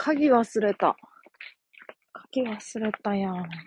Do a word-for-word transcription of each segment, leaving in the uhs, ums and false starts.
鍵忘れた。鍵忘れたやん。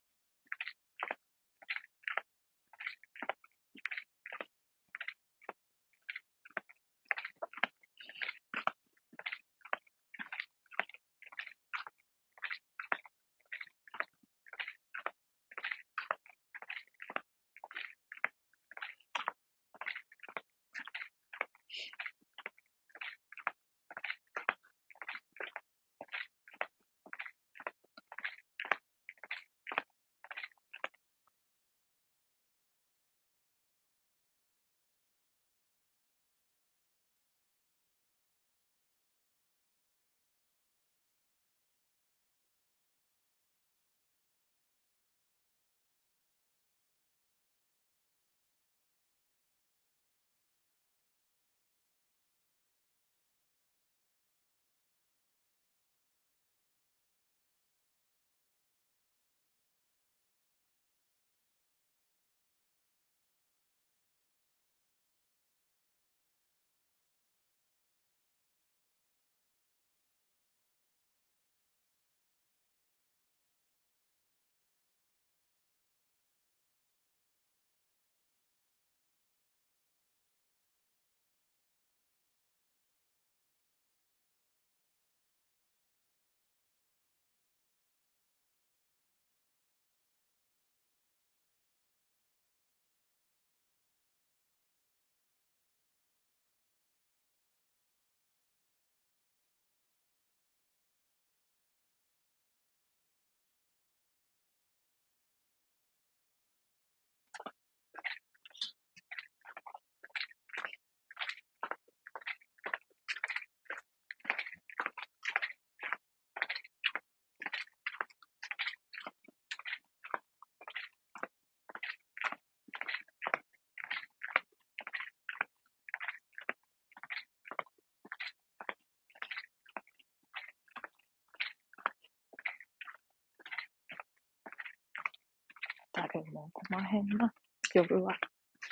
誰も来まへんな、夜は。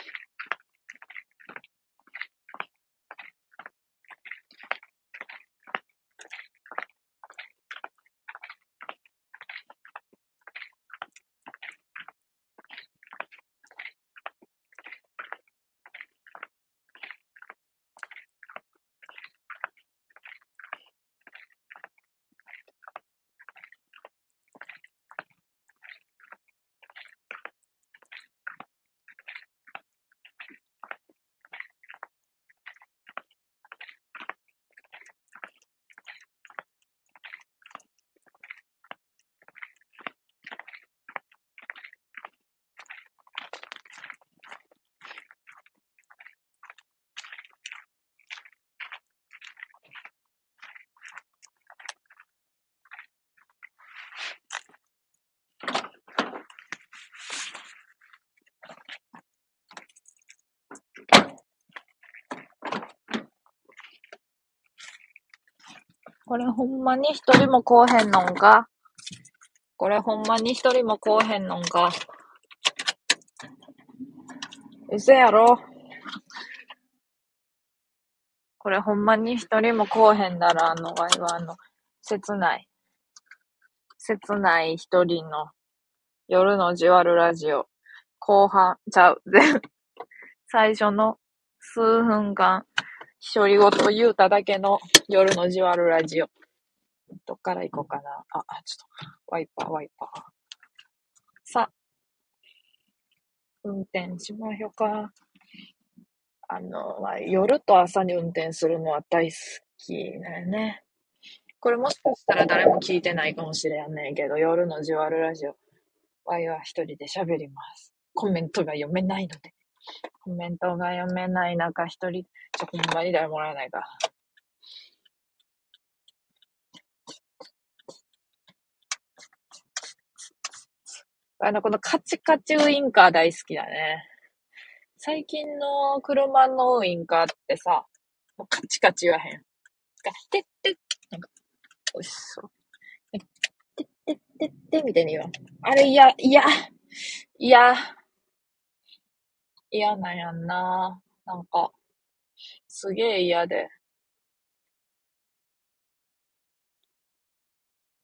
これほんまに一人も来おへんのんか？これほんまに一人も来おへんのんか？嘘やろ？これほんまに一人も来おへんだら、あの、ワイはあの、切ない。切ない一人の夜のじわるラジオ。後半、ちゃう。最初の数分間、独り言言うただけの夜のじわるラジオ。どっから行こうかな。あ、ちょっと、ワイパー、ワイパー。さ、運転しましょうか。あの、まあ、夜と朝に運転するのは大好きだよね。これもしかしたら誰も聞いてないかもしれんねんけど、夜のじわるラジオ、ワイは一人で喋ります。コメントが読めないので。コメントが読めない中、一人、ちょ、ほんまに誰もらえないか。あの、このカチカチウインカー大好きだね。最近の車のウインカーってさ、もうカチカチ言わへん。てってって、なんか、おいしそう。てってってってみたいに言わん。あれ、いや、いや、いや、嫌なんやんな。なんか、すげえ嫌で。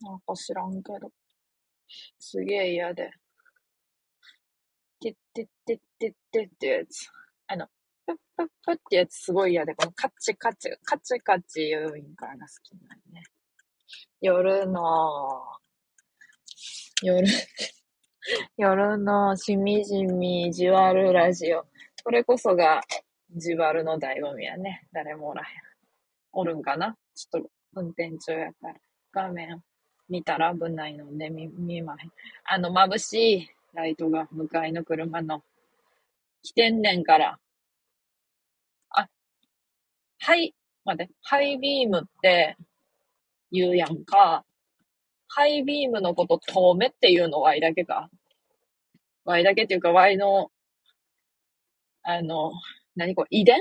なんか知らんけど。すげえ嫌で。てってってってってってやつ。あの、プップップってやつすごい嫌で、このカチカチ、カチカチ言うんからが好きなんね。夜の、夜、夜のしみじみじわるラジオ。これこそがじわるの醍醐味やね。誰もおらへん。おるんかなちょっと運転中やから。画面見たら危ないので見、見まへん。あの、眩しいライトが向かいの車の来てんねんから。あ、はい、待って、ハイビームって言うやんか。ハイビームのこと遠目っていうの Y だけか。Y だけっていうか Y の、あの、何これ、遺伝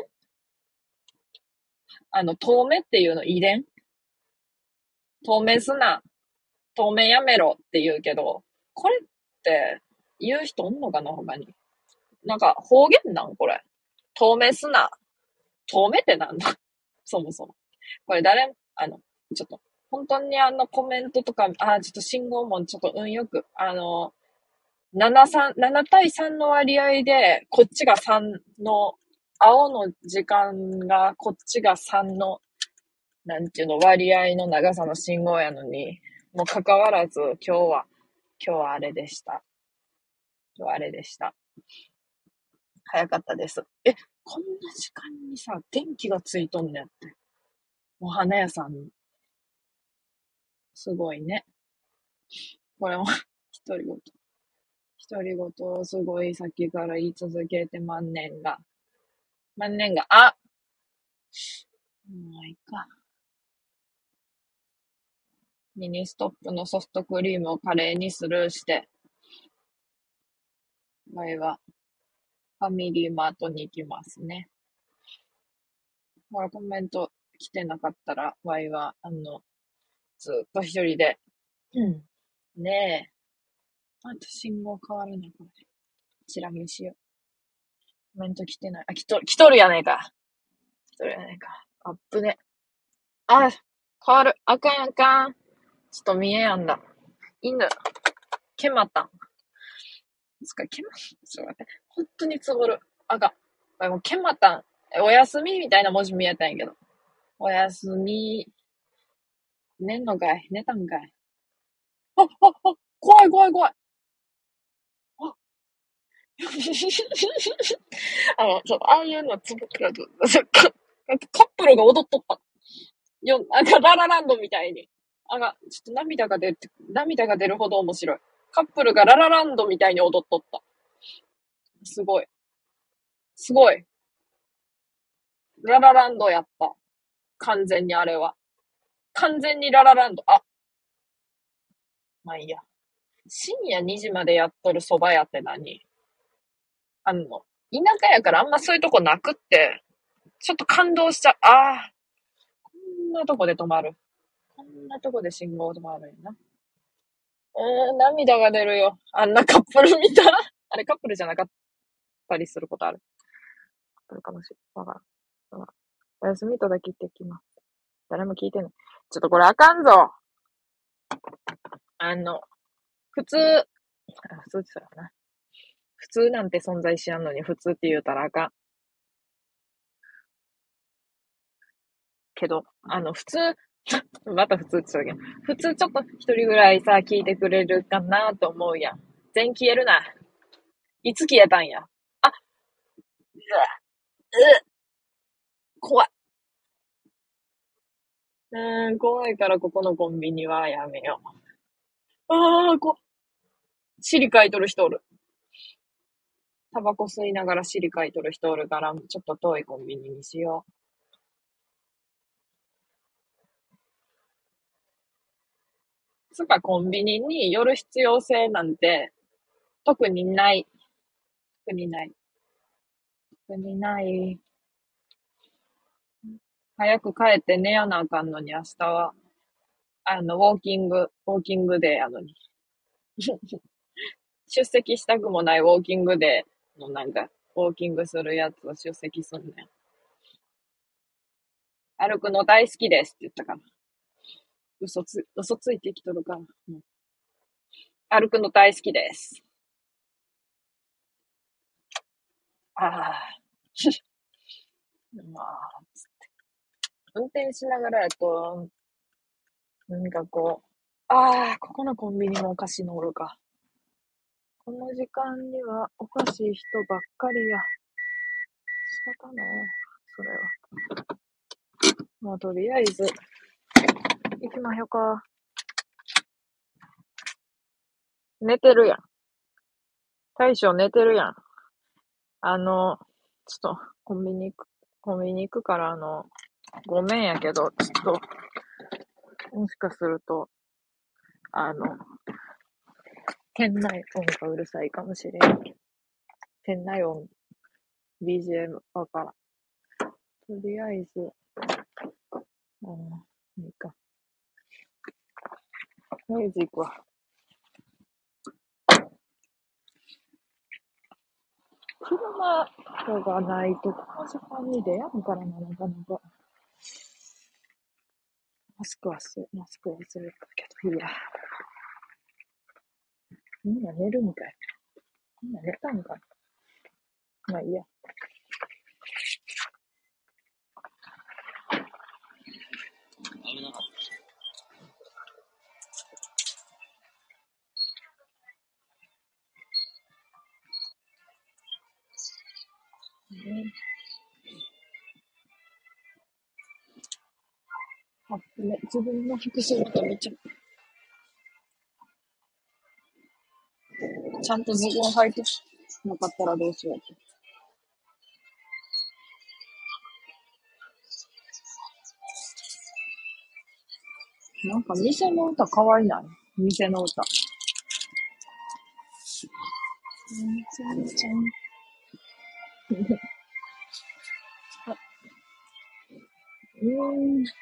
あの、遠目っていうの遺伝遠目すな。遠目やめろって言うけど、これって言う人おんのかな他に。なんか方言なんこれ。遠目すな。遠目ってなんだそもそも。これ誰、あの、ちょっと、本当にあのコメントとか、あ、ちょっと信号もちょっと運よく、あの、なな、さん、なな対さんの割合で、こっちがさんの、青の時間がこっちがさんの、なんていうの、割合の長さの信号やのに、もう関わらず、今日は、今日はあれでした。今日はあれでした。早かったです。え、こんな時間にさ、電気がついとんねんって。お花屋さんに。すごいね。これも、独り言。独り言をすごいさっきから言い続けて万年が。万年が、あもういいか。ミニストップのソフトクリームをカレーにスルーして、ワイはファミリーマートに行きますね。ほら、コメント来てなかったら、ワイは、あの、ずっと一人で、うん。ねえ。あと信号変わるな、これ。チラ見しよう。コメント来てない。あ、来とる、来とるやねえか。来とるやねえか。アップね。あ、変わる。あかんあかん。ちょっと見えやんだ。犬。ケマタン。つか、ケマ、ちょっと待って。本当につぼる。あかん。もうケマタン。おやすみみたいな文字見えたんやけど。おやすみ。寝んのかい寝たんかいあ、あ、あ、怖い怖い怖い。ああの、ちょっと、ああいうのつぼると、カップルが踊っとった。よ、なんかララランドみたいに。あが、ちょっと涙が出て、涙が出るほど面白い。カップルがララランドみたいに踊っとった。すごい。すごい。ララランドやった。完全にあれは。完全にララランド。あ、まあいいや。深夜にじまでやっとる蕎麦屋って何あの、田舎やからあんまそういうとこなくって、ちょっと感動しちゃう。ああ、こんなとこで止まる。こんなとこで信号止まるんやな。えー、涙が出るよ。あんなカップル見たら。あれカップルじゃなかったりすることある。カップルかもしれん。わからん。おやすみとだけ言ってきます。誰も聞いてない。ちょっとこれあかんぞ。あの、普通、あ普通って言ったらな。普通なんて存在しやんのに普通って言うたらあかん。けど、あの、普通、また普通って言ったけど、普通ちょっと一人ぐらいさ、聞いてくれるかなと思うやん。全消えるな。いつ消えたんや。あ、うわ、う怖い。うーん、怖いからここのコンビニはやめよう。ああ、こ、尻かいとる人おる。タバコ吸いながら尻かいとる人おるから、ちょっと遠いコンビニにしよう。つかコンビニに寄る必要性なんて特にない。特にない。特にない。早く帰って寝やなあかんのに、明日は、あの、ウォーキング、ウォーキングデーやのに。出席したくもないウォーキングデーのなんか、ウォーキングするやつを出席すんねん。歩くの大好きですって言ったから。 嘘つ、嘘ついてきとるから。うん、歩くの大好きです。ああ。まあ、運転しながらやと、なんかこう、ああ、ここのコンビニもお菓子のおるか。この時間にはおかしい人ばっかりや。仕方ねえ。それは。まあ、とりあえず、行きまひょか。寝てるやん。大将寝てるやん。あの、ちょっと、コンビニ行く、コンビニ行くから、あの、ごめんやけど、ちょっと、もしかすると、あの、店内音がうるさいかもしれんけど、店内音、ビージーエム わからん。とりあえず、うん、いいか。とりあえず行くわ。車がないと、この時間に出やんからな、なかなか。マスクはす、マスク忘れたけど、いや。みんな寝るんかい。みんな寝たんかな。まあいいや。うんあ、ね、自分の服装とめっちゃ、ちゃんとズボン履いてなかったらどうしようって。なんか店の歌可愛いない？店の歌。全然ちゃん。うーん。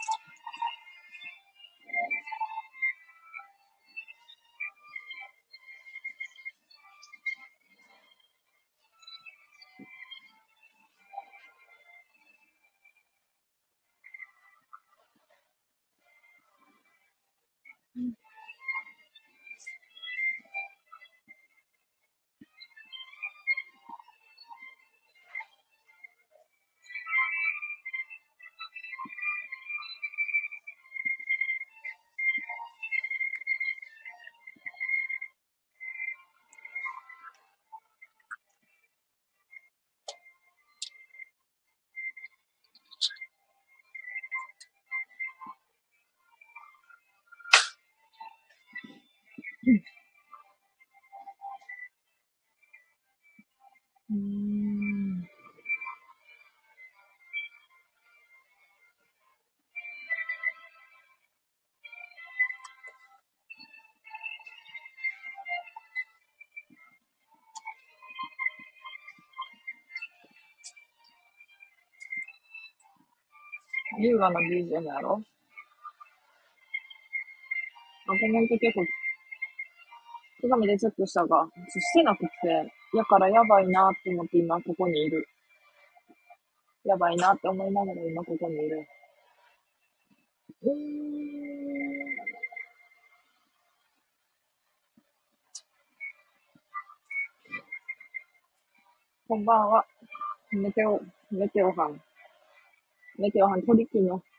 うーん。優雅な ビージーエム やろ？あ、コメント結構、鏡でチェックしたが、してなくて、やからやばいなって思って今ここにいる。やばいなって思いながら今ここにいる。うーん。こんばんは。メテオ、メテオ班。メテオ班、取引の、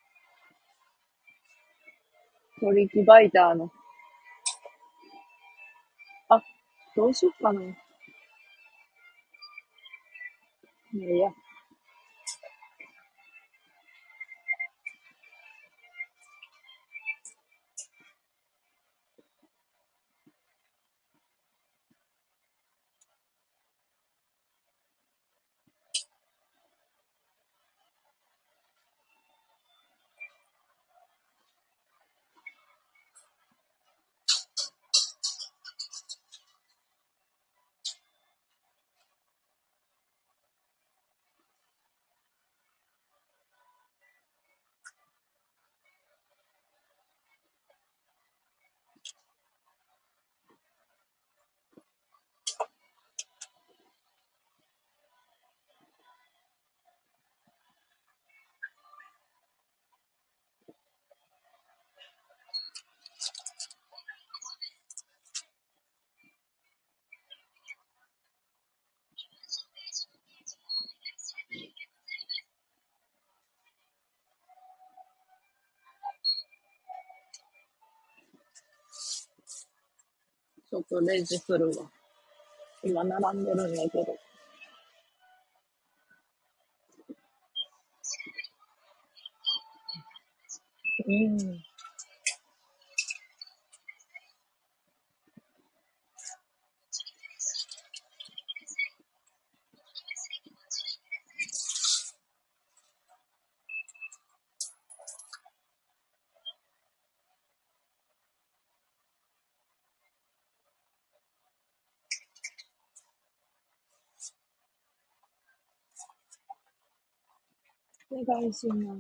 取引バイターの。あ、どうしよっかな。いやいや。 ちょっとレジするわ。今並んでるんだけど。うん。お願いします。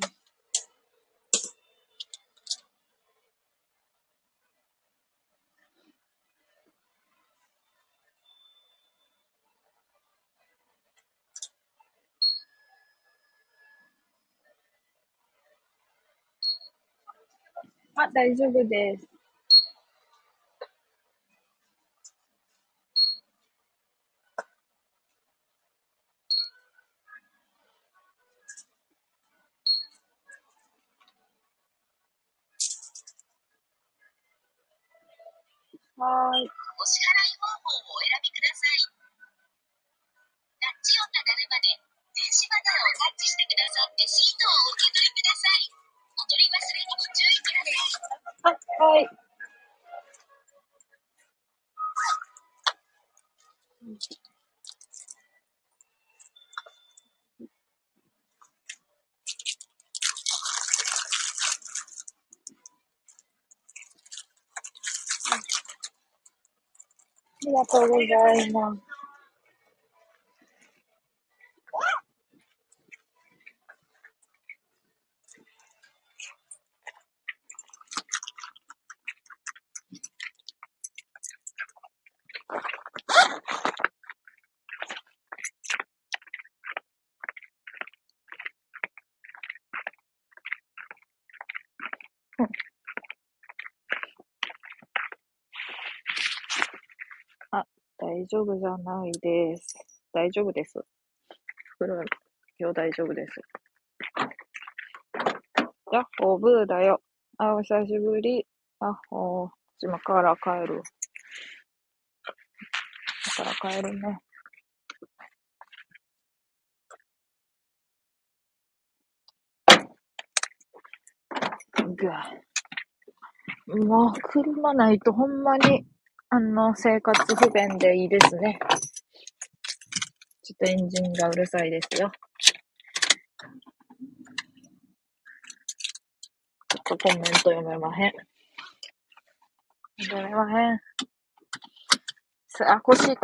あ、大丈夫です。はーい。お支払い方法をお選びください。タッチ音が鳴るまで電子マネーをタッチしてくださってシートをお受け取りください。お取り忘れにご注意ください。あ、はい。ありがとうございます。あ、大丈夫じゃないです。大丈夫です。袋、今日大丈夫です。ヤッホー、ブーだよ。あ、お久しぶり。ヤッホー。今から帰る。今から帰るね。ぐわ。もう、車ないとほんまに、あの、生活不便でいいですね。ちょっとエンジンがうるさいですよ。ちょっとコメント読めまへん。読めまへん。あ、腰痛い。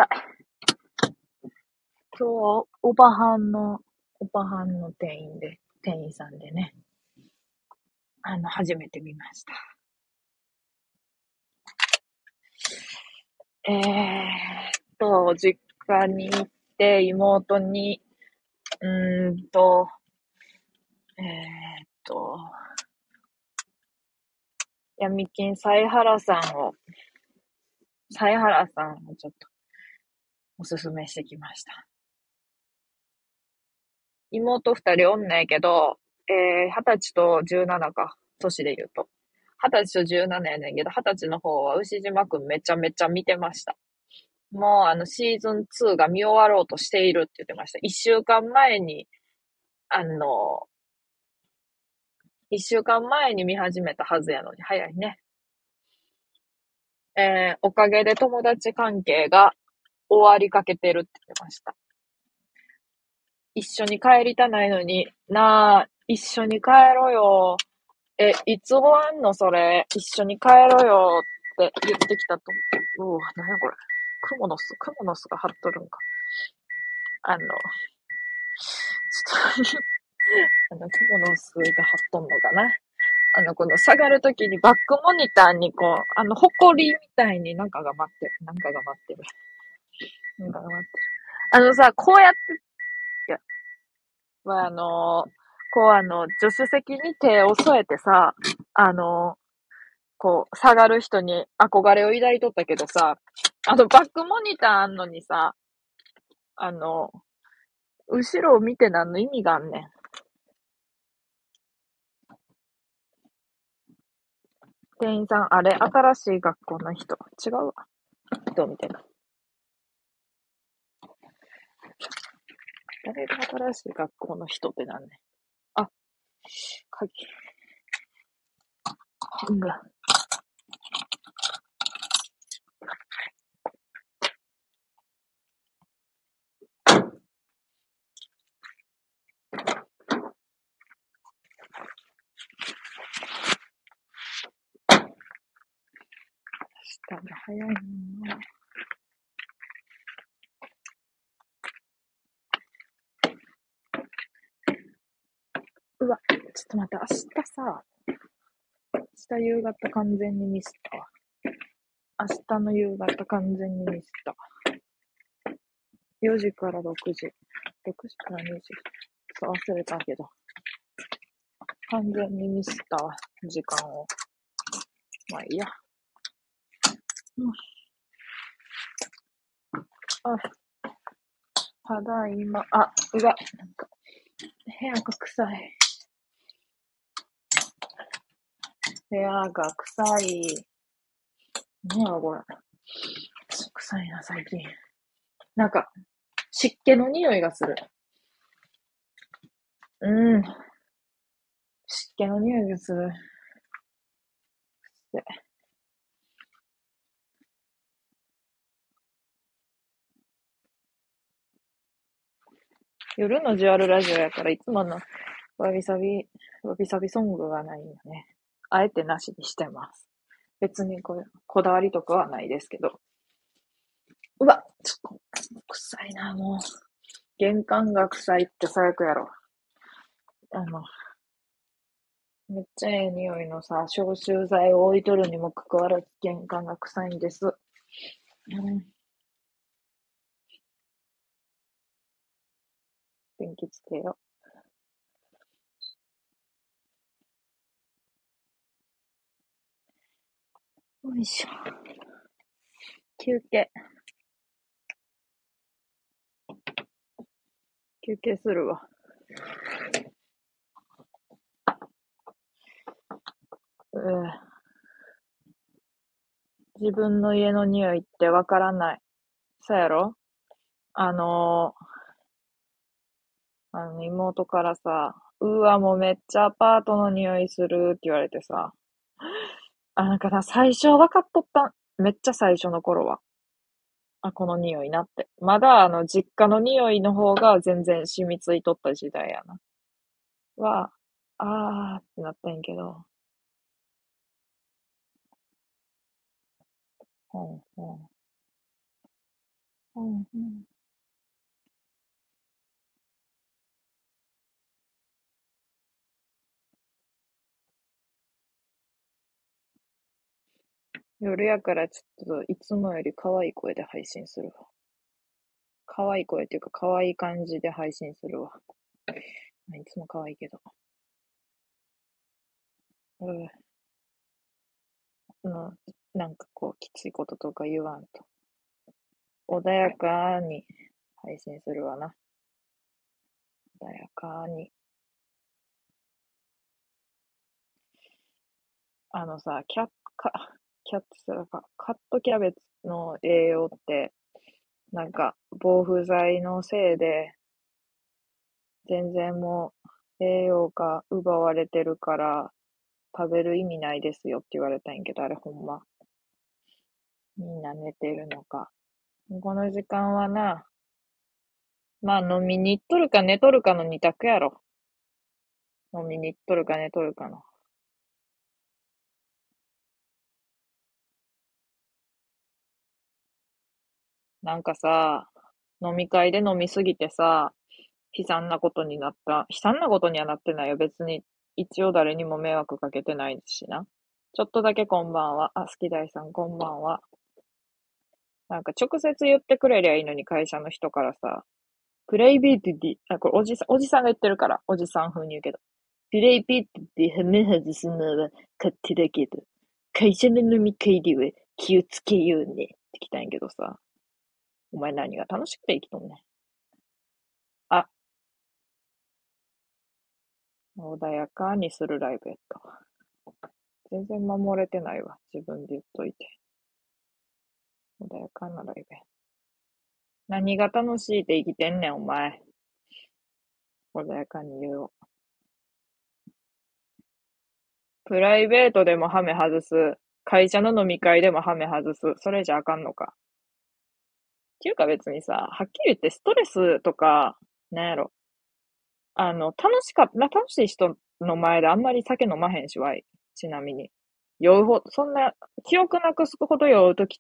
今日はオバハンの、オバハンの店員で、店員さんでね、あの、初めて見ました。えーっと、実家に行って、妹に、うーんと、えーっと、闇金犀原さんを、犀原さんをちょっとおすすめしてきました。妹二人おんねんけど、えー、二十歳と十七か、年で言うと。二十歳と十七やねんけど、二十歳の方は牛島くんめちゃめちゃ見てました。もうあのシーズンツーが見終わろうとしているって言ってました。一週間前に、あの、一週間前に見始めたはずやのに早いね。えー、おかげで友達関係が終わりかけてるって言ってました。一緒に帰りたないのに、なあ、一緒に帰ろうよ。え、いつ終わんのそれ。一緒に帰ろうよって言ってきたと思う。うわ、なやこれ。クモの巣、クモの巣が張っとるんか。あの、ちょっとあの、クモの巣が張っとんのかな。あの、この下がるときにバックモニターにこう、あの、ホコリみたいになんかが待ってる。なんかが待ってる。なんかが待ってる。あのさ、こうやって、いや、まあ、あの、こうあの、助手席に手を添えてさ、あの、こう、下がる人に憧れを抱いとったけどさ、あの、バックモニターあんのにさ、あの、後ろを見て何の意味があんねん。店員さん、あれ、新しい学校の人。違うわ。 どう見てる？誰が新しい学校の人ってなんねん。あ、鍵。うんが。明日も早いな。うわ、ちょっと待って、明日さ、明日夕方完全にミスったわ。明日の夕方完全にミスった。よじからろくじ。ろくじからにじ。そう忘れたけど。完全にミスったわ、時間を。まあいいや。うん、あ、ただいま、あ、うわ、なんか、部屋が臭い。部屋が臭い。ねえ、これ。臭いな、最近。なんか、湿気の匂いがする。うん。湿気の匂いがする。で夜のジュアルラジオやから、いつものわびさび、わびさびソングがないよね。あえてなしにしてます。別にこれ、こだわりとかはないですけど。うわ、ちょっと、臭いな、もう。玄関が臭いって最悪やろ。あの、めっちゃええ匂いのさ、消臭剤を置いとるにもかかわらず玄関が臭いんです。うん。電気つけよう。よいしょ。休憩。休憩するわ。うー自分の家の匂いってわからない。そうやろ？あのー、あの妹からさ、うわ、もうめっちゃアパートの匂いするって言われてさ、あ、なんかな、最初は分かっとったん。めっちゃ最初の頃は。あ、この匂いなって。まだあの、実家の匂いの方が全然染みついとった時代やな。は、あーってなったんやけど、ほんほん、ほんほん。夜やからちょっといつもより可愛い声で配信するわ。可愛い声っていうか可愛い感じで配信するわ。いつも可愛いけど。うん。うん、なんかこう、きついこととか言わんと。穏やかに配信するわな。穏やかに。あのさ、キャッ、か、キャットスラか、カットキャベツの栄養って、なんか、防腐剤のせいで、全然もう、栄養が奪われてるから、食べる意味ないですよって言われたんやけど、あれほんま。みんな寝てるのか。この時間はな、まあ飲みに行っとるか寝とるかの二択やろ。飲みに行っとるか寝とるかの。なんかさ、飲み会で飲みすぎてさ、悲惨なことになった。悲惨なことにはなってないよ。別に、一応誰にも迷惑かけてないしな。ちょっとだけこんばんは。あ、好き大さんこんばんは。なんか直接言ってくれりゃいいのに会社の人からさ、プライベートで、あ、これおじさん、おじさんが言ってるから、おじさん風に言うけど。プライベートでハメ外すのは勝手だけど、会社の飲み会では気をつけようねって来たんやけどさ、お前何が楽しくて生きとんねん。あ、穏やかにするライブやったわ。全然守れてないわ。自分で言っといて。 穏やかなライブ。何が楽しいって生きてんねん、お前。穏やかに言おう。プライベートでもハメ外す。会社の飲み会でもハメ外す。それじゃあかんのか。っていうか別にさ、はっきり言ってストレスとか、なんやろ。あの、楽しかった、楽しい人の前であんまり酒飲まへんしわい。ちなみに。酔うほ、そんな、記憶なくすほど酔うときって、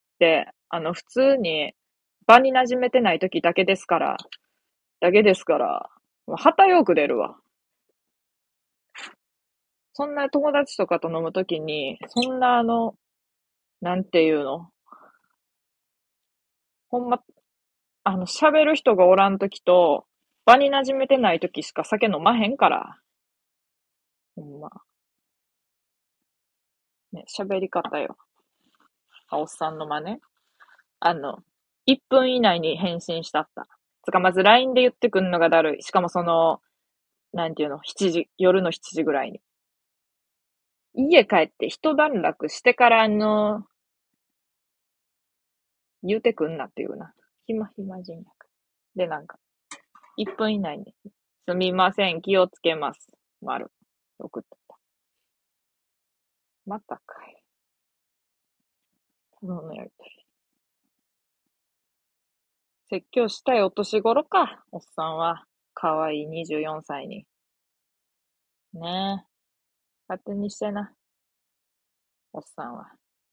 あの、普通に場に馴染めてないときだけですから、だけですから、もう旗よく出るわ。そんな友達とかと飲むときに、そんなあの、なんていうの、ほんま、あの、喋る人がおらんときと、場に馴染めてないときしか酒飲まへんから。ほんま。ね、喋り方よ。あ、おっさんの真似。あの、いっぷん以内に返信したった。つか、まず ライン で言ってくんのがだるい。しかもその、なんていうの、しちじ、夜のしちじぐらいに。家帰って一段落してからあの、言うてくんなっていうな。暇暇人脈。で、なんか、いっぷん以内に、すみません、気をつけます。丸。送ってた。またかい。そのやりとり。説教したいお年頃か、おっさんは。かわいいにじゅうよんさいに。ねえ。勝手にしてな、おっさんは。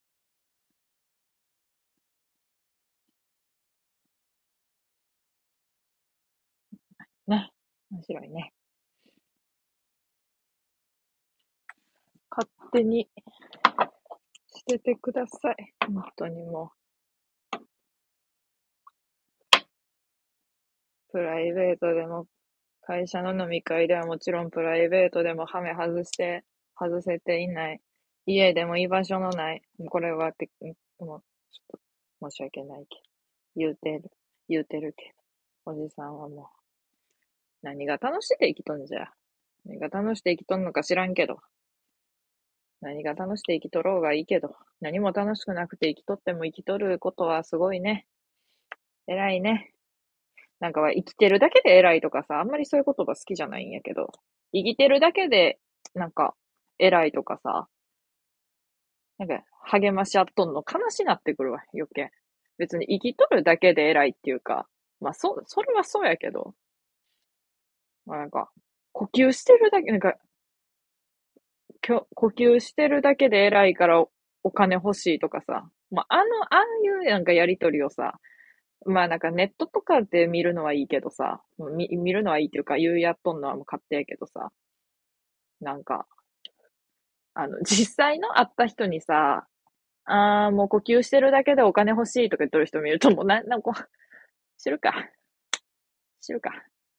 ね。面白いね。勝手にしててください。本当にもう。プライベートでも、会社の飲み会ではもちろんプライベートでもハメ外して、外せていない。家でも居場所のない。これはて、もう、ちょっと申し訳ないけど。言うてる。言うてるけど。おじさんはもう、何が楽しいで生きとんじゃ。何が楽しくて生きとんのか知らんけど。何が楽しくて生きとろうがいいけど。何も楽しくなくて生きとっても生きとることはすごいね。偉いね。なんかは生きてるだけで偉いとかさ、あんまりそういう言葉好きじゃないんやけど。生きてるだけで、なんか、偉いとかさ、なんか、励まし合っとんの悲しなってくるわ、余計。別に生きとるだけで偉いっていうか、まあ、そ、それはそうやけど、まあなんか、呼吸してるだけ、なんか、きょ呼吸してるだけで偉いからお、お金欲しいとかさ、まあ、あの、ああいうなんかやりとりをさ、まあなんかネットとかで見るのはいいけどさ、見、見るのはいいっていうか、言うやっとんのはもう勝手やけどさ、なんか、あの、実際の会った人にさ、ああ、もう呼吸してるだけでお金欲しいとか言ってる人見ると、もうな、なんか、知るか。知るか。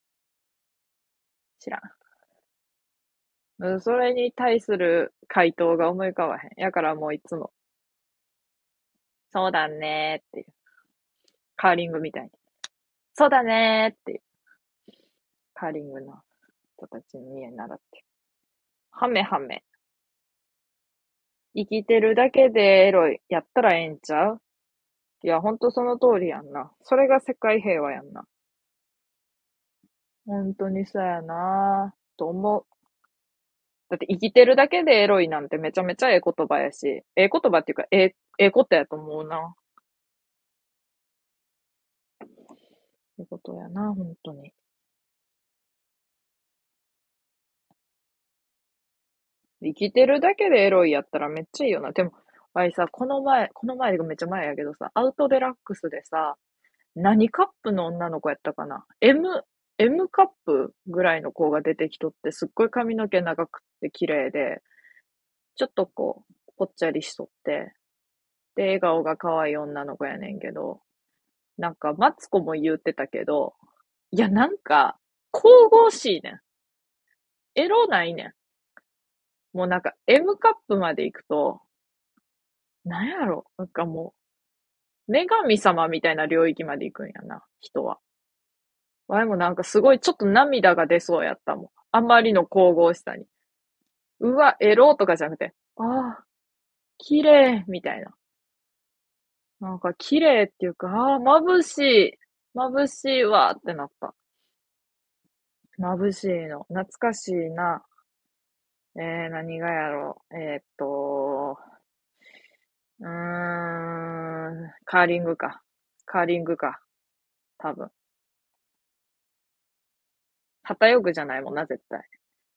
知らん。うん、それに対する回答が思い浮かばへん。やからもういつも、そうだねーっていう。カーリングみたいに。そうだねーっていう。カーリングの人たちに家習って。はめはめ。生きてるだけでエロい。やったらええんちゃう？いや、ほんとその通りやんな。それが世界平和やんな。ほんとにそうやなと思う。だって生きてるだけでエロいなんてめちゃめちゃええ言葉やし、ええ言葉っていうか、ええ、ええことやと思うな。ええことやな、ほんとに。生きてるだけでエロいやったらめっちゃいいよな。でも、あいさ、この前、この前がめっちゃ前やけどさ、アウトデラックスでさ、何カップの女の子やったかな ?M、M カップぐらいの子が出てきとって、すっごい髪の毛長くって綺麗で、ちょっとこう、ぽっちゃりしとって、で、笑顔が可愛い女の子やねんけど、なんか、マツコも言ってたけど、いや、なんか、神々しいねん。エロないねん。もうなんか、M カップまで行くと、なんやろなんかもう、女神様みたいな領域まで行くんやな、人は。わいもなんかすごいちょっと涙が出そうやったもん。あまりの神々しさに。うわ、エロとかじゃなくて、ああ、綺麗みたいな。 なんか綺麗っていうか、ああ、眩しい。眩しいわってなった。眩しいの。懐かしいな。えー、何がやろう。えーっと、うーん、カーリングか。カーリングか。多分。旗ヨグじゃないもんな、絶対。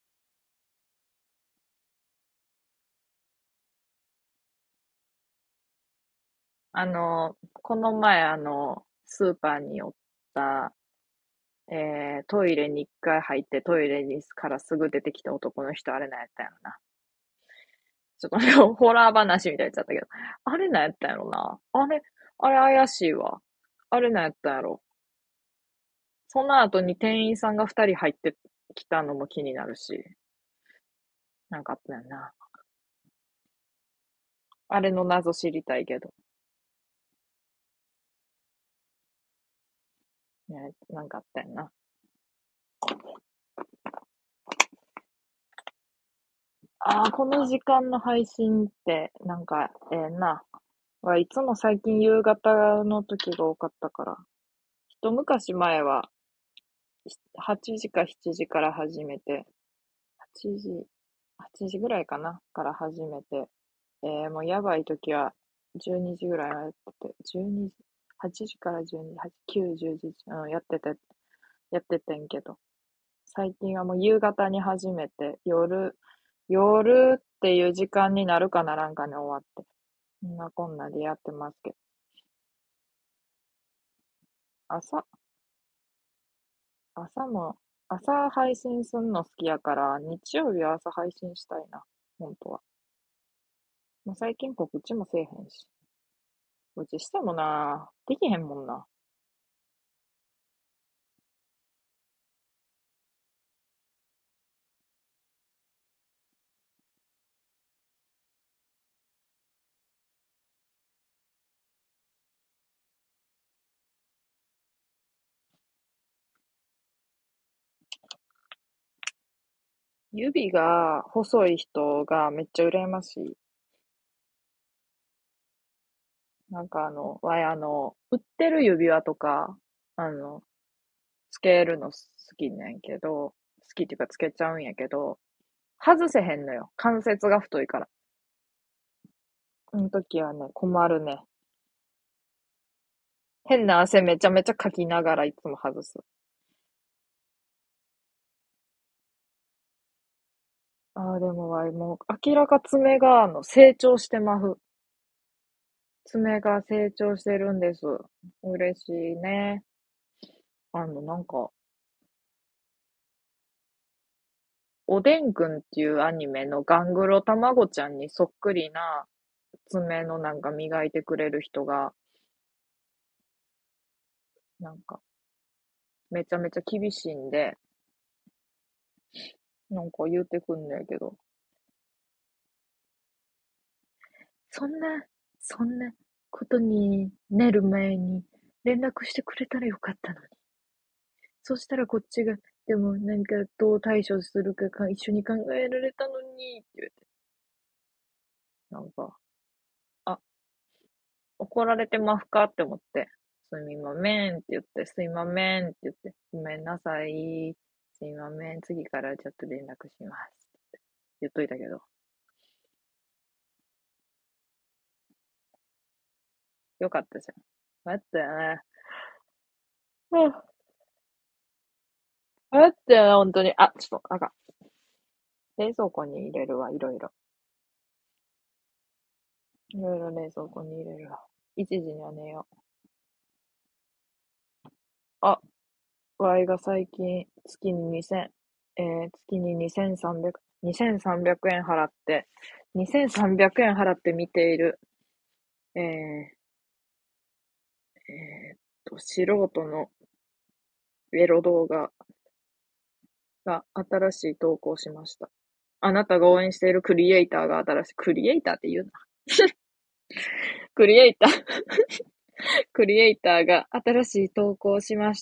あの、この前、あの、スーパーに寄った、えー、トイレに一回入ってトイレにからすぐ出てきた男の人、あれなんやったんやろな。ちょっとなんかホラー話みたいになっちゃったけど。あれなんやったんやろな。あれ、あれ怪しいわ。あれなんやったんやろ。その後に店員さんが二人入ってきたのも気になるし。なんかあったんやな。あれの謎知りたいけど。ね、なんかあったんやな。ああ、この時間の配信って、なんか、ええな。はいつも最近夕方の時が多かったから。一昔前は、はちじかしちじから始めて、はちじ、はちじぐらいかなから始めて、えー、もうやばい時はじゅうにじぐらいまでやってて、じゅうにじ、はちじからじゅうにじ、はち、きゅう、じゅう、じゅういち、うん、やってて、やっててんけど、最近はもう夕方に始めて、夜、夜っていう時間になるかならんかね終わって。そんなこんなでやってますけど。朝、朝も、朝配信すんの好きやから、日曜日は朝配信したいな。本当は。もう最近告知もせえへんし。告知してもな、できへんもんな。指が細い人がめっちゃ羨ましい。なんかあの、わい、あの、売ってる指輪とか、あの、つけるの好きねんけど、好きっていうかつけちゃうんやけど、外せへんのよ。関節が太いから。その時はね、困るね。変な汗めちゃめちゃかきながらいつも外す。ああ、でもわい、もう明らか爪が、あの、成長してまふ。爪が成長してるんです。嬉しいね。あの、なんか、おでんくんっていうアニメのガングロたまごちゃんにそっくりな爪のなんか磨いてくれる人が、なんか、めちゃめちゃ厳しいんで、なんか言うてくんねんけど、そんな、そんなことになる前に連絡してくれたらよかったのに。そしたらこっちが、でもなんかどう対処するかか一緒に考えられたのに、って言って、なんか、あ、怒られてまふかって思って、すみまめんって言って、すいまめんって言って、ごめんなさい。すいまめん。次からちょっと連絡します。って言っといたけど、よかったじゃん。待ってね。うん。待ってね、本当に。あ、ちょっと、なんか、冷蔵庫に入れるわ、いろいろ。いろいろ冷蔵庫に入れるわ。一時には寝よう。あ、ワイが最近、月ににせん、えー、月ににせんさんびゃく、にせんさんびゃくえん払って、にせんさんびゃくえん払って見ている、えー、えーっと、素人のエロ動画が新しい投稿しました。あなたが応援しているクリエイターが新しい、クリエイターって言うな。クリエイター、クリエイターが新しい投稿しました。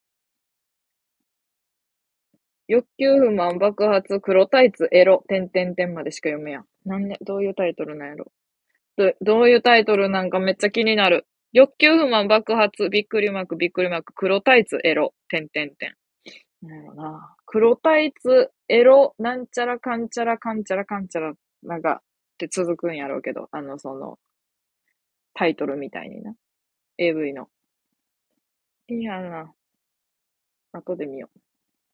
欲求不満爆発、黒タイツ、エロ、てんてんてんまでしか読めやん。なんで、どういうタイトルなんやろ。 ど、どういうタイトルなんかめっちゃ気になる。欲求不満爆発、びっくりマーク、びっくりマーク、黒タイツ、エロ、てんてんてん。なんやろな。黒タイツ、エロ、なんちゃらかんちゃらかんちゃらかんちゃら、なんか、って続くんやろうけど、あの、その、タイトルみたいにな。エーブイ の。いやな。後で見よう。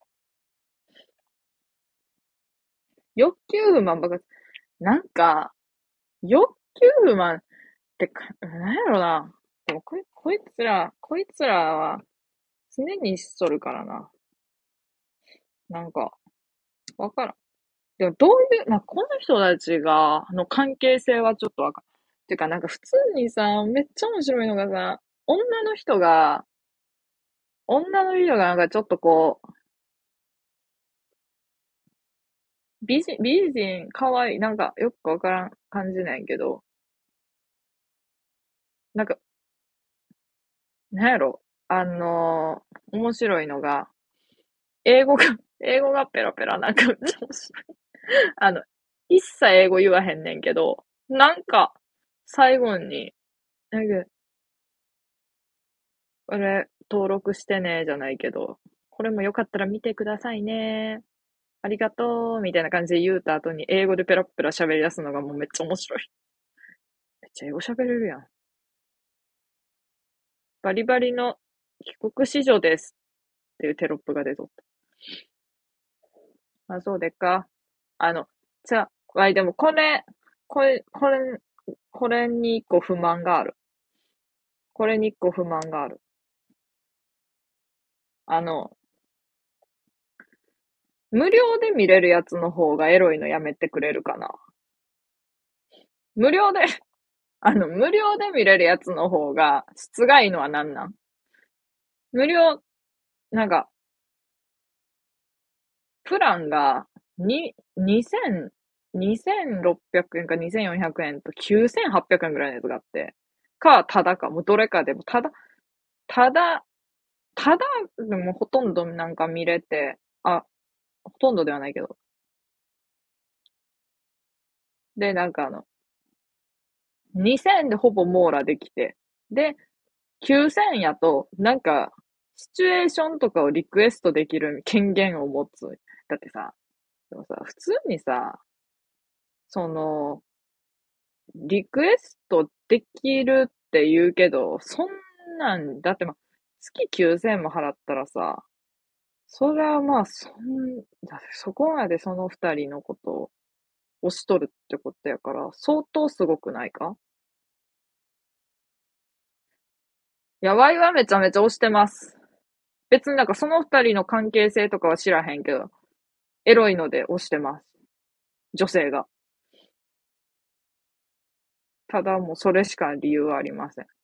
欲求不満爆発。なんか、欲求不満ってか、なんやろな。でもこい、こいつら、こいつらは、常にしとるからな。なんか、わからん。でもどういう、なんかこの人たちが、の関係性はちょっとわかん。てか、なんか普通にさ、めっちゃ面白いのがさ、女の人が、女の人がなんかちょっとこう、美人、美人、可愛い、なんかよくわからん感じなんやけど、なんか、なんやろ、あのー面白いのが、英語が、英語がペラペラなんかめっちゃ面白い。あの、一切英語言わへんねんけど、なんか、最後に、なんか、これ、登録してね、じゃないけど、これもよかったら見てくださいね。ありがとう、みたいな感じで言うた後に、英語でペラペラ喋り出すのがもうめっちゃ面白い。めっちゃ英語喋れるやん。バリバリの帰国子女ですっていうテロップが出とった。あ、そうでっか。あの、じゃあ、わい、でもこれ、これ、これ、これに一個不満がある。これに一個不満がある。あの、無料で見れるやつの方がエロいのやめてくれるかな。無料で、あの、無料で見れるやつの方が質がいいのは何なん？無料、なんか、プランが、に、にせん、にせんろっぴゃくえんかにせんよんひゃくえんときゅうせんはっぴゃくえんぐらいのやつがあって、か、ただか、もうどれかでも、ただ、ただ、ただ、でもほとんどなんか見れて、あ、ほとんどではないけど。で、なんかあの、にせんえんでほぼ網羅できて、で、きゅうせんえんやと、なんか、シチュエーションとかをリクエストできる権限を持つ。だってさ、でもさ、普通にさ、その、リクエストできるって言うけど、そんなん、だってま、月きゅうせんえんも払ったらさ、それはまあ、そん、だってそこまでその二人のことを押しとるってことやから、相当すごくないか？やばいはめちゃめちゃ押してます。別になんかその二人の関係性とかは知らへんけど、エロいので押してます。女性が。ただもうそれしか理由はありません。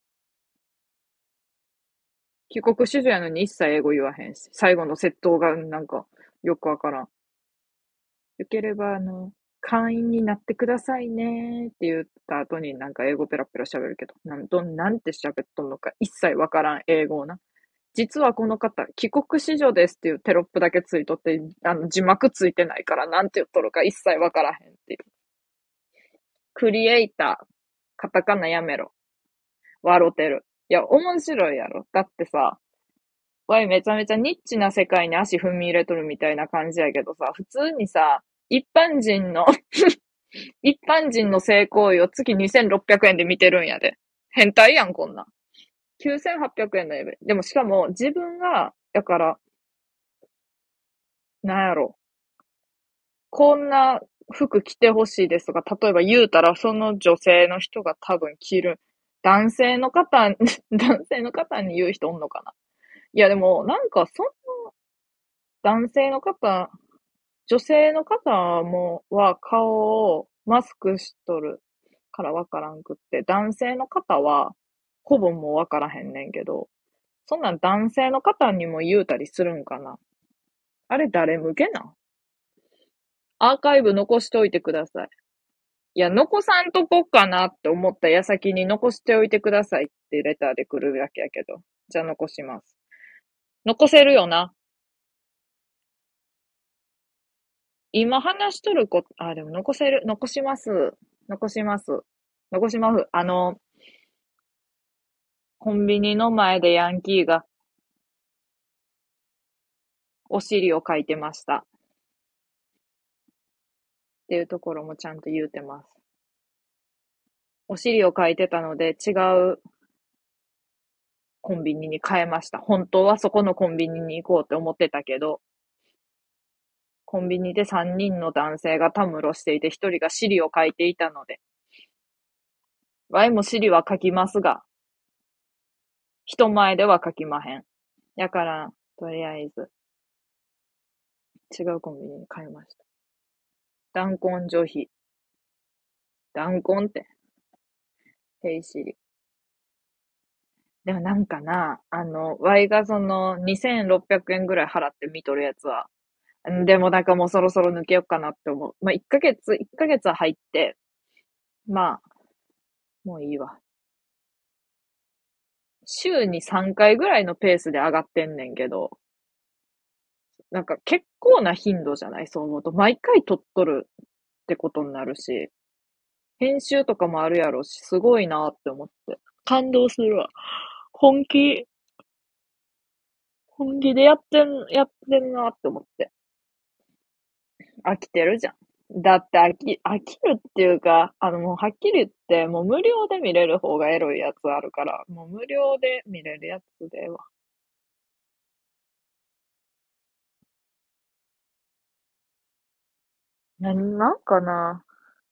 帰国子女やのに一切英語言わへんし、最後の窃盗がなんかよくわからん。よければあの、会員になってくださいねって言った後になんか英語ペラペラ喋るけど、なんと、なんて喋っとんのか一切わからん英語をな。実はこの方、帰国子女ですっていうテロップだけついとって、あの字幕ついてないからなんて言っとるか一切わからへんっていう。クリエイター、カタカナやめろ。笑ってる。いや、面白いやろ。だってさ、わいめちゃめちゃニッチな世界に足踏み入れとるみたいな感じやけどさ、普通にさ、一般人の一般人の性行為を月にせんろっぴゃくえんで見てるんやで。変態やん、こんなん。きゅうせんはっぴゃくえんのエベ。でもしかも自分が、だから、なんやろ。こんな服着てほしいですとか、例えば言うたら、その女性の人が多分着る。男性の方、男性の方に言う人おんのかな。いや、でも、なんか、そんな、男性の方、女性の方も、は顔をマスクしとるからわからんくって、男性の方は、ほぼもうわからへんねんけど、そんなん男性の方にも言うたりするんかな。あれ誰向けなん？アーカイブ残しておいてください。いや、残さんとこかなって思った矢先に残しておいてくださいってレターで来るわけやけど。じゃあ残します。残せるよな。今話しとること、あ、でも残せる、残します。残します。 残します。あの、コンビニの前でヤンキーがお尻をかいてました。っていうところもちゃんと言うてます。お尻をかいてたので違うコンビニに変えました。本当はそこのコンビニに行こうって思ってたけど、コンビニでさんにんの男性がたむろしていて、ひとりが尻をかいていたので、ワイも尻はかきますが、人前ではかきまへん。やから、とりあえず、違うコンビニに変えました。弾痕女子。弾痕って、ヘイシリ。でもなんかな、あの、Y がそのにせんろっぴゃくえんぐらい払って見とるやつは、んでもなんかもうそろそろ抜けようかなって思う。まあ、いっかげつ、いっかげつは入って、まあ、もういいわ。週にさんかいぐらいのペースで上がってんねんけど、なんか結構な頻度じゃないそう思うと。毎回撮っとるってことになるし、編集とかもあるやろし、すごいなって思って。感動するわ。本気、本気でやってん、やってんなって思って。飽きてるじゃん。だって飽き、飽きるっていうか、あのもうはっきり言って、もう無料で見れる方がエロいやつあるから、もう無料で見れるやつでは。な、なんかな、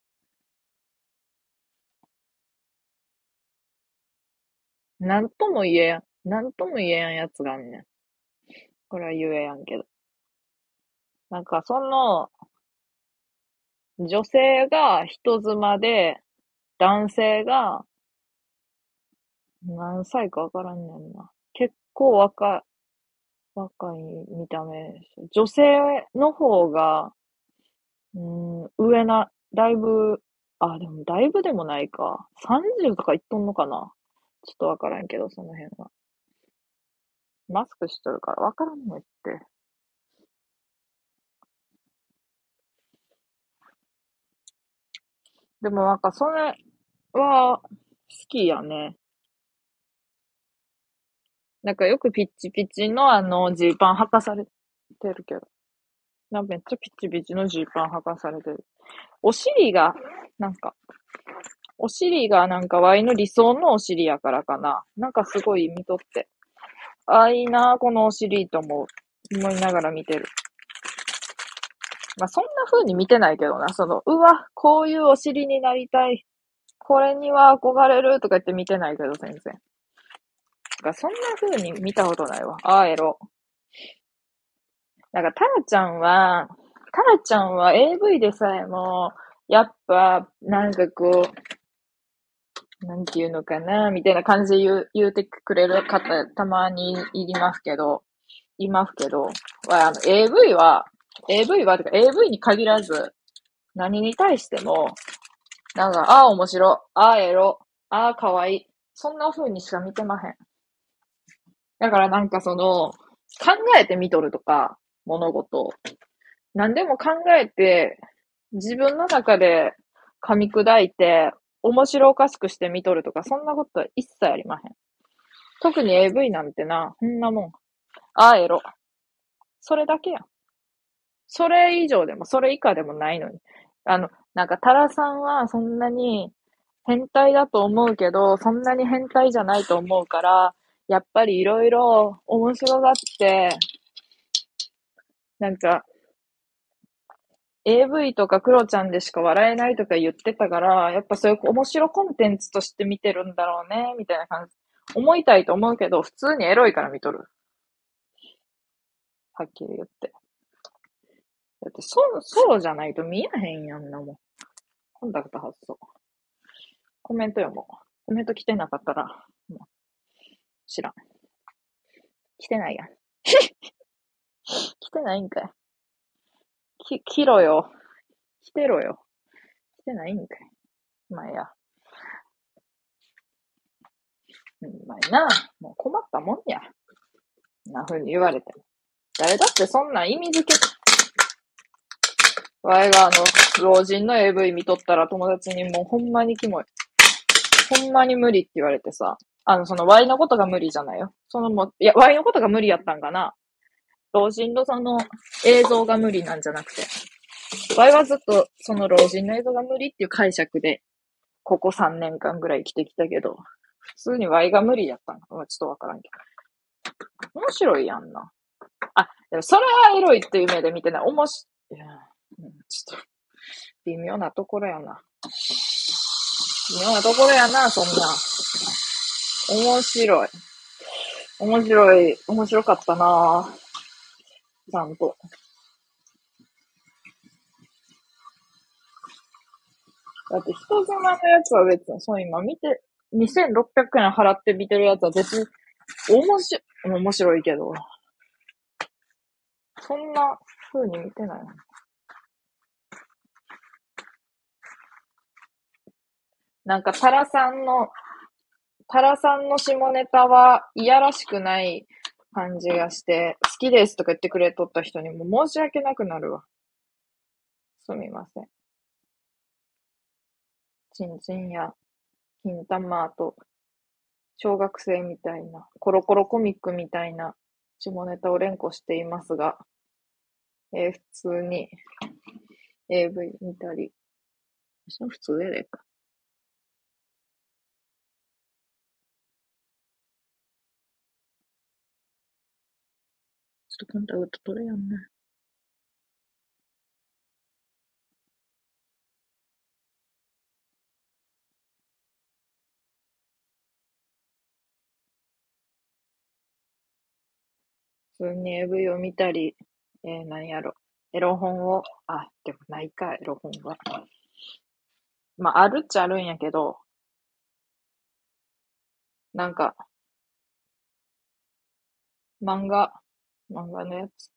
なんとも言えやん、なんとも言えやんやつがあんねん。これは言えやんけど。なんかその、女性が人妻で、男性が何歳かわからんねんな。結構若い、若い見た目。女性の方が、うーん、上な、だいぶ、あ、でもだいぶでもないか。さんじゅうとかいっとんのかな。ちょっとわからんけど、その辺は。マスクしとるからわからんねって。でもなんかそれは好きやね。なんかよくピッチピチのあのジーパン履かされてるけど。なんかめっちゃピッチピチのジーパン履かされてる。お尻が、なんか、お尻がなんかワイの理想のお尻やからかな。なんかすごい見とって。ああ、いいな、このお尻と思う。思いながら見てる。まあ、そんな風に見てないけどな。その、うわ、こういうお尻になりたい。これには憧れるとか言って見てないけど、全然。かそんな風に見たことないわ。ああ、エロ。なんか、タラちゃんは、タラちゃんは エーブイ でさえも、やっぱ、なんかこう、なんていうのかな、みたいな感じで言う、言うてくれる方、たまにいりますけど、いますけど、あの、エーブイ は、エーブイ は、てか エーブイ に限らず、何に対しても、なんか、ああ、面白、ああ、エロ、ああ、かわいい。そんな風にしか見てまへん。だからなんかその、考えて見とるとか、物事を。何でも考えて、自分の中で噛み砕いて、面白おかしくして見とるとか、そんなことは一切ありまへん。特に エーブイ なんてな、そんなもん。ああ、エロ。それだけやん。それ以上でも、それ以下でもないのに。あの、なんか、タラさんはそんなに変態だと思うけど、そんなに変態じゃないと思うから、やっぱりいろいろ面白がって、なんか、エーブイ とかクロちゃんでしか笑えないとか言ってたから、やっぱそういう面白コンテンツとして見てるんだろうね、みたいな感じ。思いたいと思うけど、普通にエロいから見とる。はっきり言って。だって、そう、そうじゃないと見えへんやんなもん。コンタクト発送。コメント読もう。コメント来てなかったら、もう知らん。来てないやん。来てないんかい。き、来ろよ。来てろよ。来てないんかい。まあいいや。うん、まあいいな。もう困ったもんや。な風に言われても。誰だってそんな意味付け、わいがあの、老人の エーブイ 見とったら友達にもうほんまにキモい。 ほんまに無理って言われてさ、あの、その Y のことが無理じゃないよ。そのもう、いや、Y のことが無理やったんかな。老人のその映像が無理なんじゃなくて。Y はずっとその老人の映像が無理っていう解釈で、ここさんねんかんぐらい生きてきたけど、普通に Y が無理やったんかな。ちょっとわからんけど。面白いやんな。あ、でもそれはエロいっていう目で見てない。おもし、いや、うん、ちょっと、微妙なところやな。微妙なところやな、そんな。面白い。面白い。面白かったなちゃんと。だって人妻のやつは別に、そう今見て、にせんろっぴゃくえん払って見てるやつは別に、面白い、面白いけど、そんな風に見てない。なんか、タラさんの、タラさんの下ネタはいやらしくない感じがして、好きですとか言ってくれとった人にも申し訳なくなるわ。すみません。チンチンや金玉と小学生みたいな、コロコロコミックみたいな下ネタを連呼していますが、えー普通に エーブイ 見たり、その普通やでか。ちょっとコンタクト取れやんね。普通に エーブイ を見たり、えー、何やろ。エロ本を、あ、でもないか、エロ本が。まあ、あるっちゃあるんやけど、なんか、漫画、漫画のやつ。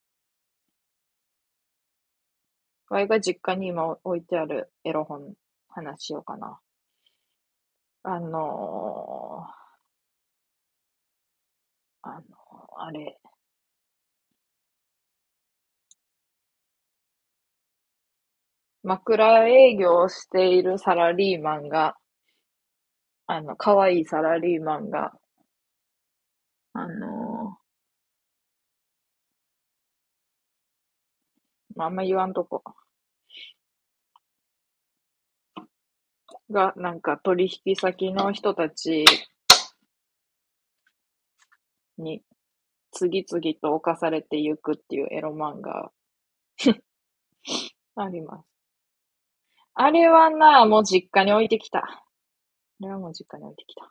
わいが実家に今置いてあるエロ本、話しようかな。あのー、あのー、あれ、枕営業をしているサラリーマンが、あの、可愛いサラリーマンが、あのー、まあ、あんま言わんとこ。が、なんか取引先の人たちに次々と侵されていくっていうエロ漫画あります。あれはな、もう実家に置いてきた。あれはもう実家に置いてきた。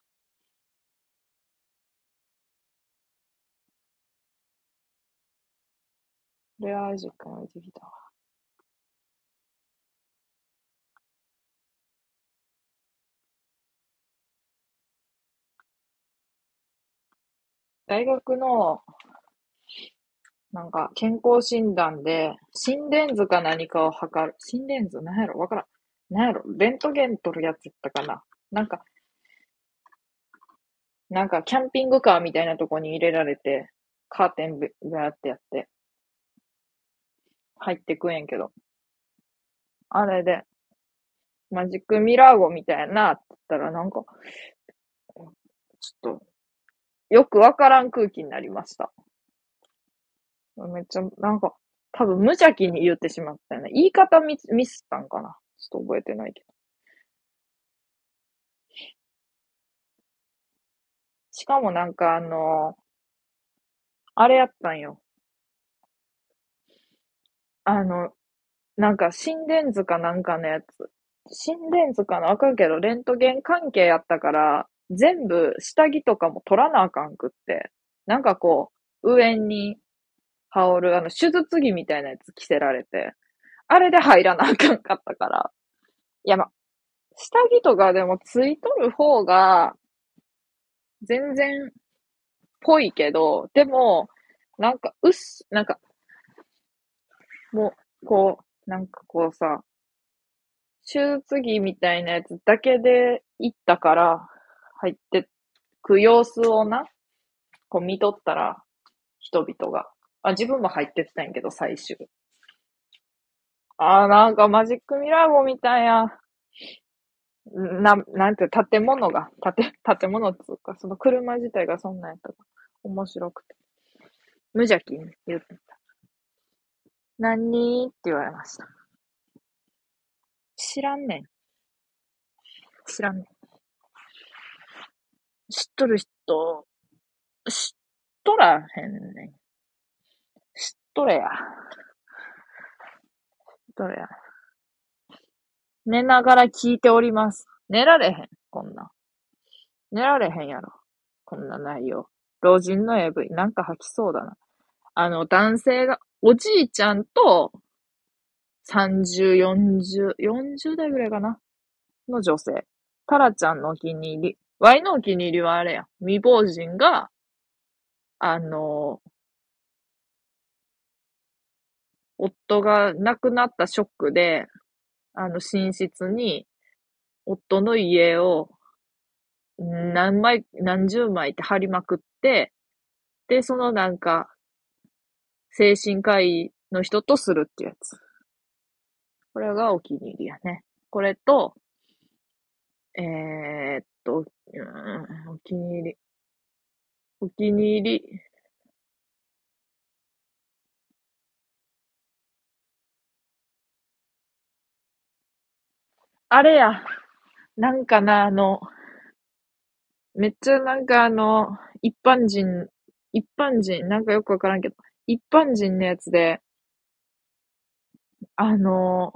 あれは実家に置いてきたわ。大学の、なんか、健康診断で、心電図か何かを測る。心電図なんやろわからん。なんやろレントゲン取るやつやったかななんか、なんか、キャンピングカーみたいなとこに入れられて、カーテンブやってやって、入ってくんやんけど。あれで、マジックミラー号みたいなって言ったら、なんか、ちょっと、よくわからん空気になりました。めっちゃ、なんか、多分無邪気に言ってしまったよね。言い方ミスミスったんかな。ちょっと覚えてないけど。しかもなんかあの、あれやったんよ。あの、なんか心電図かなんかのやつ。心電図かなあかんけど、レントゲン関係やったから、全部下着とかも取らなあかんくって。なんかこう、上に羽織る、あの、手術着みたいなやつ着せられて、あれで入らなあかんかったから。いや、ま、下着とかでもついとる方が、全然ぽいけど、でも、なんか、うっす、なんか、もう、こう、なんかこうさ、手術着みたいなやつだけで行ったから、入ってく様子をな、こう見とったら、人々が。あ、自分も入ってってたんやけど、最終。あー、なんかマジックミラー号みたいや。 な、なんて、建物が、建、建物っつうか、その車自体がそんなんやったから、面白くて。無邪気に言ってた。何って言われました。知らんねん。知らんねん。知っとる人、知っとらへんねん。知っとれや。知っとれや。寝ながら聞いております。寝られへん、こんなん。寝られへんやろ。こんな内容。老人の エーブイ、なんか吐きそうだな。あの、男性が、おじいちゃんと、さんじゅう、よんじゅう、よんじゅう代ぐらいかなの女性。タラちゃんのお気に入り。ワイのお気に入りはあれや。未亡人が、あの、夫が亡くなったショックで、あの、寝室に、夫の家を、何枚、何十枚って貼りまくって、で、そのなんか、精神科医の人とするっていうやつ。これがお気に入りやね。これと、えーっと、うーん、お気に入り。お気に入り。あれや。なんかな、あの、めっちゃなんかあの、一般人、一般人、なんかよくわからんけど、一般人のやつで、あの、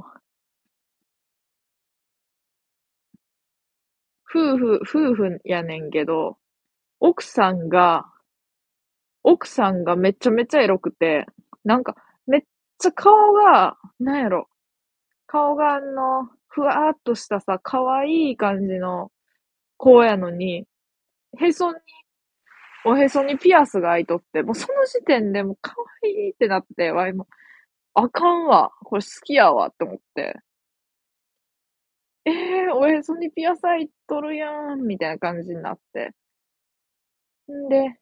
夫婦、夫婦やねんけど、奥さんが、奥さんがめちゃめちゃエロくて、なんか、めっちゃ顔が、なんやろ、顔があの、ふわーっとしたさ、可愛い感じの子やのに、へそに、おへそにピアスが開いとって、もうその時点でもう可愛いってなって、わいも、あかんわ。これ好きやわって思って。ええー、おへそにピアス開いとるやん、みたいな感じになって。んで、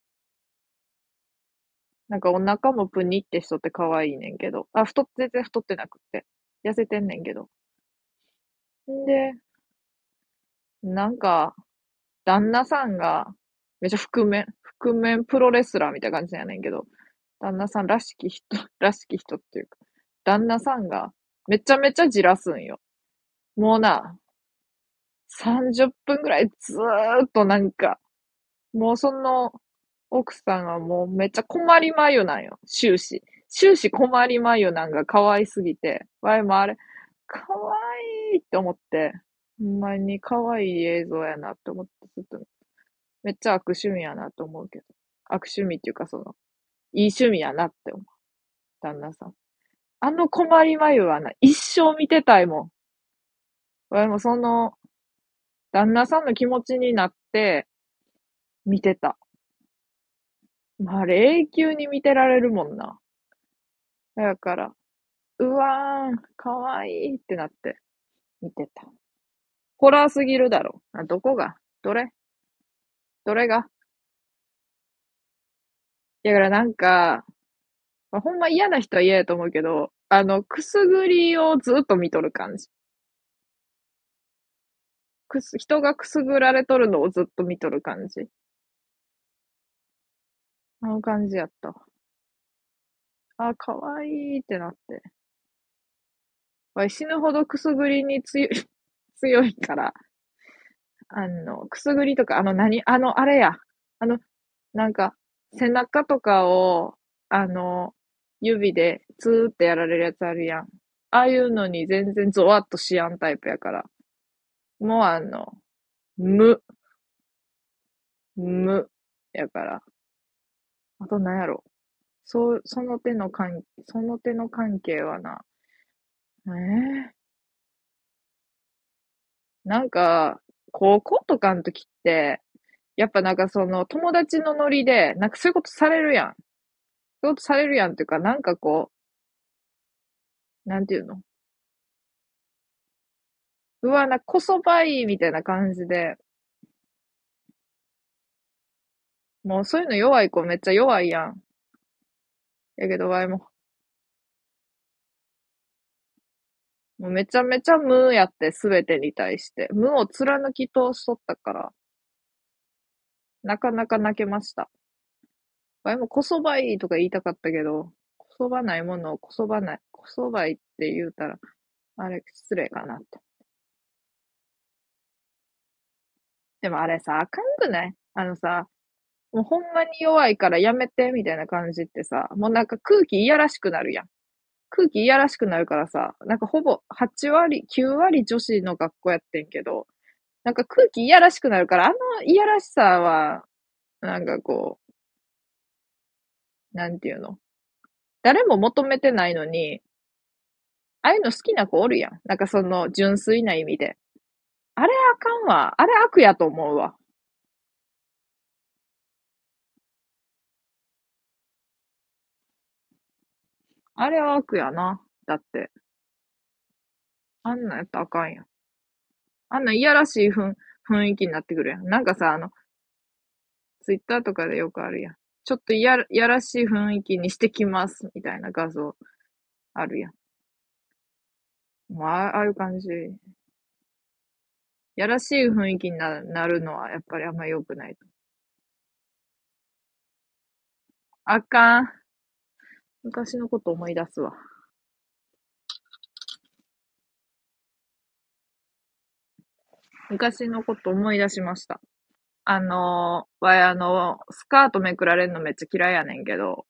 なんかお腹もプニってしとって可愛いねんけど。あ、太って、全然太ってなくって。痩せてんねんけど。んで、なんか、旦那さんが、めっちゃ覆面、覆面プロレスラーみたいな感じやねんけど、旦那さんらしき人、らしき人っていうか、旦那さんが、めちゃめちゃじらすんよ。もうな、さんじゅっぷんぐらいずーっとなんか、もうその、奥さんはもうめっちゃ困りまゆなんよ。終始。終始困りまゆなんが可愛すぎて。わいもあれ、可愛いって思って、ほんまに可愛い映像やなって思ってずっと、めっちゃ悪趣味やなと思うけど。悪趣味っていうかその、いい趣味やなって思う。旦那さん。あの困りまゆはな、一生見てたいもん。わいもその、旦那さんの気持ちになって、見てた。まあ、あれ永久に見てられるもんな。だから、うわーん、かわいいってなって見てた。ホラーすぎるだろ。あ、どこがどれどれがだからなんか、まあほんま嫌な人は嫌やと思うけど、あの、くすぐりをずっと見とる感じ。くす、人がくすぐられとるのをずっと見とる感じ。あの感じやったわ。あ、かわいいってなって。わい死ぬほどくすぐりに強い、強いから、あの、くすぐりとか、あの何、あの、あれや。あの、なんか、背中とかを、あの、指でツーってやられるやつあるやん。ああいうのに全然ゾワッとしやんタイプやから。もうあの、無、無、やから。あと何やろ。そう、その手の関係、その手の関係はな、ええなんか、高校とかの時って、やっぱなんかその友達のノリで、なんかそういうことされるやん。そういうことされるやんっていうか、なんかこう、なんていうのうわ、な、こそばいいみたいな感じで、もうそういうの弱い子めっちゃ弱いやん。やけど、わいも、 もうめちゃめちゃ無やって、すべてに対して。無を貫き通しとったから、なかなか泣けました。わいもこそばいいとか言いたかったけど、こそばないものをこそばない。こそばいって言うたら、あれ失礼かなって。でもあれさ、あかんくないあのさ、もうほんまに弱いからやめて、みたいな感じってさ、もうなんか空気いやらしくなるやん。空気いやらしくなるからさ、なんかほぼはち割、きゅう割女子の学校やってんけど、なんか空気いやらしくなるから、あのいやらしさは、なんかこう、なんていうの誰も求めてないのに、ああいうの好きな子おるやん。なんかその純粋な意味で。あれあかんわ。あれ悪やと思うわ。あれは悪やな。だって、あんなんやったらあかんやん。あんないやらしい雰雰囲気になってくるやん。なんかさ、あの、ツイッターとかでよくあるやん。ちょっといやら、やらしい雰囲気にしてきます。みたいな画像あるやん。もうあああいう感じ。やらしい雰囲気にななるのはやっぱりあんま良くないと。あかん。昔のこと思い出すわ。昔のこと思い出しました。あのー、わいあの、スカートめくられんのめっちゃ嫌いやねんけど、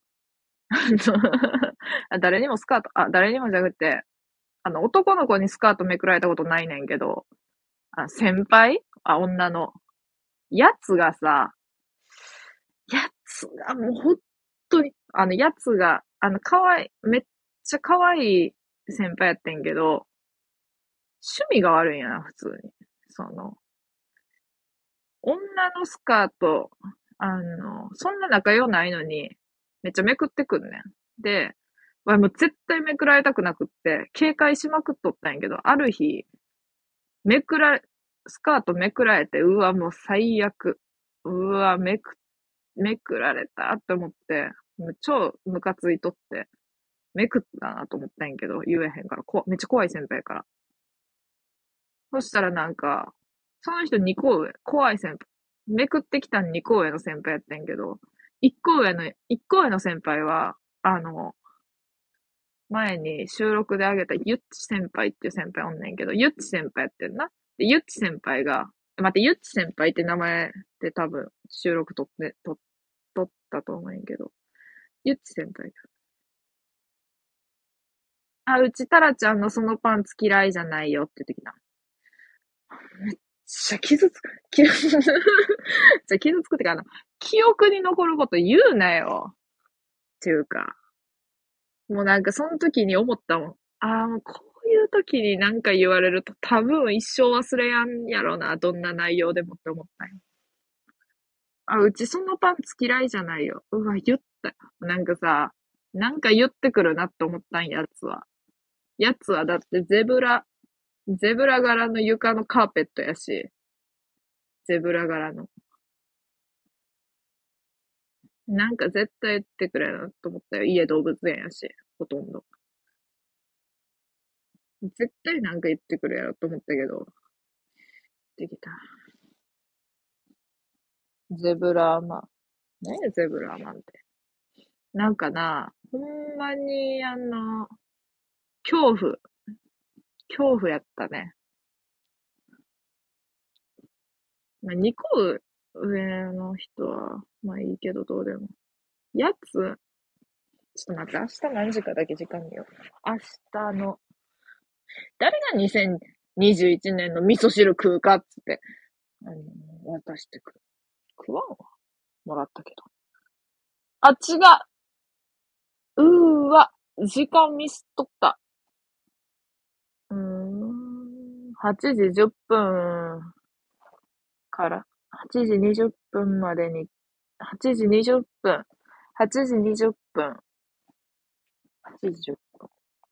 あ誰にもスカート、あ、誰にもじゃなくて、あの、男の子にスカートめくられたことないねんけど、あ、先輩あ、女の。やつがさ、やつがもう本当に、あの、やつが、あの、かわいい、めっちゃ可愛い先輩やってんけど、趣味が悪いんやな、普通に。その、女のスカート、あの、そんな仲良ないのに、めっちゃめくってくんねん。で、わもう絶対めくられたくなくって、警戒しまくっとったんやけど、ある日、めくられ、スカートめくられて、うわ、もう最悪。うわ、めく、めくられたって思って、もう超ムカついとって、めくったなと思ったんやけど、言えへんから、こめっちゃ怖い先輩やから。そしたらなんか、その人にこ上、怖い先輩。めくってきたにこ上の先輩やってんけど、いっこ上の、いっこ上の先輩は、あの、前に収録であげたゆっち先輩っていう先輩おんねんけど、ゆっち先輩やってんな。で、ゆっち先輩が、待って、ゆっち先輩って名前で多分収録撮って、撮、撮ったと思うんやけど、ゆっち先輩が。あ、うちタラちゃんのそのパンツ嫌いじゃないよって言ってきた。めっちゃ傷つく、傷つく、じゃ傷つくってか、あの、記憶に残ること言うなよ。っていうか、もうなんかその時に思ったもん。ああ、もうこういう時になんか言われると多分一生忘れやんやろな、どんな内容でもって思ったよ。あ、うちそのパンツ嫌いじゃないよ。うわ、言った。なんかさ、なんか言ってくるなって思ったんやつは。やつはだってゼブラ、ゼブラ柄の床のカーペットやし、ゼブラ柄の。なんか絶対言ってくれるなと思ったよ。家動物園やし、ほとんど。絶対なんか言ってくれやろと思ったけど、できた。ゼブラーマン。何やゼブラーマンって。なんかな、ほんまに、あの、恐怖、恐怖やったね。まあ、にこ上の人は、まあいいけどどうでも。やつ、ちょっと待って、明日何時かだけ時間見よう。明日の、誰がにせんにじゅういちねんの味噌汁食うかっつって、あの、渡してくる。食わんわ。もらったけど。あ、違う。うーわ。時間ミスっとった。うーん。はちじじゅっぷんからはちじにじゅっぷんまでに、はちじにじゅっぷん、はちじにじゅっぷん、はちじじゅっぷん。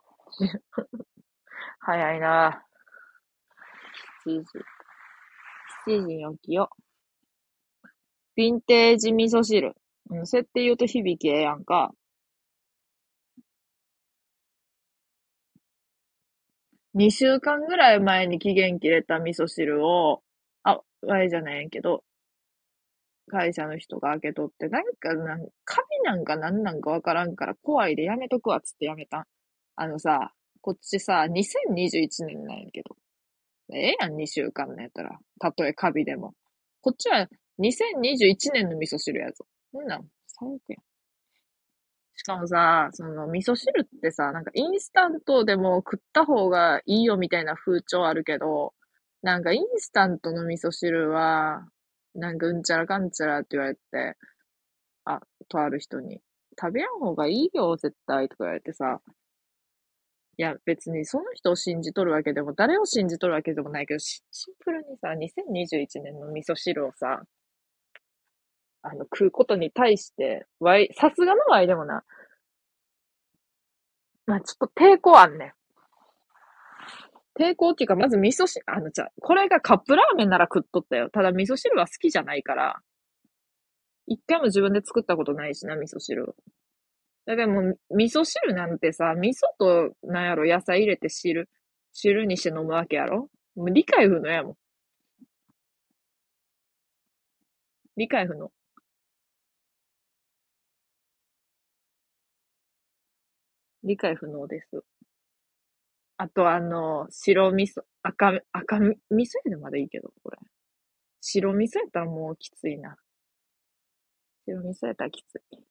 早いな。しちじ、しちじに起きよう。ヴィンテージ味噌汁。うん、設定言うと響きええやんか。 にしゅうかんぐらい前に期限切れた味噌汁を、あ、あれじゃないんやけど、会社の人が開けとって、なんか、なん、カビなんかなんなんかわからんから怖いでやめとくわっつってやめたん。あのさ、こっちさ、にせんにじゅういちねんなんやけど。ええやん、にしゅうかんのやったら。たとえカビでも。こっちはにせんにじゅういちねんの味噌汁やぞ。そんなん、最悪やん。しかもさ、その味噌汁ってさ、なんかインスタントでも食った方がいいよみたいな風潮あるけど、なんかインスタントの味噌汁は、なんかうんちゃらかんちゃらって言われて、あ、とある人に、食べやん方がいいよ、絶対、とか言われてさ、いや、別にその人を信じとるわけでも、誰を信じとるわけでもないけど、シシンプルにさ、にせんにじゅういちねんの味噌汁をさ、あの、食うことに対して、わい、さすがのわいでもな、まあちょっと抵抗あんねん。抵抗っていうか、まず味噌汁、あの、じゃあこれがカップラーメンなら食っとったよ。ただ味噌汁は好きじゃないから、一回も自分で作ったことないしな、味噌汁を。だからもう、味噌汁なんてさ、味噌と、なんやろ、野菜入れて汁、汁にして飲むわけやろ。もう理解不能やもん。理解不能。理解不能です。あと、あの、白味噌、赤、赤味噌やでまだいいけど、これ。白味噌やったらもうきついな。白味噌やったらきつい。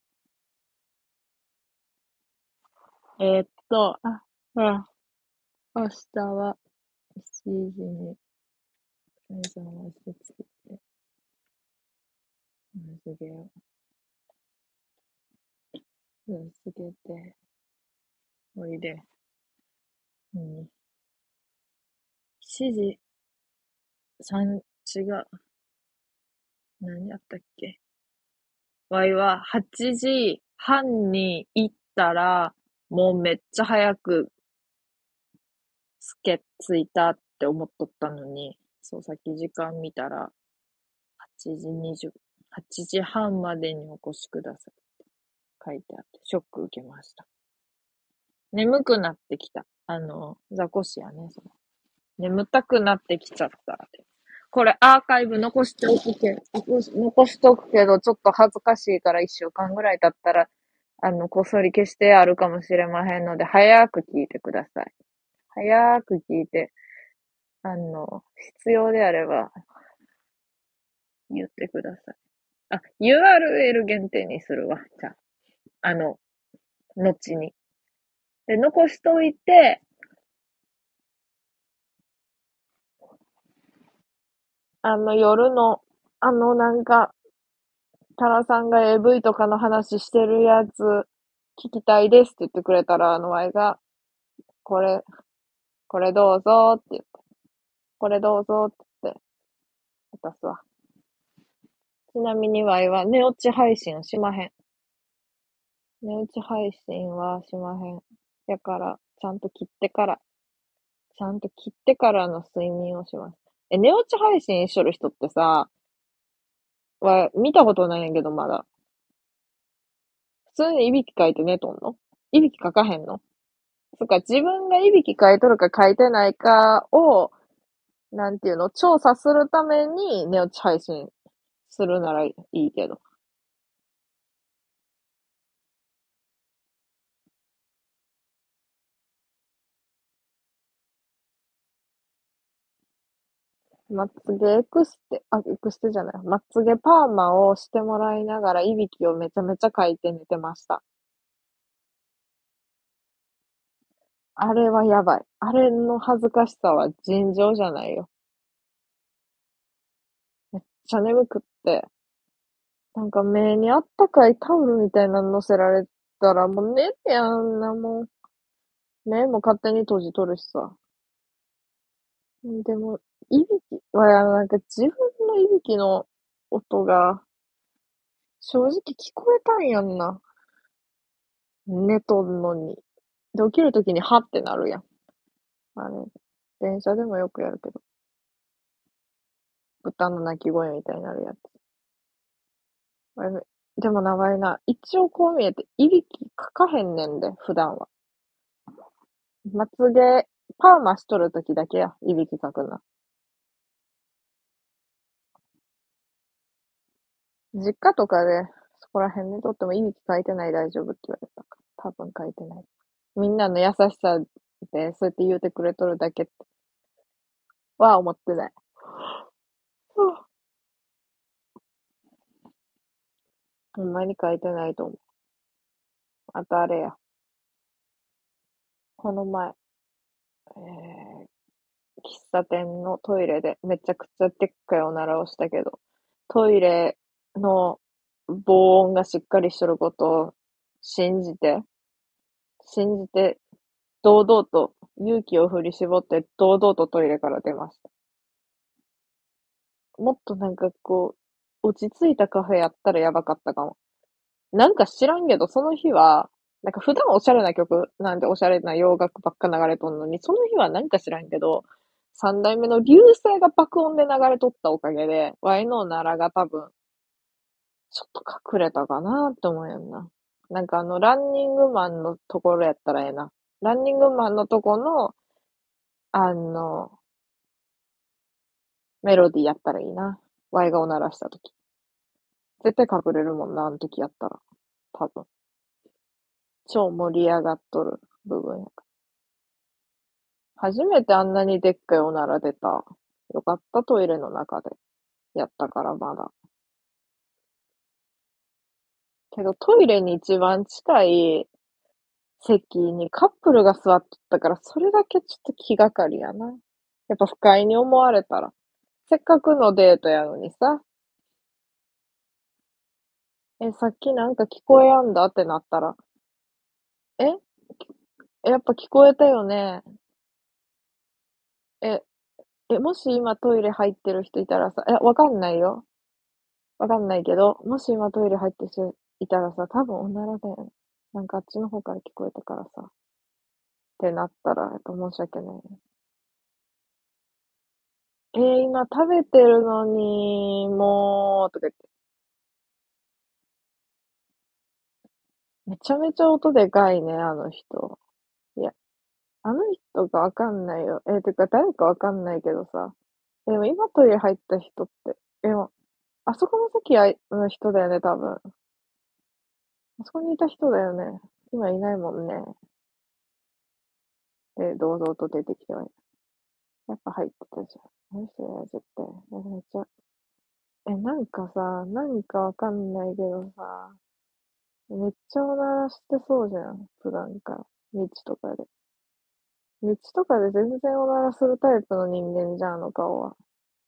えーっと、あ、あ、明日はしちじに目覚ましつけて、水着をつけて、おいで。うん。しちじ、さん、違う。何やったっけ。わいははちじはんに行ったら、もうめっちゃ早くつけ、着いたって思っとったのに、そう、さっき時間見たら、はちじにじゅう、はちじはんまでにお越しくださいって書いてあって、ショック受けました。眠くなってきた。あの、ザコシやね、それ。眠たくなってきちゃったって。これアーカイブ残しておくけ、残し残しておくけど、ちょっと恥ずかしいから一週間ぐらい経ったら、あの、こっそり消してあるかもしれまへんので、早く聞いてください。早く聞いて、あの、必要であれば言ってください。あ、ユーアールエル 限定にするわ。じゃあ、あの、後に。で、残しといて、あの、夜の、あの、なんか、タラさんが エーブイ とかの話してるやつ、聞きたいですって言ってくれたら、あの、ワイが、これ、これどうぞって言って、これどうぞって言って、渡すわ。ちなみにワイは寝落ち配信をしまへん。寝落ち配信はしまへん。だから、ちゃんと切ってから、ちゃんと切ってからの睡眠をします。え、寝落ち配信しとる人ってさ、は、見たことないんやけど、まだ。普通にいびきかいて寝とんの？いびきかかへんの？そっか、自分がいびきかいとるかかいてないかを、なんていうの、調査するために寝落ち配信するならいいけど。まつげエクステ、あ、エクステじゃない。まつげパーマをしてもらいながら、いびきをめちゃめちゃかいて寝てました。あれはやばい。あれの恥ずかしさは尋常じゃないよ。めっちゃ眠くって。なんか目にあったかいタオルみたいなの乗せられたらもう寝てやんな、もう。目も勝手に閉じとるしさ。でも、いびきは、なんか自分のいびきの音が正直聞こえたんやんな。寝とんのに。で、起きるときにハってなるやん。あれ、電車でもよくやるけど、豚の鳴き声みたいになるやつ。あれ、でも名前な、一応こう見えて、いびきかかへんねんで、普段は。まつげパーマしとるときだけや、いびきかくな。実家とかで、そこら辺にとってもいびきかいてない大丈夫って言われたから。多分かいてない。みんなの優しさで、そうやって言うてくれとるだけっては思ってない。ほんまに書いてないと思う。あとあれや。この前、えー、喫茶店のトイレでめちゃくちゃでっかいおならをしたけど、トイレの防音がしっかりしとることを信じて、信じて、堂々と、勇気を振り絞って、堂々とトイレから出ました。もっとなんかこう、落ち着いたカフェやったらやばかったかも。なんか知らんけど、その日は、なんか普段おしゃれな曲なんでおしゃれな洋楽ばっか流れとんのに、その日はなんか知らんけど、三代目の流星が爆音で流れとったおかげで、ワイのならが多分、ちょっと隠れたかなって思うやんな。なんかあの、ランニングマンのところやったらええな。ランニングマンのとこの、あの、メロディーやったらいいな。ワイがおならしたとき。絶対隠れるもんな、あの時やったら。多分。超盛り上がっとる部分やから。初めてあんなにでっかいおなら出た。よかった、トイレの中で。やったから、まだ。けど、トイレに一番近い席にカップルが座っとったから、それだけちょっと気がかりやな。やっぱ不快に思われたら。せっかくのデートやのにさ、え、さっきなんか聞こえやんだってなったら、えやっぱ聞こえたよね。え、え、もし今トイレ入ってる人いたらさ、え、わかんないよ。わかんないけど、もし今トイレ入ってる人いたらさ、多分おならだよね。なんかあっちの方から聞こえたからさ、ってなったら、やっぱ申し訳ないね。えー、今食べてるのに、もう、とか言って。めちゃめちゃ音でかいね、あの人。いや、あの人がわかんないよ。えー、てか誰かわかんないけどさ。えでも今トイレ入った人って、え、もあそこの席の人だよね、多分。あそこにいた人だよね。今いないもんね。で、堂々と出てきてはいる。やっぱ入ってたじゃん。あの人は絶対。えめっちゃ、え、なんかさ、なんかわかんないけどさ、めっちゃおならしてそうじゃん。普段から。道とかで。道とかで全然おならするタイプの人間じゃん、あの顔は。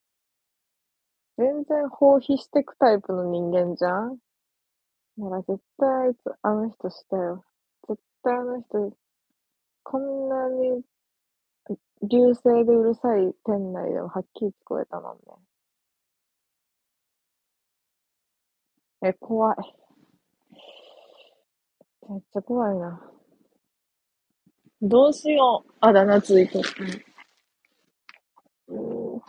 全然放棄してくタイプの人間じゃん。なら絶対あいつ、あの人したよ。絶対あの人、こんなに流星でうるさい店内でもはっきり聞こえたもんね。え、怖い。めっちゃ怖いな。どうしよう。あだ名ついとって。うん。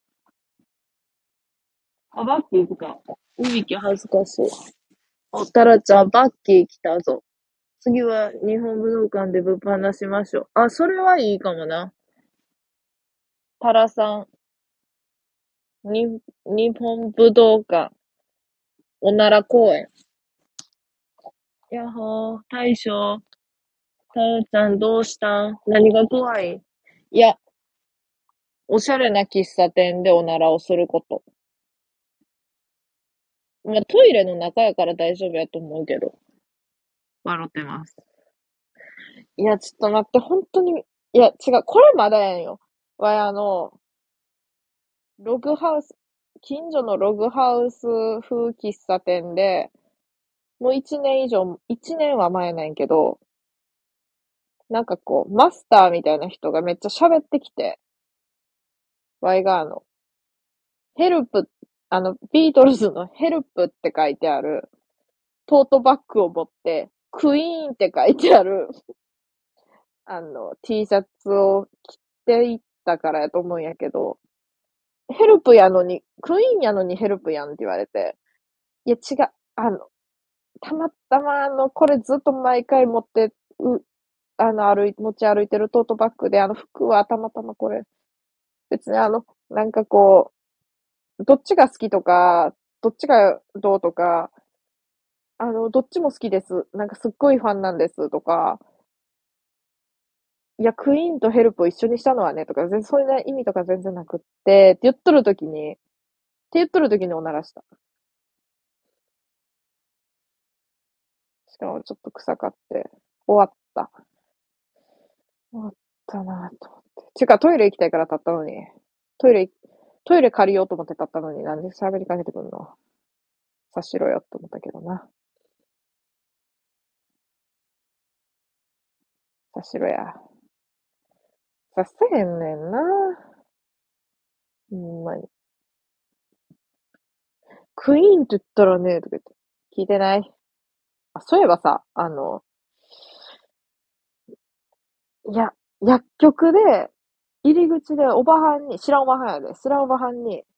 あ、バッキー来た。いびき恥ずかしい。お、タラちゃん、バッキー来たぞ。次は日本武道館で物販出しましょう。あ、それはいいかもな。タラさん、に、日本武道館、おなら公園。やっほー、大将、タラちゃんどうしたん？何が怖い？いや、おしゃれな喫茶店でおならをすること。まあ、トイレの中やから大丈夫やと思うけど。笑ってます。いや、ちょっと待って、本当に、いや、違う、これまだやんよ。わい、あの、ログハウス、近所のログハウス風喫茶店で、もう一年以上、一年は前なんやけど、なんかこう、マスターみたいな人がめっちゃ喋ってきて、ワイがあの、ヘルプ、あの、ビートルズのヘルプって書いてある、トートバッグを持って、クイーンって書いてある、あの、T シャツを着ていったからやと思うんやけど、ヘルプやのに、クイーンやのにヘルプやんって言われて、いや違う、あの、たまたまあの、これずっと毎回持ってうあの、歩い、持ち歩いてるトートバッグで、あの、服はたまたまこれ、別にあの、なんかこう、どっちが好きとか、どっちがどうとか、あの、どっちも好きです。なんかすっごいファンなんですとか、いや、クイーンとヘルプを一緒にしたのはね、とか、全然そういう意味とか全然なくって、って言っとるときに、って言っとるときにおならした。しかもちょっと臭かって、終わった。終わったなぁと思って。てか、トイレ行きたいから立ったのに、トイレ、トイレ借りようと思って立ったのに、なんで喋りかけてくんのさしろよって思ったけどな。さしろや。させへんねんな。ほんまに。クイーンって言ったらね、とか言って。聞いてない。あ、そういえばさ、あの、いや、薬局で、入り口でおばはんに、知らんおばはんやで、知らんおばはんに、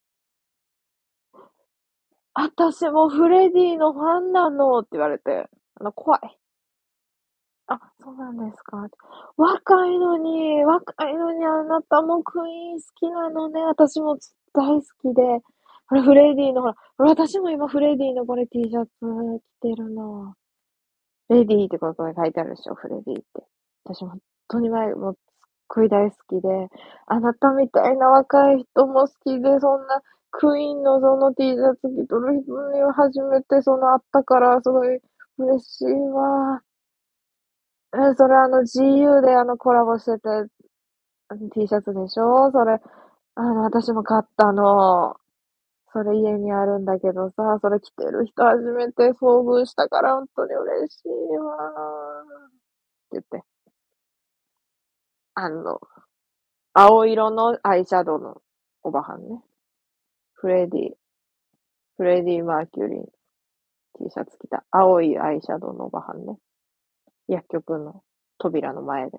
私もフレディのファンなのって言われて、あの、怖い。あ、そうなんですか。若いのに、若いのにあなたもクイーン好きなのね。私も大好きで。ほら、フレディの、ほら、ほら私も今フレディのこれ T シャツ着てるの。レディーってことが書いてあるでしょ、フレディって。私も本当に前、もう、すっごい大好きで、あなたみたいな若い人も好きで、そんなクイーンのその T シャツ着とる人には初めてそのあったから、すごい嬉しいわ。え、それあの ジーユー であのコラボしてて、あの T シャツでしょそれ、あの、私も買ったの。それ家にあるんだけどさ、それ着てる人初めて遭遇したから本当に嬉しいわーって言って。あの、青色のアイシャドウのおばはんね。フレディ、フレディ・マーキュリー T シャツ着た青いアイシャドウのおばはんね。薬局の扉の前で。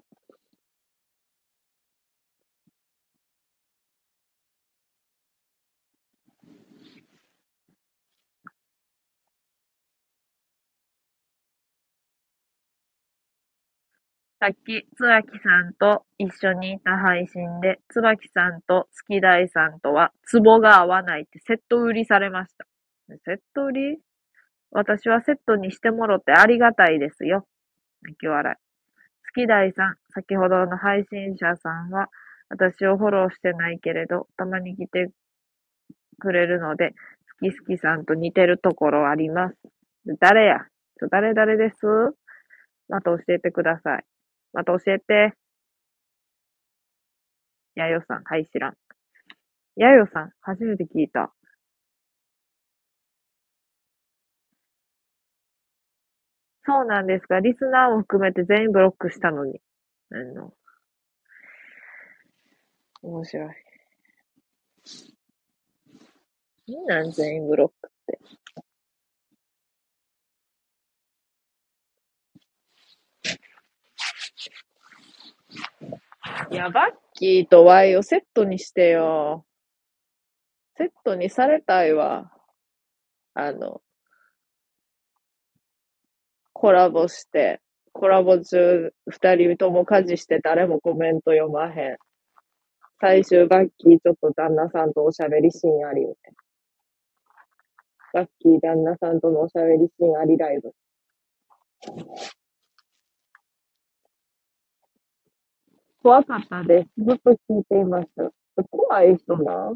さっき、つばきさんと一緒にいた配信で、つばきさんと月大さんとは、ツボが合わないってセット売りされました。セット売り私はセットにしてもろってありがたいですよ。泣き笑い。月大さん、先ほどの配信者さんは、私をフォローしてないけれど、たまに来てくれるので、好き好きさんと似てるところあります。誰やちょ、誰誰ですまた教えてください。また教えて。やよさん、はい、知らん。やよさん、初めて聞いた。そうなんですか。リスナーも含めて全員ブロックしたのに。あの、面白い。みんなん全員ブロックって。いや、バッキーとワイをセットにしてよ。セットにされたいわ。あの、コラボして、コラボ中、二人とも家事して誰もコメント読まへん。最終バッキーちょっと旦那さんとおしゃべりシーンありみたいな。バッキー旦那さんとのおしゃべりシーンありライブ。怖かったです。ずっと聞いていました。怖い人な。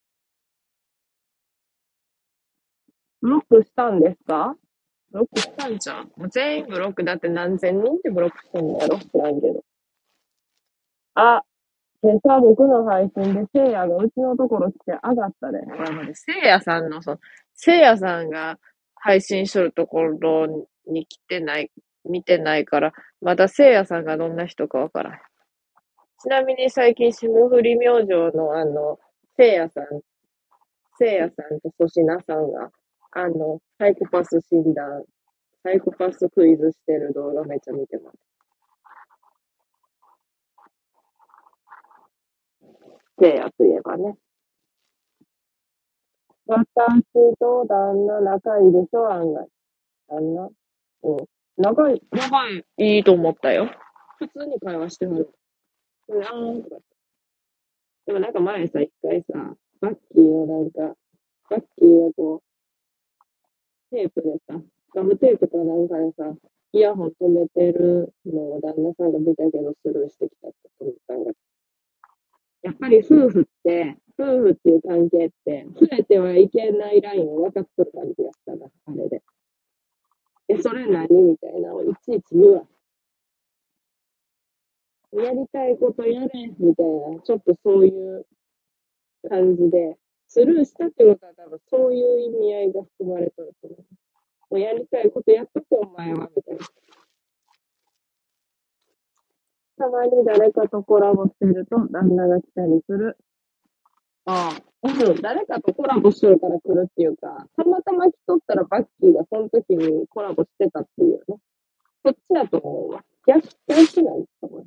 ブロックしたんですか？ブロックしたんじゃん。もう全員ブロックだって何千人ってブロックしたんだろ知らんけど。あ、今朝僕の配信でせいやがうちのところ来て上がったで。いや、まで、せいやさんの、その、せいやさんが配信しとるところに来てない、見てないから、まだせいやさんがどんな人かわからん。ちなみに最近霜降り明星のあの、せいやさん、せいやさんと粗品さんが、あの、サイコパス診断、サイコパスクイズしてる動画めっちゃ見てます。せいやといえばね。私と旦那仲いいでしょ、案外。旦那うん。仲いい、仲いい、いいと思ったよ。 普通に会話してはる。であーとか。でもなんか前さ、一回さ、バッキーのなんか、バッキーがこう、テープでさ、ガムテープかなんかでさ、イヤホン止めてるのを旦那さんが見たけどスルーしてきたって思ったんだ。やっぱり夫婦って、夫婦っていう関係って、触れてはいけないラインを分かっとる感じがしたな、あれで。え、それ何みたいなのをいちいち言うわ。やりたいことやれ、みたいな、ちょっとそういう感じで、スルーしたってことは多分そういう意味合いが含まれとると思う。もうやりたいことやっとけ、お前は、みたいな。たまに誰かとコラボしてると、旦那が来たりする。ああ、うん、誰かとコラボしとるから来るっていうか、たまたま来とったらバッキーがその時にコラボしてたっていうね。そっちだと思うわ。逆、逆なんですか、これ。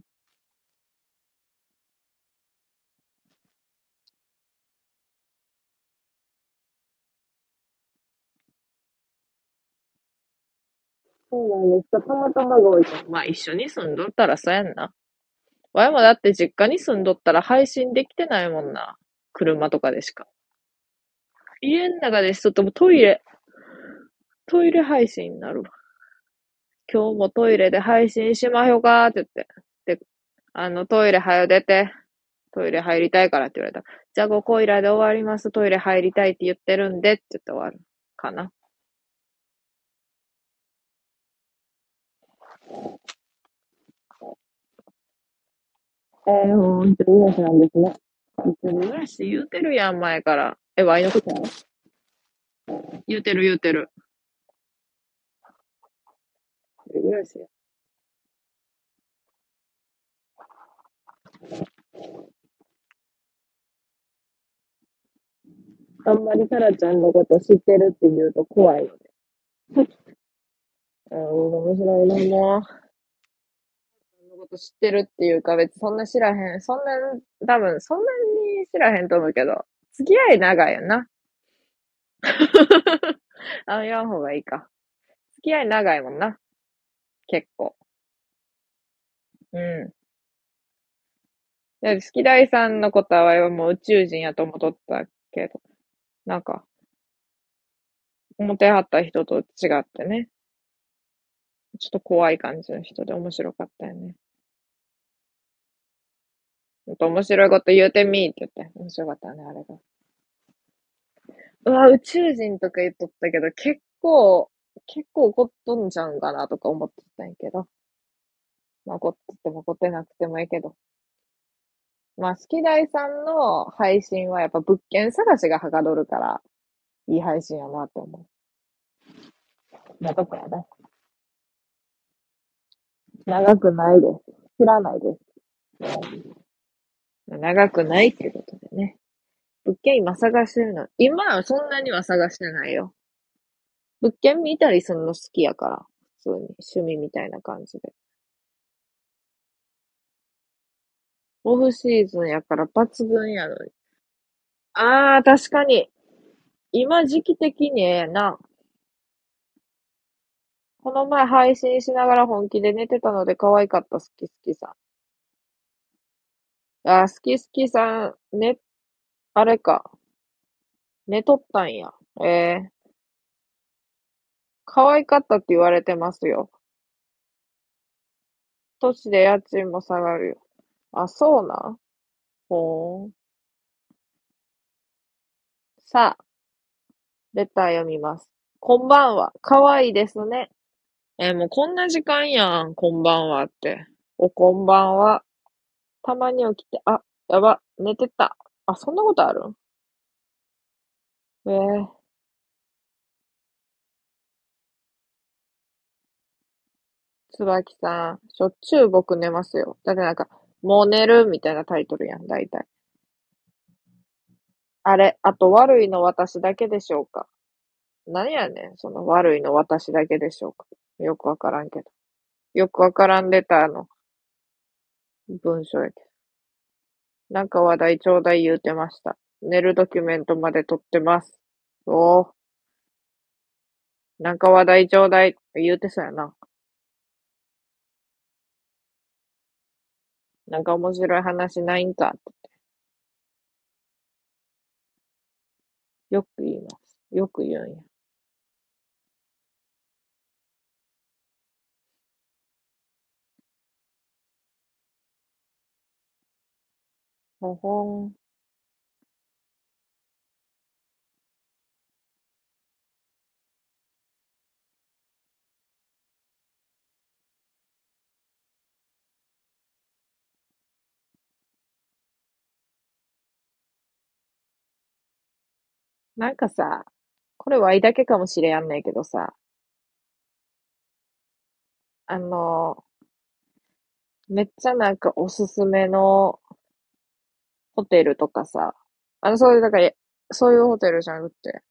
そうなんですか。たまたまが多いと。まあ一緒に住んどったらそうやんな。わいもだって実家に住んどったら配信できてないもんな。車とかでしか。家の中でしとってもトイレ、トイレ配信になるわ。今日もトイレで配信しまひょかって言って。で、あのトイレはよ出て、トイレ入りたいからって言われた。じゃあごこいらで終わります。トイレ入りたいって言ってるんでって言って終わる。かな。えー、ほんとに癒しなんですね。一人暮らし言うてるやん、前から。え、ワイのことやろ言うてる言うてる。一人暮らしや。あんまりタラちゃんのこと知ってるって言うと怖いので。うん、面白いな、もう。のこと知ってるっていうか、別にそんな知らへん。そんな、多分、そんなに知らへんと思うけど、付き合い長いよな。あ、言わん方がいいか。付き合い長いもんな。結構。うん。で、好き大さんのことはもう宇宙人やと思っとったけど、なんか、思ってはった人と違ってね、ちょっと怖い感じの人で面白かったよね。ほんと面白いこと言うてみーって言って、面白かったよね、あれが。うわ、宇宙人とか言っとったけど、結構、結構怒っとんじゃうんかなとか思ってたんやけど。まあ怒ってても怒ってなくてもいいけど。まあ、好き大さんの配信はやっぱ物件探しがはかどるから、いい配信やなって思う。なとこやね。長くないです。知らないです。長くないっていうことでね。物件今探してるの。今はそんなには探してないよ。物件見たりするの好きやから。普通に趣味みたいな感じで。オフシーズンやから抜群やのに。ああ、確かに。今時期的にええな。この前配信しながら本気で寝てたので可愛かった、好き好きさん。あー、好き好きさん、ね、あれか。寝とったんや。ええー、可愛かったって言われてますよ。年で家賃も下がるよ。あ、そうなん。ほーん。さあ、レター読みます。こんばんは。可愛いですね。えーもうこんな時間やん。こんばんはって。お、こんばんは。たまに起きて、あ、やば、寝てた。あ、そんなことあるん。えー、椿さん、しょっちゅう僕寝ますよ。だってなんか、もう寝るみたいなタイトルやん、大体。あれ、あと悪いの私だけでしょうか。何やねん、その悪いの私だけでしょうか。よくわからんけど。よくわからんレターの文章やけど。なんか話題ちょうだい言うてました。寝るドキュメントまで撮ってます。おー、なんか話題ちょうだい言うてそうやな。 なんか面白い話ないんかってよく言います。よく言うんや。ほほん。なんかさ、これワイだけかもしれやんねんけどさ、あの、めっちゃなんかおすすめのホテルとかさ、あの、そういう、だから、そういうホテルじゃなくて、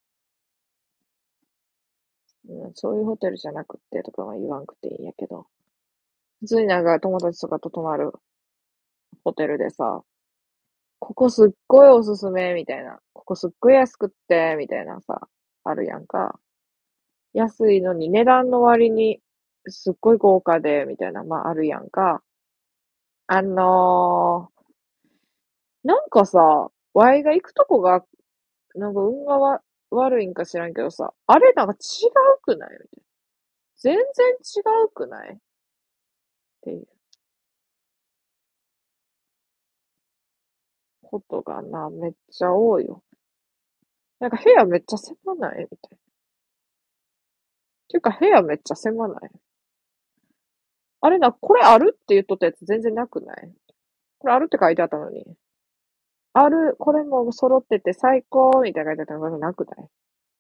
うん、そういうホテルじゃなくてとかは言わんくていいんやけど、普通になんか友達とかと泊まるホテルでさ、ここすっごいおすすめみたいな、ここすっごい安くって、みたいなさ、あるやんか。安いのに値段の割にすっごい豪華で、みたいな、まああるやんか。あのー、なんかさ、ワイが行くとこが、なんか運がわ悪いんか知らんけどさ、あれなんか違うくないみたいな。全然違うくないっていうことがな、めっちゃ多いよ。なんか部屋めっちゃ狭ないみたいな。ていうか部屋めっちゃ狭ないあれな、これあるって言っとったやつ全然なくないこれあるって書いてあったのに。ある、これも揃ってて最高みたいな書いてあったのがなくない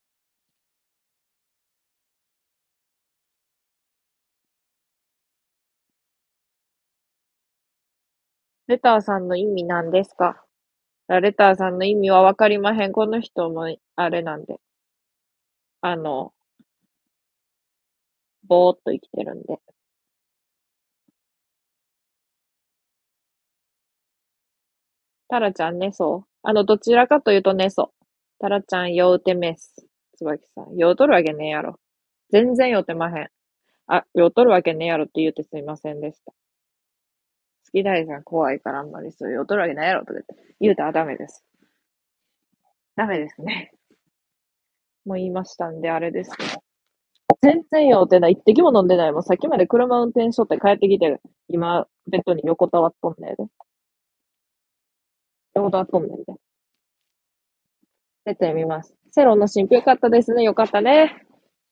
レターさんの意味何ですかレターさんの意味はわかりまへん。この人もあれなんで。あの、ぼーっと生きてるんで。タラちゃん寝そうあの、どちらかというと寝そう。タラちゃん酔うてめっす。つばきさん。酔うとるわけねえやろ。全然酔ってまへん。あ、酔うとるわけねえやろって言ってすいませんでした。好き大さん怖いからあんまりそういう、酔うとるわけないやろとか言って。言うたらダメです。ダメですね。もう言いましたんで、あれですけど。全然酔ってない。一滴も飲んでない。もうさっきまで車運転しとって帰ってきて、今、ベッドに横たわっとんねんで。横たわっとんねんで。出てみます。セロンの新譜よかったですね。よかったね。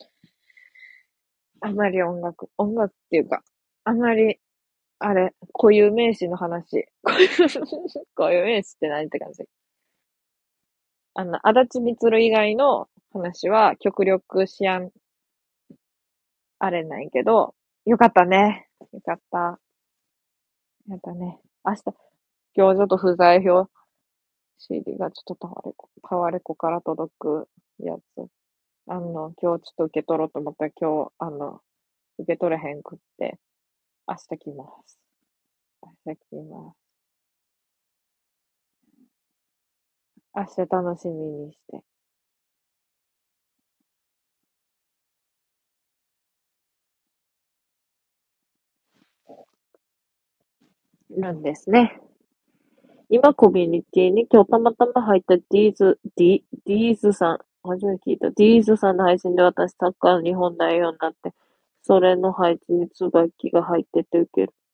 あまり音楽、音楽っていうか、あまり、あれ、固有名詞の話。固有名詞って何って感じ。あの、足立みつる以外の話は極力しやん、あれないけど、よかったね。よかった。よかったね。明日、今日ちょっと不在表 シーディー がちょっとタワレコ、タワレコから届くやつ。あの、今日ちょっと受け取ろうと思ったら今日、あの、受け取れへんくって、明日来ます。明日来ます。明日楽しみにしてるんですね。今コミュニティに今日たまたま入ったディーズ、ディ、ディーズさん、初めて聞いた。ディーズさんの配信で私サッカーの日本代表になって、それの配置に椿が入ってて受ける。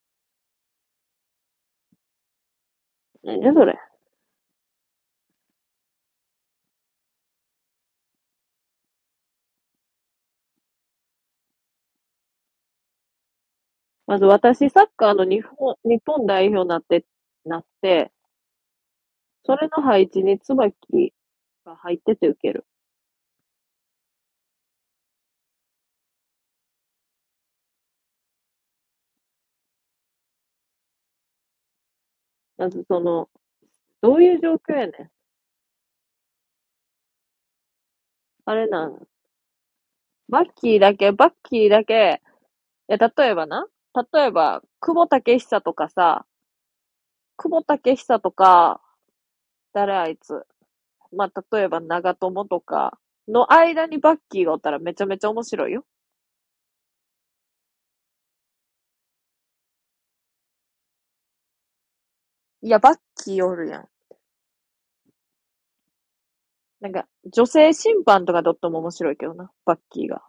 何じゃそれ。まず私サッカーの日本、日本代表になって、なって、それの配置に椿が入ってて受ける。まずその、どういう状況やねん。あれなん、バッキーだけ、バッキーだけ、いや、例えばな、例えば、久保建英とかさ、久保建英とか、誰あいつ、まあ、例えば長友とかの間にバッキーがおったらめちゃめちゃ面白いよ。 いや、バッキーおるやん。なんか、女性審判とかとっても面白いけどな、バッキーが。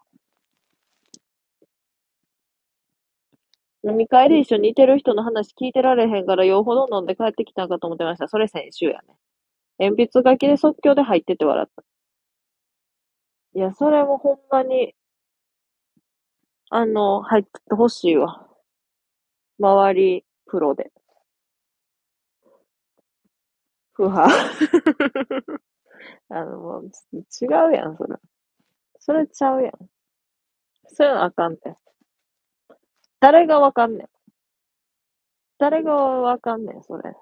飲み会で一緒にいてる人の話聞いてられへんから、よほど飲んで帰ってきたんかと思ってました。それ先週やね。鉛筆書きで即興で入ってて笑った。いや、それもほんまに、あの、入っててほしいわ。周り、プロで。不破。あの、もう、違うやん、それ。それちゃうやん。そういうのあかんて。誰がわかんねん。誰がわかんねん、それ。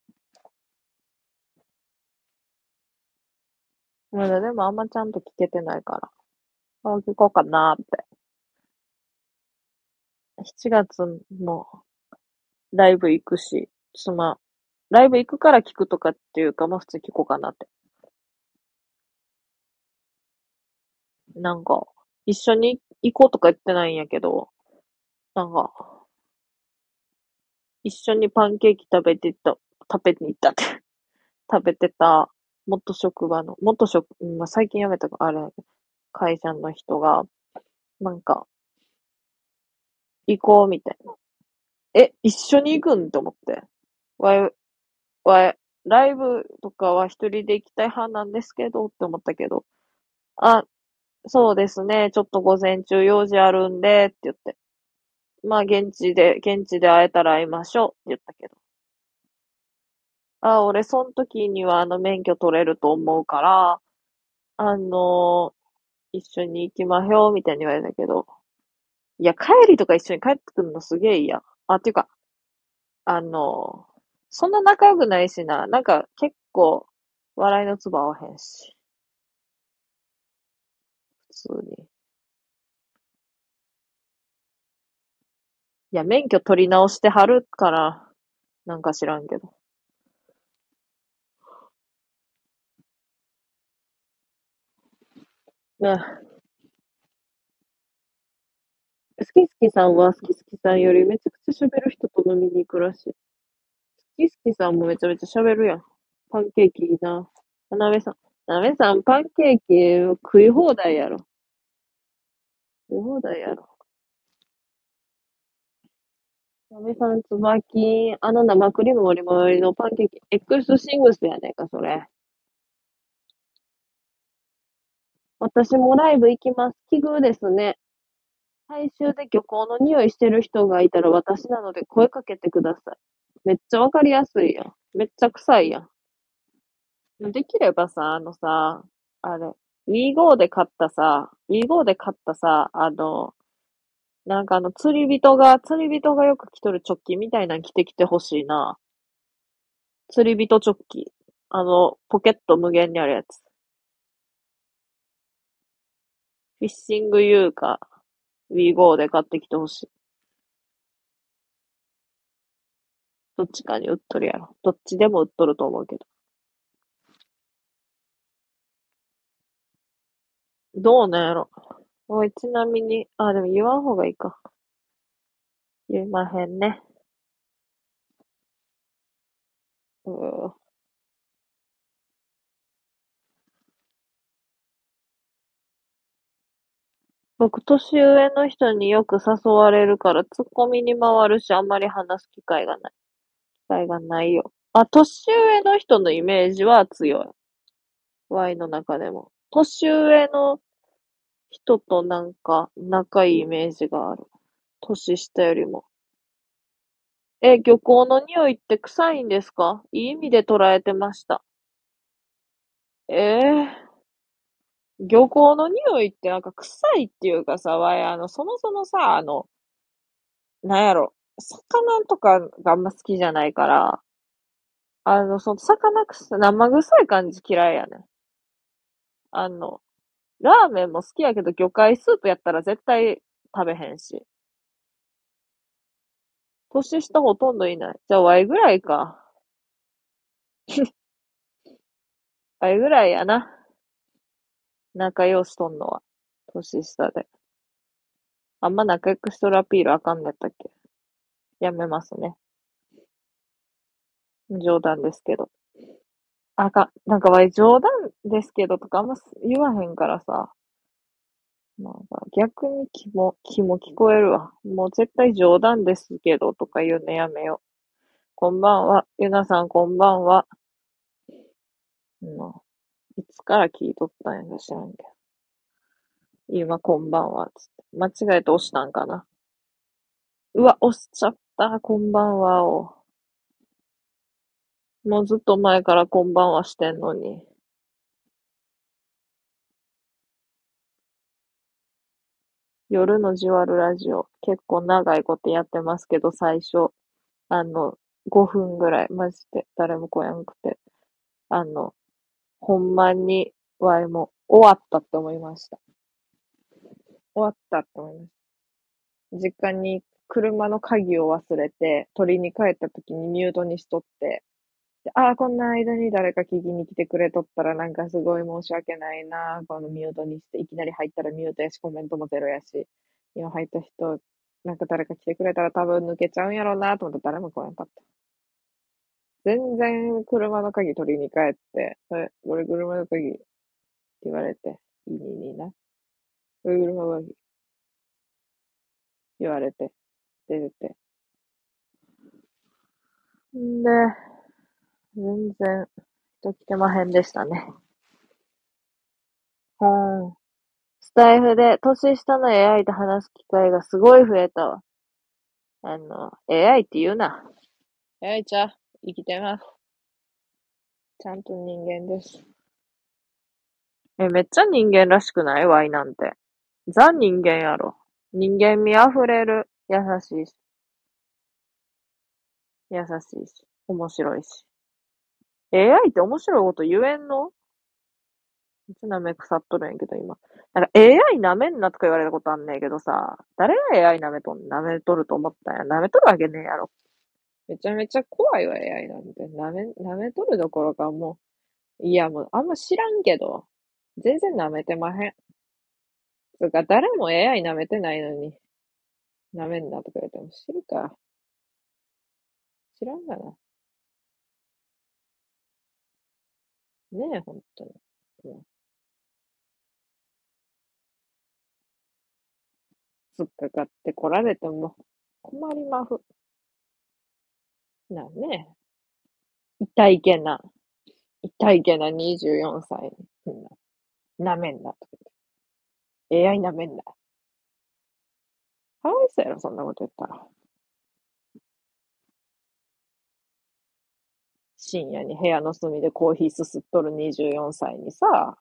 まだでもあんまちゃんと聞けてないから。あ、聞こうかなーって。しちがつもライブ行くし、つま、ライブ行くから聞くとかっていうか、まあ普通聞こうかなって。なんか、一緒に行こうとか言ってないんやけど、なんか、一緒にパンケーキ食べてた、食べに行ったって食べてた、元職場の、元職、まあ、最近辞めたか、あれ、会社の人が、なんか、行こうみたいな。え、一緒に行くんと思って。わい、わい、ライブとかは一人で行きたい派なんですけどって思ったけど、あ、そうですね、ちょっと午前中用事あるんでって言って。まあ現地で、現地で会えたら会いましょうって言ったけど。あ、俺その時にはあの免許取れると思うから、あの一緒に行きましょうみたいに言われたけど、いや、帰りとか一緒に帰ってくるのすげえ嫌。あ、っていうか、あのそんな仲良くないしな。なんか結構、笑いのツボ合わへんし。普通に。いや、免許取り直してはるから、なんか知らんけど。ね、好き好きさんは好き好きさんよりめちゃくちゃ喋る人と飲みに行くらしい。好き好きさんもめちゃめちゃ喋るやん。パンケーキいいな。なべさん。なべさん、パンケーキ食い放題やろ。食い放題やろ。なべさん、つばき、あの生クリームもりもりのパンケーキ、X シングスやねんか、それ。私もライブ行きます。奇遇ですね。大衆で漁港の匂いしてる人がいたら私なので声かけてください。めっちゃわかりやすいやん。めっちゃ臭いやん。できればさ、あのさ、あれ、ウィーゴーで買ったさ、ウィーゴーで買ったさ、あの、なんかあの、釣り人が、釣り人がよく着とるチョッキみたいなの着てきてほしいな。釣り人チョッキ。あの、ポケット無限にあるやつ。フィッシング U か、ウィーゴーで買ってきてほしい。どっちかに売っとるやろ。どっちでも売っとると思うけど。どうなんやろ。おい、ちなみに、あ、でも言わん方がいいか。言いまへんね。うー僕、年上の人によく誘われるから、ツッコミに回るし、あんまり話す機会がない。機会がないよ。あ、年上の人のイメージは強い。Y の中でも。年上の人となんか仲いいイメージがある。年下よりも。え、漁港の匂いって臭いんですか？いい意味で捉えてました。ええー、漁港の匂いってなんか臭いっていうかさ、わい、あの、そもそもさ、あの、なんやろ、魚とかがあんま好きじゃないから、あの、その魚臭い、生臭い感じ嫌いやねん。あの、ラーメンも好きやけど、魚介スープやったら絶対食べへんし。年下ほとんどいない。じゃあ、ワイぐらいか。ワイぐらいやな。仲良しとんのは。年下で。あんま仲良くしとるアピールあかんねやったっけ？やめますね。 冗談ですけど。あかん、なんかわい冗談ですけどとかあんま言わへんからさ、なんか逆に気も、気も聞こえるわ。もう絶対冗談ですけどとか言うのやめよう。こんばんは。ゆなさんこんばんは。うん、いつから聞いとったんやか知らんけど。今こんばんは。つって。間違えて押したんかな。うわ、押しちゃった。こんばんはを。もうずっと前からこんばんはしてんのに。夜のじわるラジオ。結構長いことやってますけど、最初、あの、ごふんぐらい、マジで誰も来やんくて。あの、ほんまに、わいも終わったって思いました。終わったって思いました。実家に車の鍵を忘れて、取りに帰った時にミュートにしとって、でああ、こんな間に誰か聞きに来てくれとったらなんかすごい申し訳ないな。このミュートにして、いきなり入ったらミュートやし、コメントもゼロやし、今入った人、なんか誰か来てくれたら多分抜けちゃうんやろうなと思って誰も来なかった。全然車の鍵取りに帰って、え、俺車の鍵って言われて、いいにいいな。俺車の鍵言われて、出てて。んで、全然人来てまへんでしたね。ほーん。スタイフで年下の エーアイ と話す機会がすごい増えたわ。あの、エーアイ って言うな。エーアイ ちゃう。生きてます。ちゃんと人間です。え、めっちゃ人間らしくないわいなんて。ザ人間やろ。人間味あふれる。優しいし、優しいし、面白いし。エーアイ って面白いこと言えんの？いつ舐め腐っとるんやけど、今。なんか エーアイ 舐めんなとか言われたことあんねんけどさ、誰が エーアイ 舐めとん、舐めとると思ったんや。舐めとるわけねえやろ。めちゃめちゃ怖いわ、エーアイ なんて。舐め、舐めとるどころかもう、いやもう、あんま知らんけど、全然舐めてまへん。つうか、誰も エーアイ 舐めてないのに、舐めんなとか言っても知るか。知らんがな。ねえ、ほんとに。もう、突っかかって来られても困りまふ。なねえ。痛いけな、痛いけなにじゅうよんさいに、そんな、舐めんなとか言って。エーアイ 舐めんな。かわいそうやろ、そんなこと言ったら。深夜に部屋の隅でコーヒーすすっとるにじゅうよんさいにさ、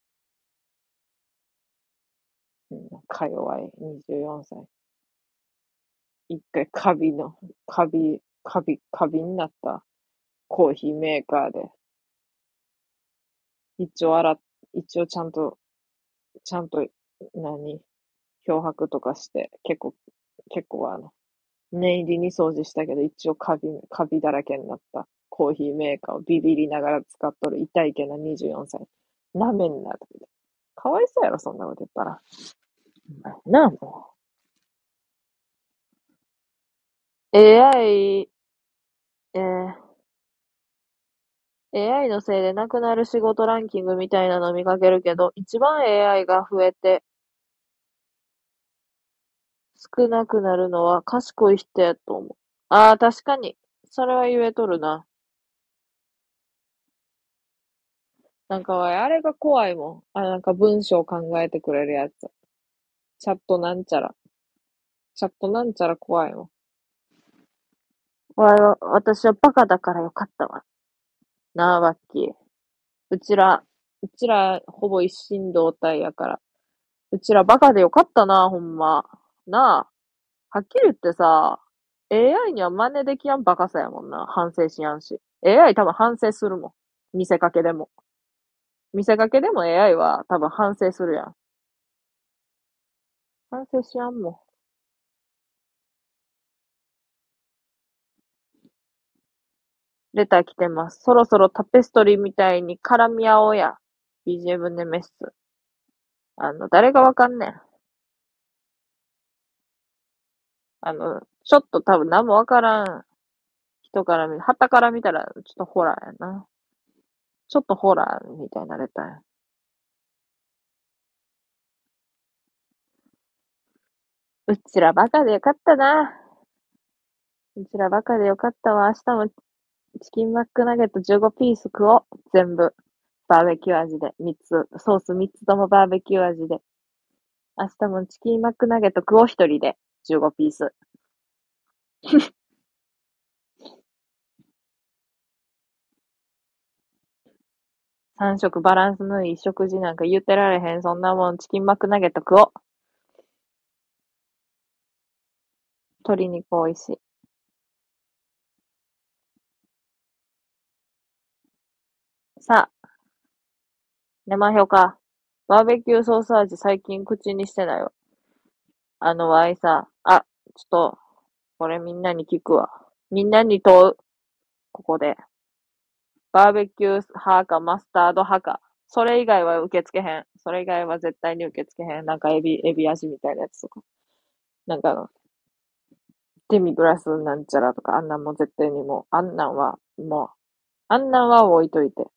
うん、か弱いにじゅうよんさい。一回カビの、カビ、カビ、カビになったコーヒーメーカーで、一応洗っ、一応ちゃんと、ちゃんと、何、漂白とかして、結構、結構あの、念入りに掃除したけど、一応カビ、カビだらけになったコーヒーメーカーをビビりながら使っとる痛いけなにじゅうよんさい。なめんなって。かわいそうやろ、そんなこと言ったら。なあ、もう。エーアイ、えー、エーアイ のせいでなくなる仕事ランキングみたいなの見かけるけど、一番 エーアイ が増えて少なくなるのは賢い人やと思う。ああ、確かに。それは言えとるな。なんか、あれが怖いもん。あ、なんか文章考えてくれるやつ。チャットなんちゃら。チャットなんちゃら怖いもん。わいは、私はバカだからよかったわ。なあ、バッキー。うちら、うちら、ほぼ一心同体やから。うちらバカでよかったな、ほんま。なあ。はっきり言ってさ、エーアイ には真似できやんバカさやもんな。反省しやんし。エーアイ 多分反省するもん。見せかけでも。見せかけでも エーアイ は多分反省するやん。反省しやんもん。レター来てます。そろそろタペストリーみたいに絡み合おうや。ビージーエム ネメシス。あの、誰がわかんねん。あの、ちょっと多分何もわからん人から見る、旗から見たら、ちょっとホラーやな。ちょっとホラーみたいになれたんや。うちらバカでよかったな。うちらバカでよかったわ。明日もチキンマックナゲットじゅうごピース食おう。全部。バーベキュー味で。みっつ。ソースみっつともバーベキュー味で。明日もチキンマックナゲット食おう一人で。じゅうごピース。さん食バランスのいい食事なんか言ってられへん。そんなもんチキンマックナゲット食おう。鶏肉美味しい。さあ、寝まひょか。バーベキューソース味最近口にしてないわ。あのわいさ、あ、ちょっと、これみんなに聞くわ。みんなに問う。ここで。バーベキュー派かマスタード派か。それ以外は受け付けへん。それ以外は絶対に受け付けへん。なんかエビ、エビ味みたいなやつとか。なんか、デミグラスなんちゃらとか、あんなんも絶対にもう、あんなんは、もう、あんなんは置いといて。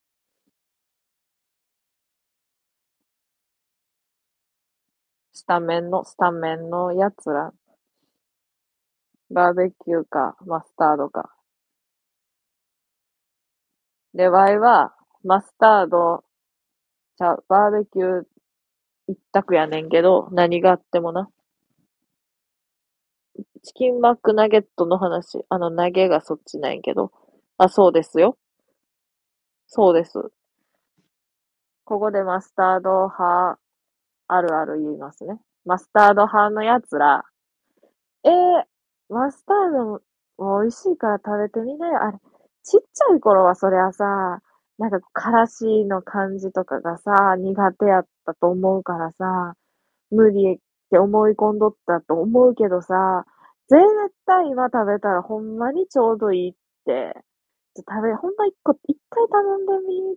スタメンの、スタメンのやつら。バーベキューか、マスタードか。で、ワイは、マスタード、ちゃう、バーベキュー一択やねんけど、何があってもな。チキンマックナゲットの話、あの投げがそっちなんやけど。あ、そうですよ。そうです。ここでマスタード派、あるある言いますね。マスタード派のやつら、えー、マスタードも美味しいから食べてみなよ。あれ、ちっちゃい頃はそりゃさ、なんかからしの感じとかがさ、苦手やったと思うからさ、無理って思い込んどったと思うけどさ、絶対今食べたらほんまにちょうどいいって。ちょ食べ、ほんま一個、一回頼んでみ。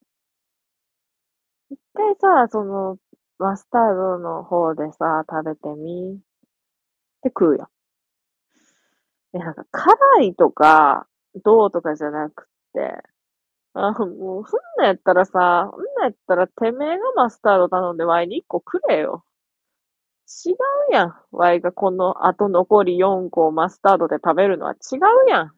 一回さ、その、マスタードの方でさ、食べてみ。って食うよ。で、なんか、辛いとか、どうとかじゃなくて、あ、もう、そんなんやったらさ、そんなんやったら、てめえがマスタード頼んでワイに一個くれよ。違うやん。ワイがこの後残りよんこをマスタードで食べるのは違うやん。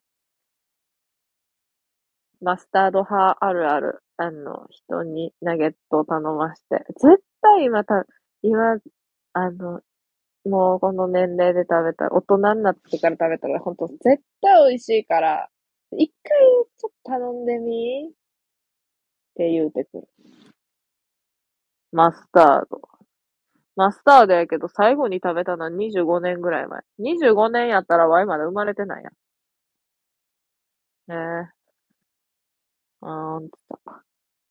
マスタード派あるある。あの、人にナゲットを頼まして。絶対今た、今、あの、もうこの年齢で食べたら、大人になってから食べたら、ほんと絶対美味しいから、一回ちょっと頼んでみって言うてくる。マスタード。マスタードやけど、最後に食べたのはにじゅうごねんぐらい前。にじゅうごねんやったらワイまだ生まれてないやん。ねえ。あーんつった。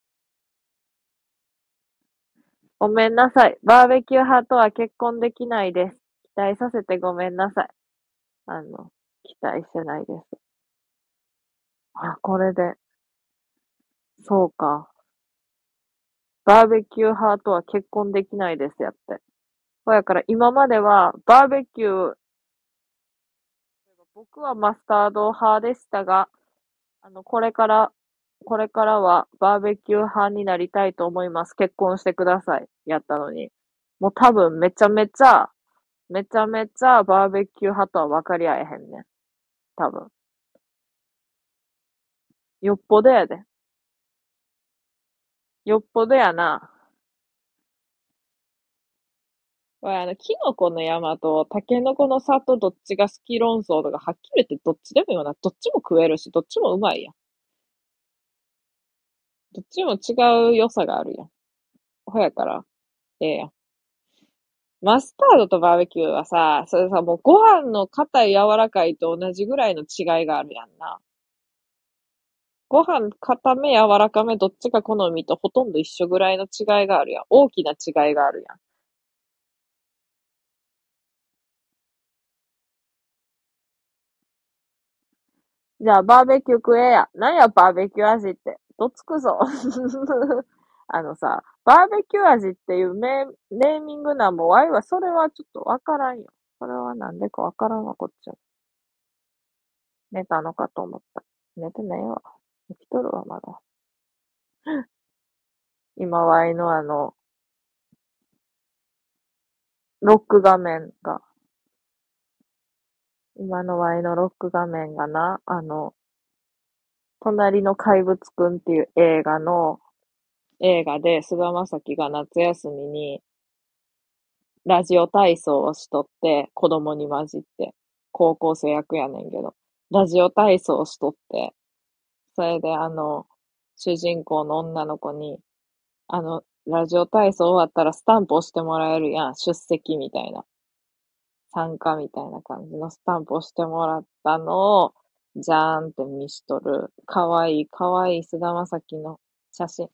ごめんなさい。バーベキュー派とは結婚できないです。期待させてごめんなさい。あの、期待してないです。あ、これで、そうか。バーベキュー派とは結婚できないですやって。そうやから今までは、バーベキュー、僕はマスタード派でしたが、あの、これから、これからはバーベキュー派になりたいと思います。結婚してください。やったのに。もう多分めちゃめちゃ、めちゃめちゃバーベキュー派とは分かり合えへんねん。多分。よっぽどやで。よっぽどやな。これあの、キノコの山とタケノコの里どっちが好き論争とかはっきり言ってどっちでもいいよな。どっちも食えるし、どっちもうまいやん。どっちも違う良さがあるやん。ほやから、ええやん。マスタードとバーベキューはさ、それさ、もうご飯の硬い柔らかいと同じぐらいの違いがあるやんな。ご飯硬め柔らかめどっちか好みとほとんど一緒ぐらいの違いがあるやん。大きな違いがあるやん。じゃあバーベキュー食えや。なんやバーベキュー味って。どっつくぞ。あのさ、バーベキュー味っていうメーネーミングなんも、わいはそれはちょっとわからんよ。それはなんでかわからんわ、こっちは。 寝たのかと思った。寝てないわ。起きとるわ、まだ。今、ワイのあの、ロック画面が、今のワイのロック画面がな、あの、隣の怪物くんっていう映画の、映画で菅田将暉が夏休みにラジオ体操をしとって、子供に混じって、高校生役やねんけど、ラジオ体操をしとって、それであの、主人公の女の子に、あの、ラジオ体操終わったらスタンプ押してもらえるやん。出席みたいな。参加みたいな感じのスタンプ押してもらったのを、じゃーんって見しとる。かわいい、かわいい菅田将暉の写真。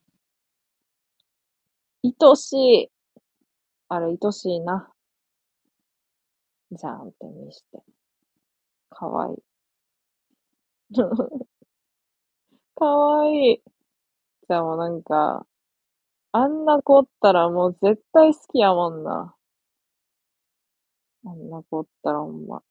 愛しい。あれ、愛しいな。じゃーんって見して。かわいい。かわいい。じゃあもうなんか、あんな子おったらもう絶対好きやもんな。あんな子おったらほんま。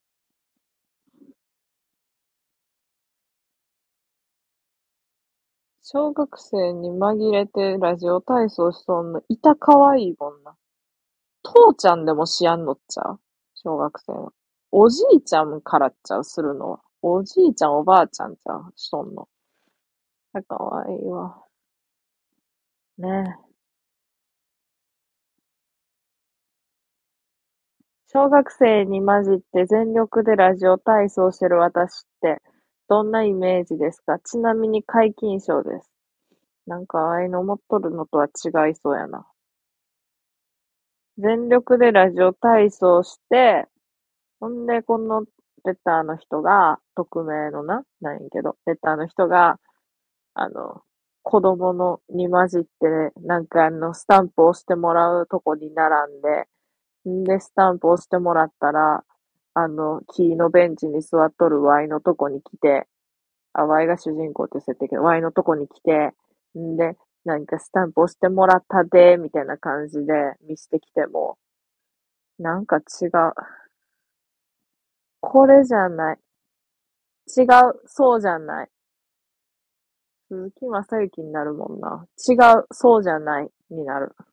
小学生に紛れてラジオ体操しとんの、いたかわいいもんな。父ちゃんでもしやんのっちゃう小学生の。おじいちゃんからっちゃうするのは。おじいちゃんおばあちゃんちゃうしとんの。かわいいわ。ねえ。小学生に混じって全力でラジオ体操してる私って、どんなイメージですか？ちなみに皆勤賞です。なんか、ああいうの思っとるのとは違いそうやな。全力でラジオ体操して、ほんで、このレターの人が、匿名のな、なんやけど、レターの人が、あの、子供のに混じって、なんかあの、スタンプ押してもらうとこに並んで、んで、スタンプ押してもらったら、あの、木のベンチに座っとるワイのとこに来て、あ、ワイが主人公って設定けど、ワイのとこに来て、んで、なんかスタンプ押してもらったで、みたいな感じで見してきても、なんか違う。これじゃない。違う。そうじゃない。鈴木正幸になるもんな。違う。そうじゃない。になる。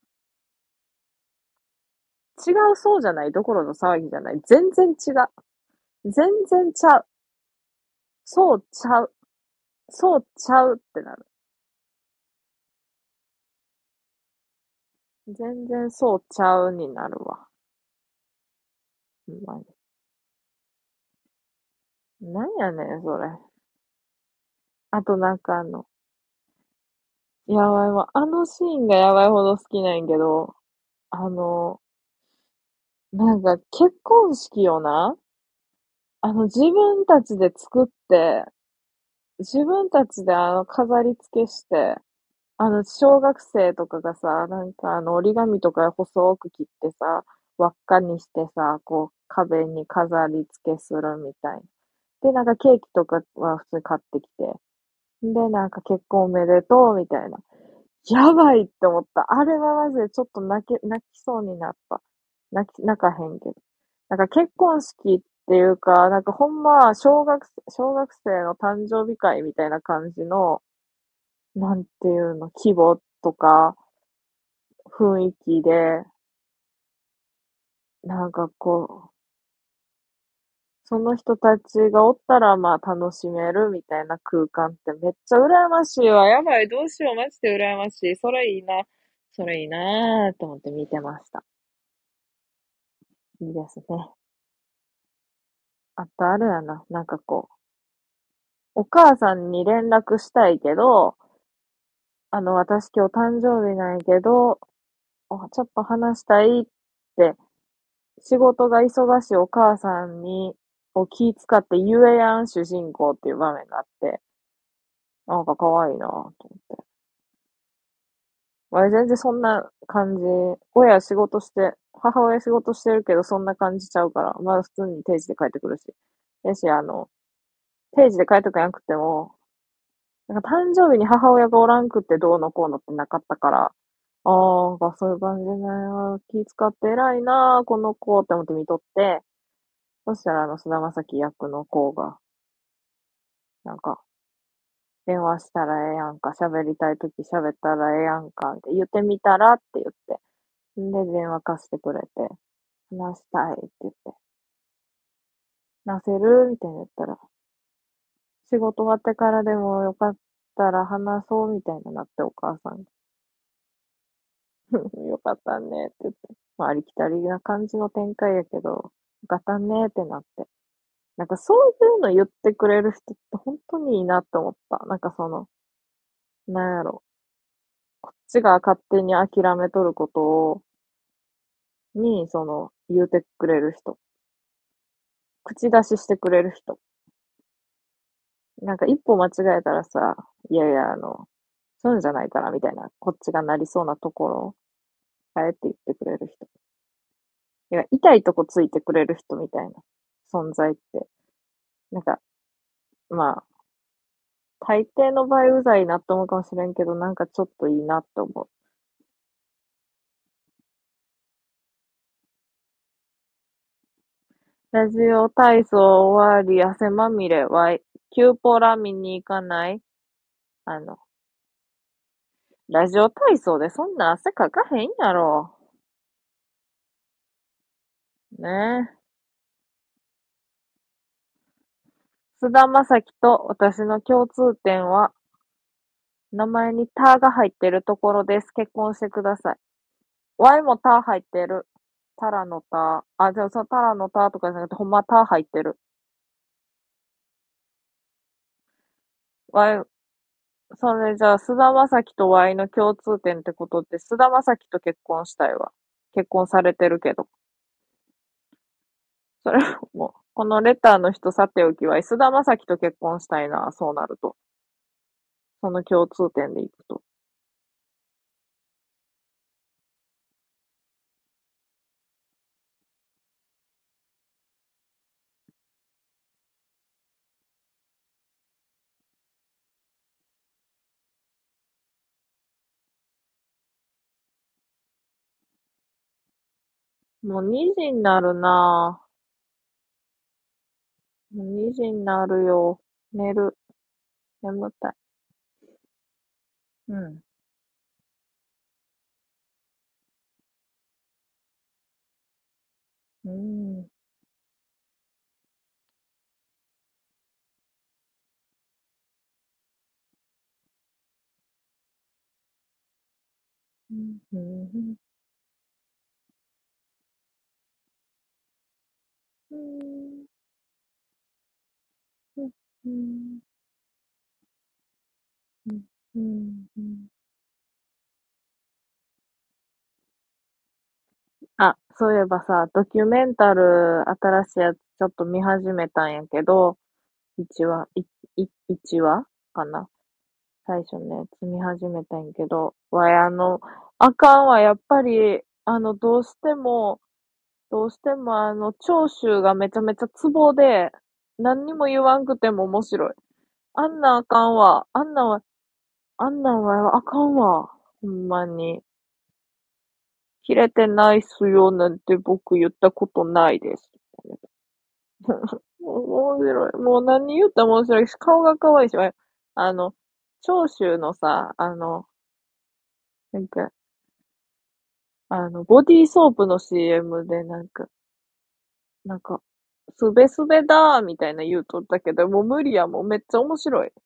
違う。そうじゃないどころの騒ぎじゃない。全然違う。全然ちゃう。そうちゃう。そうちゃうってなる。全然そうちゃうになるわ。ほんまに。なんやねん、それ。あとなんかあの、やばいわ。あのシーンがやばいほど好きなんやけど、あの、なんか結婚式をな、あの自分たちで作って、自分たちであの飾り付けして、あの小学生とかがさ、なんかあの折り紙とか細く切ってさ、輪っかにしてさ、こう壁に飾り付けするみたい。で、なんかケーキとかは普通に買ってきて、で、なんか結婚おめでとうみたいな。やばいって思った。あれはマジでちょっと泣け、泣きそうになった。泣き、泣かへんけど。なんか結婚式っていうか、なんかほんま、小学、小学生の誕生日会みたいな感じの、なんていうの、規模とか、雰囲気で、なんかこう、その人たちがおったらまあ楽しめるみたいな空間ってめっちゃ羨ましいわ。やばい、どうしよう、マジで羨ましい。それいいな。それいいなーと思って見てました。いいですね。あとあれやな、なんかこう、お母さんに連絡したいけど、あの、私今日誕生日なんやけど、おちょっと話したいって、仕事が忙しいお母さんに、を気使って言えやん主人公っていう場面があって、なんか可愛いなぁと思って。俺全然そんな感じ、親仕事して、母親仕事してるけどそんな感じちゃうから、まあ普通に定時で帰ってくるし。やし、あの、定時で帰ってこなくても、なんか誕生日に母親がおらんくってどうのこうのってなかったから、ああ、そういう感じね。気使って偉いな、この子って思って見とって、そしたらあの、菅田将暉役の子が、 なんか、電話したらええやんか、喋りたいとき喋ったらええやんか、って言ってみたらって言って。で、電話貸してくれて、話したいって言って、話せるみたいに言ったら、仕事終わってからでもよかったら話そうみたいになって、お母さんが。よかったねって言って。まあ、ありきたりな感じの展開やけど、よかったねってなって。なんかそういうの言ってくれる人って本当にいいなって思った。なんかその、なんやろ。こっちが勝手に諦めとることを、に、その、言うてくれる人。口出ししてくれる人。なんか一歩間違えたらさ、いやいや、あの、そういうんじゃないからみたいな、こっちがなりそうなところを、あえて言ってくれる人。いや、痛いとこついてくれる人みたいな存在って、なんか、まあ、大抵の場合うざいなって思うかもしれんけど、なんかちょっといいなって思う。ラジオ体操終わり、汗まみれ、わい、キューポラ見に行かない？あの、ラジオ体操でそんな汗かかへんやろ。ねえ。菅田将暉と私の共通点は、名前にタが入ってるところです。結婚してください。Y もタ入ってる。タラのタ。あ、じゃあそのタラのタとかじゃなくて、ほんまタ入ってる。Y、それじゃあ、菅田将暉と Y の共通点ってことって、菅田将暉と結婚したいわ。結婚されてるけど。それもう、このレターの人さておきは、菅田将暉と結婚したいな、そうなると。その共通点でいくと。もうにじになるなぁ。もうにじになるよ。寝る。眠たい。うん。うん。うん。うん。うん。うん。うん。うん。うん。うん。あ、そういえばさ、ドキュメンタル新しいやつちょっと見始めたんやけど、いちわ、い、い、いちわかな。最初のやつ見始めたんやけど、わい、あの、あかんわ、やっぱり、あの、どうしても、どうしてもあの、長州がめちゃめちゃツボで、何にも言わんくても面白い。あんなんあかんわ。あんなんは、あんなんはあかんわ。ほんまに。切れてないっすよなんて僕言ったことないです。面白い。もう何言っても面白いし、顔が可愛いし、あの、長州のさ、あの、なんか、あの、ボディーソープの シーエム でなんか、なんか、すべすべだーみたいな言うとったけど、もう無理や、もうめっちゃ面白い。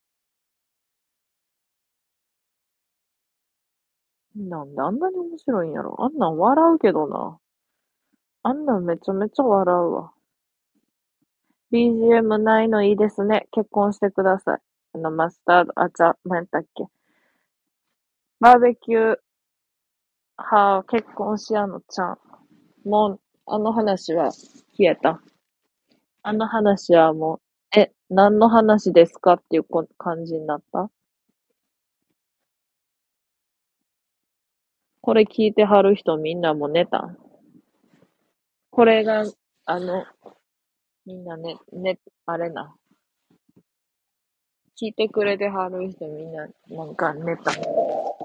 なんであんなに面白いんやろ。あんなん笑うけどな。あんなんめちゃめちゃ笑うわ。ビージーエム ないのいいですね。結婚してください。あの、マスタード、あ、ちゃ、何やったっけ。バーベキュー派、結婚しやのちゃん。もう、あの話は消えた。あの話はもう、え、何の話ですかっていうこ感じになった。これ聞いてはる人みんなもう寝た。これが、あの、みんなね、ね、あれな。聞いてくれてはる人みんな、なんか寝た。いき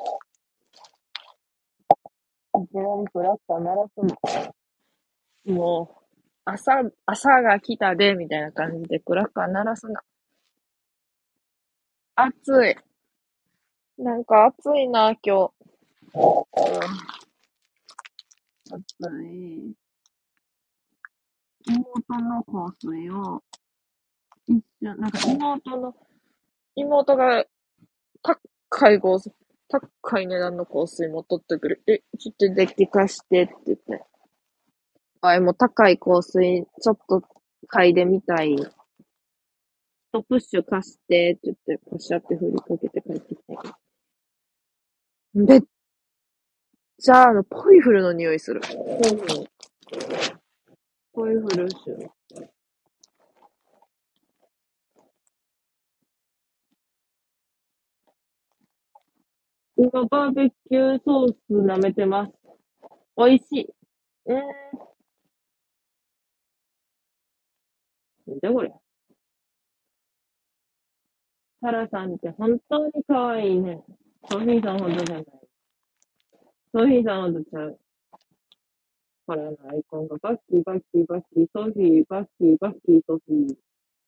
なりクラッカー鳴らすの。もう、朝、朝が来たで、みたいな感じでクラッカー鳴らすな。 暑い。なんか暑いな、今日。暑い。妹の香水を、一緒、なんか妹の、妹が高い香水、高い値段の香水も取ってくる。え、ちょっとデッキ貸してって言って。あいも高い香水、ちょっと嗅いでみたい。一プッシュ貸してって言って、パシャって振りかけて帰ってきたけど。めっちゃ、あの、ポリフルの匂いする。ポリフル臭。今、バーベキューソース舐めてます。美味しい。うーん。なんだこれ。サラさんって本当に可愛いね。ソフィーさんほどじゃない。ソフィーさんほどちゃう。ほらのアイコンがバッキー、バッキー、バッキー、ソフィー、バッキー、バッキー、ソフィー。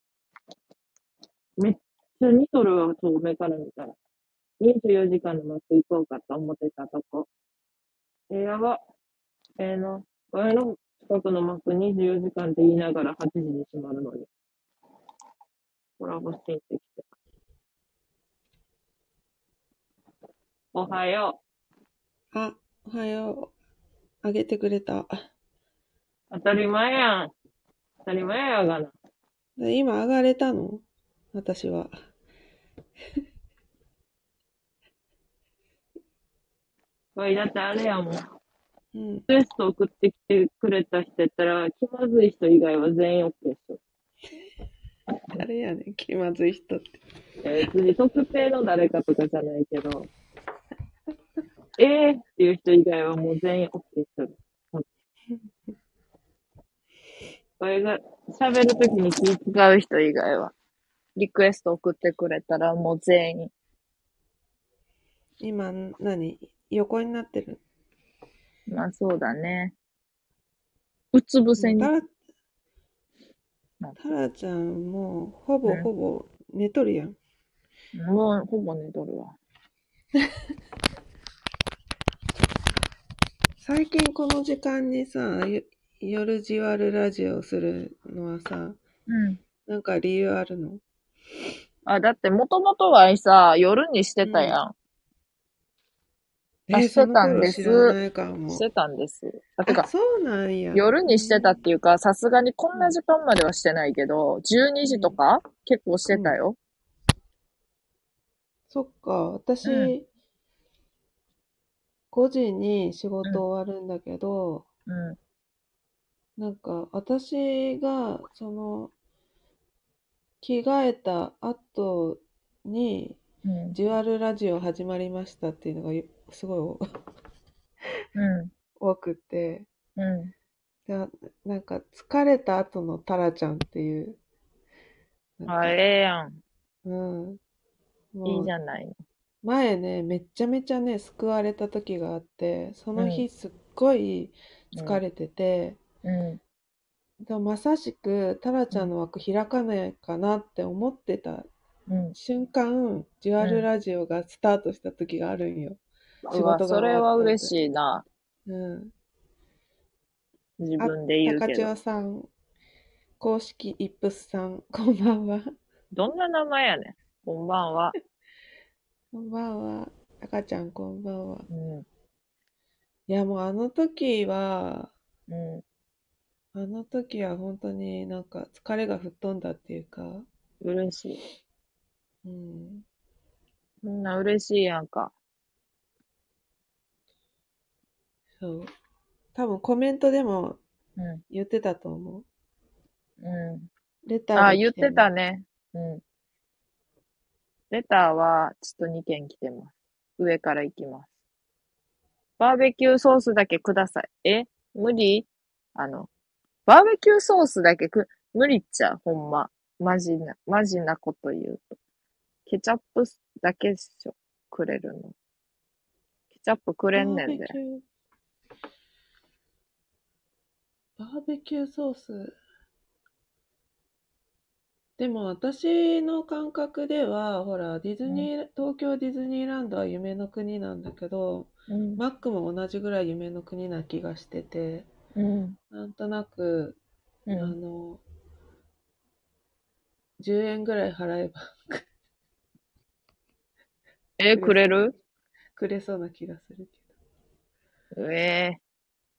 めっちゃ似とるわ、遠目から見たら。にじゅうよじかんのマック行こうかと思ってたとこ。えー、やば。えー、の、俺の近くのマックにじゅうよじかんって言いながらはちじに閉まるのに。コラボしていってきて。おはよあ、おはよう。あげてくれた。 う。当たり前やん。当たり前やがな。 で今上がれたの私は。 これだってあれやもん。 うん。 リクエスト送ってきてくれた人やったら、気まずい人以外は全員 OK でしょ。 誰やねん、気まずい人って。 別に特定の誰かとかじゃないけど、えーっていう人以外はもう全員 OK でしょ。これが喋るときに気使う人以外は、リクエスト送ってくれたらもう全員。 今、何横になってる。 まあそうだね。うつ伏せに。 タラ、タラちゃんもうほぼほぼ寝とるやん。 もうほぼ寝とるわ。 最近この時間にさ、夜じわるラジオするのはさ、 うん。 なんか理由あるの？ あ、だってもともとはさ、夜にしてたやん。 うん、 あ、 えー、 してそのたんです。 頃知らないかも。 してたんです。あ、てあ、 か、 そうなんや。 夜にしてたっていうか、さすがにこんな時間まではしてないけど、じゅうにじとか、結構してたよ。 そっか、 うん。 私、ごじに仕うん。 事終わるんだけど、 うん。 なんか私がその着替えた後にうん。 ジュアルラジオ始まりましたっていうのがすごいうん。 多くて、 うん。 でなんか疲れた後のタラちゃんっていう、なんあ、 か、 ええやん。 うん、 いいもうじゃないの。 前ね、めっちゃめちゃね、救われた時があって、そうん。 の日すっごいうん。 疲れてて、 うん。 でもまさしくタラうん。 ちゃんの枠開かないかなって思ってたうん。 瞬間、デュアルうん。 ラジオがスタートした時があるんよ。仕うわ、それ事が終わっは嬉た後。 しいな。 うん。あ、 自分で言う高千けど。 代さん、公式イップスさん、こんばんは。 どんな名前やねん。こんばんは。 こんばんは。赤ちゃん、こんばんは。 うん。 いや、もうあの時は、 うん。 あの時は本当になんか疲れが吹っ飛んだっていうか、 嬉しい。 うん。 みんな嬉しいやんか。 そう。多分コメントでもうん。 言ってたと思う。 うん。 レターあ、 で言って来ても。 たね。うん。レターは、ちょっとにけん来てます。上から行きます。バーベキューソースだけください。え無理あの、バーベキューソースだけく、無理っちゃ、ほんま。マジな、マジなこと言うと。ケチャップだけっしょ。くれるの。ケチャップくバれんねんで。 ーベキュー、バーベキューソース。 でも私の感覚では、ほら、ディズニー、東京ディズニーランドは夢の国なんだけど、 うん。 マックも同じぐらい夢の国な気がしてて、 うん。 なんとなく、あうん。 の、じゅうえんぐらい払えばえ、 くれそうな、 くれる？ くれそうな気がするけええ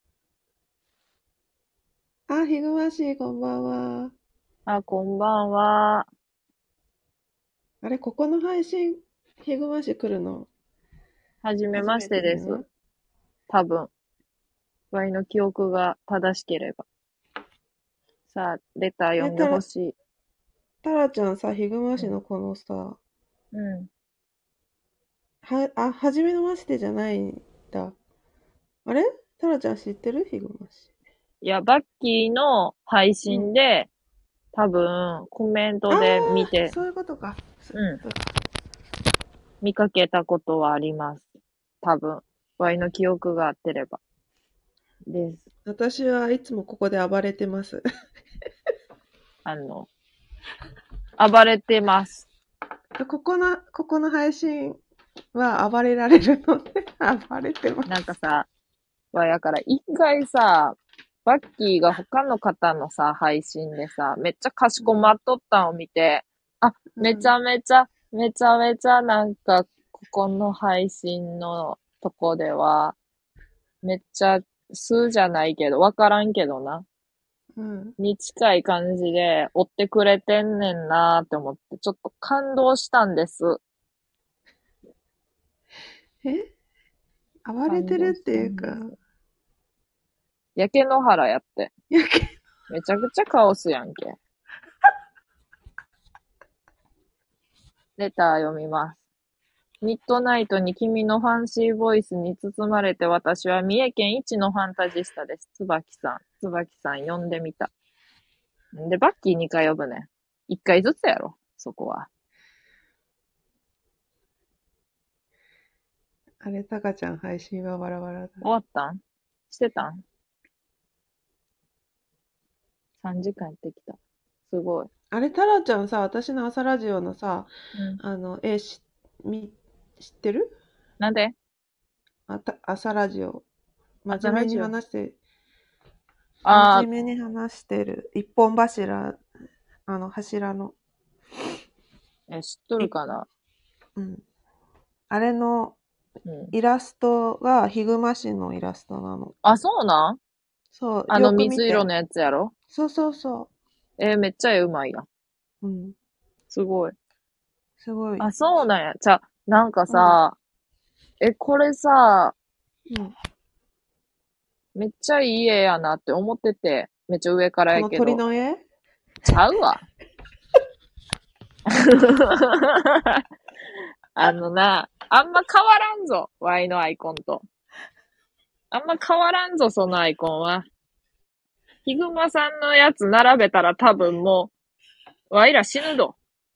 ど。あ、ヒグマシー、こんばんは。 あ、こんばんは。 あれ、ここの配信、ヒグマシー来るのはじめまし初めてです。 てじゃない？ 多分。ワイの記憶が正しければ。さあ、レターえ、 読んでタラ、 ほしい。 タラちゃんさ、ヒグマうん。 シのこのさ、 うん。 は、あ、はじめましてじゃないんだ。あれタラちゃん知ってるヒグマシ。 いや、バッキーの配うん。 信で、多分、コメンあトで見あ、 て、 そういうことか。そうん、見かけたことはあります。多分。ワイの記憶が合ってれば。です。 私はいつもここで暴れてます。 あの、暴れてます。 ここの、ここの配信は暴れられるので、暴れてます。 なんかさ、わ、やから一回さ、バッキーが他の方のさ、配信でさ、めっちゃかしこまっとったのを見て、あ、 うん。 めちゃめちゃ、めちゃめちゃなんか、ここの配信のとこでは、めっちゃ、数じゃないけど、わからんけどな。 うん。 に近い感じで追ってくれてんねんなーって思って、ちょっと感動したんです。 え暴れてるって感動したいうか、 んです。焼け野原やって。 やけ、 めちゃくちゃカオスやんけ。レター読みます。ミッドナイトに君のファンシーボイスに包まれて私は三重県一のファンタジスタです。椿さん。椿さん呼んでみた。んで、バッキーにかい呼ぶねん。いっかいずつやろ、そこは。 あれ、タカちゃん配信はバラバラだ。 終わったんしてたん ?さん 時間やってきた。すごい。 あれ、タラちゃんさ、私の朝ラジオのさ、 うん。 あの、え、し、み、知ってる？ なんであた、朝ラジオ。真面目に朝ラジオ。 話して、 あー、 真面目に話してる。一本柱、あの、柱の。 え、知っとるい、 かな？ うん。あれのうん。 イラストがヒグマシのイラストなの。 あ、そうなん？ そう、よあのく見て。 水色のやつやろ？ そうそうそえーめっちゃ絵うまいやん。 う。うん。 すごい。あ、 すごい。 そうなんや。じゃあ、なんかうん。 さ、え、これさ、 うん。 めっちゃいい絵やなって思ってて、めっちゃ上からこのやけど、 鳥の絵。 ちゃうわ。あのな、あんま変わらんぞ、Y のアイコンと。あんま変わらんぞ、そのアイコンは。ヒグマさんのやつ並べたら多分もう、ワイら死ぬぞ。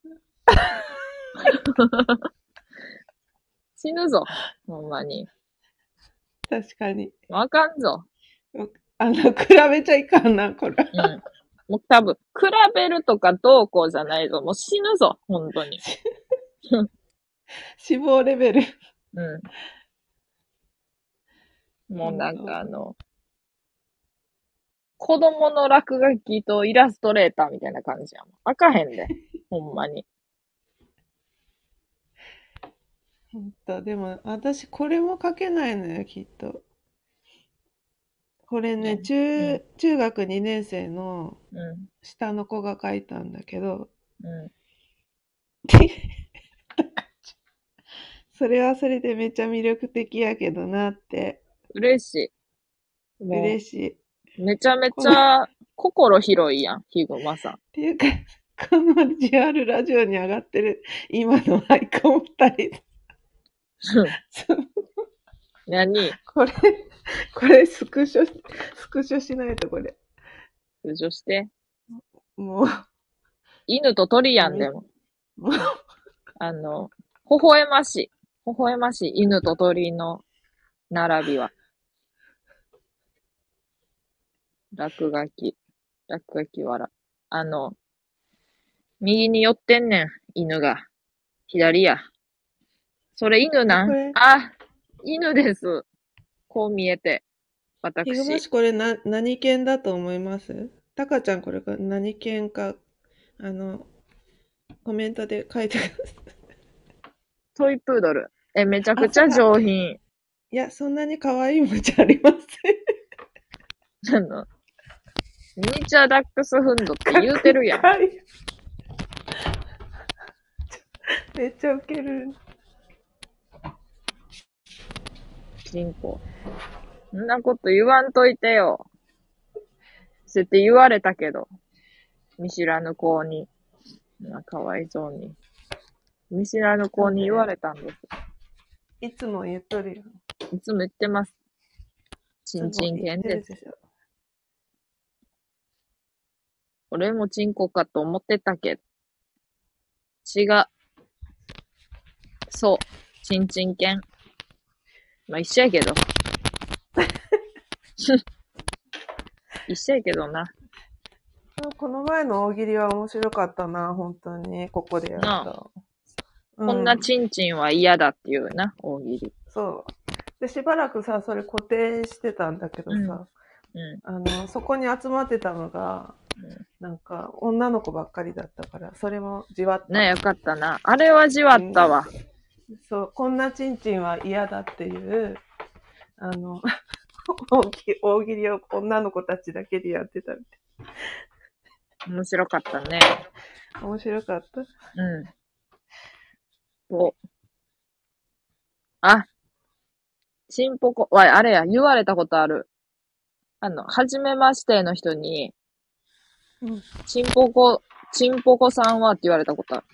死ぬぞ。ほんまに。 確かに。 わかんぞ。 あの、比べちゃいかんな、これ。 うん。もう多分、比べるとかどうこうじゃないぞ。もう死ぬぞ。本当に。 死亡レベル。 うん。もうなんかあの、子供の落書きとイラストレーターみたいな感じやもん。あかへんで。ほんまに。 ほんと、でも、私、これも書けないのよ、きっと。これね、 ね。うん。 中、中学にねん生のうん。 下の子が書いたんだけど、 うん。 それはそれでめっちゃ魅力的やけどなって、 嬉しい。も嬉しい。 う、めちゃめちこの、っゃ心広いやん。ヒグマさん。 ていうか、この ジェーアール ラジオに上がってる今のアイコン二人、 何？ これ、これスクショ、スクショしないとこれ。 通常して。 も犬と鳥う、 やん、 め、 でも。 もう、 あの、微笑ましい。微笑ましい犬と鳥の並びは。落書き。落書き笑。あの、 右に寄ってんねん、犬が。左や。それ犬なん？ これ、 あ、犬です。こう見えて。私。 ヒグマシこれな、何犬だと思います？タカちゃんこれが何犬か、あの、コメントで書いてください。 トイプードル。え、めちゃくあ、 ちゃそ上品。 いや、そんなに可愛いもんじゃありません。 あの、ミニチュアダックスフンドって言うてるやん。 かっこいいめっちゃウケる。 チンコ。そんなこと言わんといてよ。そうやって言われたけど。見知らぬ子に。まあ、かわいそうに。見知らぬ子に言われたんです。 いつも言っとるよ。 いつも言ってます。チンチン犬です。 でしょ。 俺もチンコかと思ってたけど。違う。そう。チンチン犬。まあ一緒やけど。一緒やけどな。 この前の大喜利は面白かったな、本当に。ここでやった。 なこんなチンチンは嫌だっていうな、大喜利。 そう。で、しばらくさ、それ固定してたんだけどさ、 うんうん、 あの、そこに集まってたのが、 うん、 なんか、女の子ばっかりだったから、それもじわった。 ね、よかったな。あれはじわったわ。 うん、そう、こんなチンチンは嫌だっていう、あの、大喜利を女の子たちだけでやってたみたい。 面白かったね。 面白かった。 うん。お。あ。チンポコ、わい、あれや、言われたことある。あの、はじめましての人に、 うん、 チンポコ、チンポコさんはって言われたことある。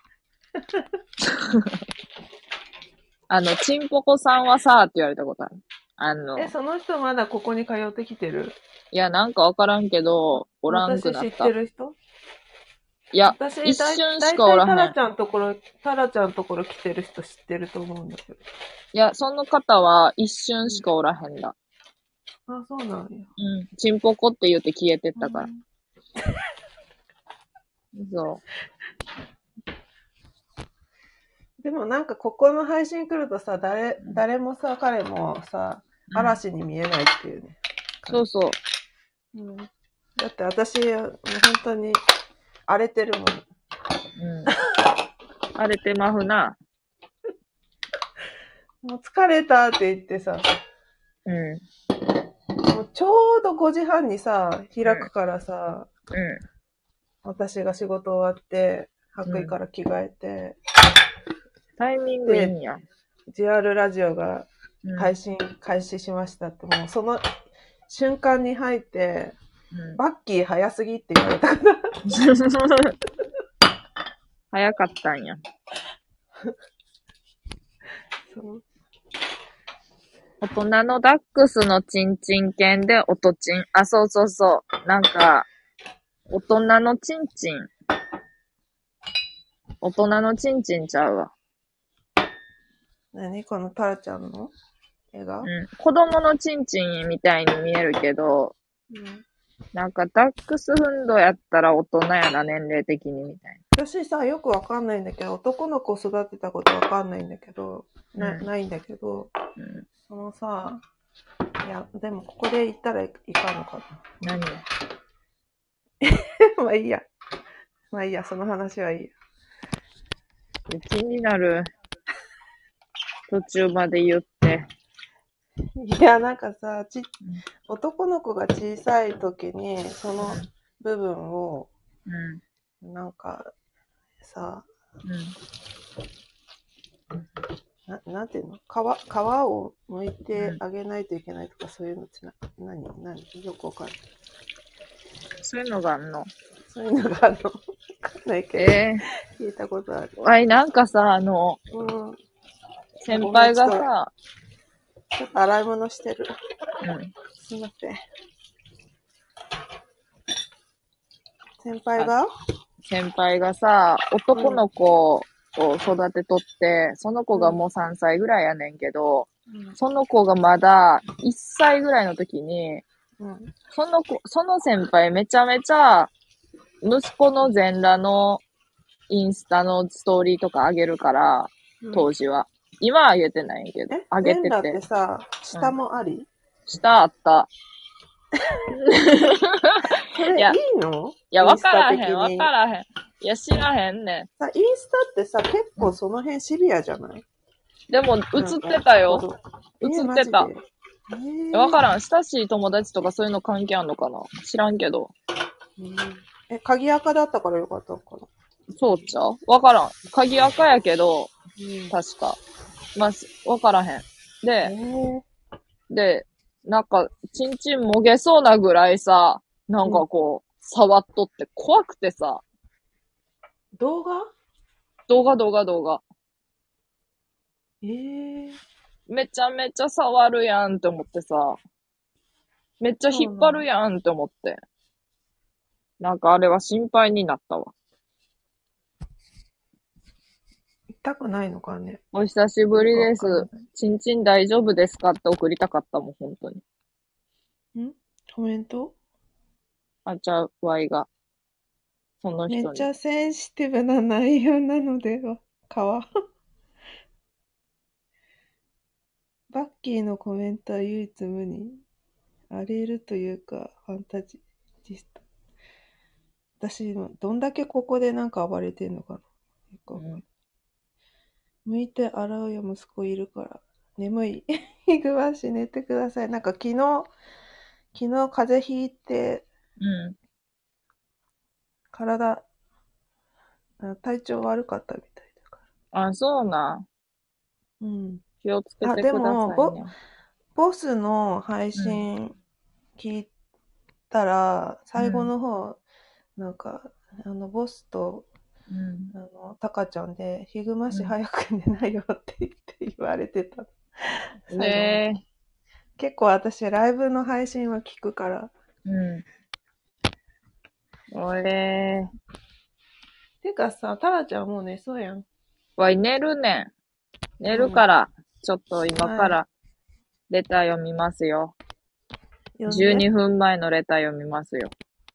あの、チンポコさんはさって言われたことある。あの、 え、その人まだここに通ってきてる？ いや、なんかわからんけど、おらんくなった。 私知ってる人？ いや、 私、 一瞬しかおらへん。 だいたいタラちゃんところ、タラちゃんところ来てる人知ってると思うんだけど。 いや、その方は一瞬しかおらへんだ。 あ、そうなんや。 うん。チンポコって言って消えてったから。うん、そう。 でもなんかここの配信来るとさ、誰、誰もさ、彼もさ、嵐に見えないっていうね。 うん、そうそう。 うん、だって私、もう本当に荒れてるもん。 うん。荒れてまふな。 もう疲れたって言ってさ、 うん。 もうちょうどごじはんにさ、開くからさ、 うん。 私が仕事終わって、白衣から着替えて、うん、 タイミングいいんや。 ジェイアール ラジオが配信開始しましたって、もうその瞬間に入って、うん、バッキー早すぎって言われたから。 早かったんや。 そう大人のダックスのチンチン犬でおとちん。あ、そうそうそう。なんか、大人のチンチン。大人のチンチンちゃうわ。 何このタラちゃんの絵が？ うん。子供のチンチンみたいに見えるけど、うん、なんかダックスフンドやったら大人やな、年齢的にみたいな。私さ、よくわかんないんだけど、男の子を育てたことわかんないんだけど、な、うん、ないんだけど、うん、そのさ、いや、でもここで言ったらいかんのかな。 何まあいいや。まあいいや、その話はいいや。 気になる。途中まで言って。 いや、なんかさ、ち、男の子が小さい時に、その部分を、うん、なんか、さ、うん、な, なんていうの皮、皮を剥いてあげないといけないとか、そういうのってな、何何よくわかんない。 そういうのがあんのそういうのがあるのわかんないけど、えー、聞いたことある。 あい、なんかさ、あの、うん、先輩がさ、 ちょっと洗い物してる。 うん。 すいません。先輩が先輩がさ、男の子を育てとって、うん、その子がもうさんさいぐらいやねんけど、うん、その子がまだいっさいぐらいの時に、うん、その子、その先輩めちゃめちゃ息子の全裸のインスタのストーリーとか上げるから、 うん、 当時は。今は上げてないんやけど、 え、 上げてて。 全裸ってさ、下もあり、うん、 下あった。 それいいの？ いや、わからへん、わからへん。いや、知らへんねん。 さ、インスタってさ、結構その辺シビアじゃない？ でも、映ってたよ。映ってた。わからん。親しい友達とかそういうの関係あんのかな？知らんけど。 え、鍵垢だったからよかったのかな？ そうちゃう？わからん。鍵垢やけど、うん、確か。まあ、わからへん。で、で、なんか、チンチンもげそうなぐらいさ、なんかこう、うん、触っとって怖くてさ。 動画？ 動画動画動画。 えー、 めちゃめちゃ触るやんって思ってさ。めっちゃ引っ張るやんって思って。なんかあれは心配になったわ。 痛くないのかね。 お久しぶりです。ちんちん大丈夫ですかって送りたかったもん、本当に。 ん？コメント？ あ、じゃあ、ワイが。その人に。 めっちゃセンシティブな内容なのでは、かわ。バッキーのコメントは唯一無二。荒れるというか、ファンタジスト。私、どんだけここでなんか暴れてんのかな。うん、向いて洗うよ、息子いるから。眠い。ヒグワシ寝てください。なんか昨日、昨日風邪ひいて、 うん、 体、体調悪かったみたいだから。あ、そうな。 うん。 気をつけてくださいね。あ、でも、 ボ、ボスの配信聞いたら、うん、最後の方、なんか、あの、ボスと、うん、あの、タカちゃんで、ヒグマシ早く寝ないよって言って言われてた。ねえ。結構私、ライブの配信は聞くから。 うん。おれー。 てかさ、タラちゃんもう寝そうやん。 わい、寝るねん。寝るから、うん、ちょっと今からレター読みますよ。じゅうにふんまえのレター読みますよ。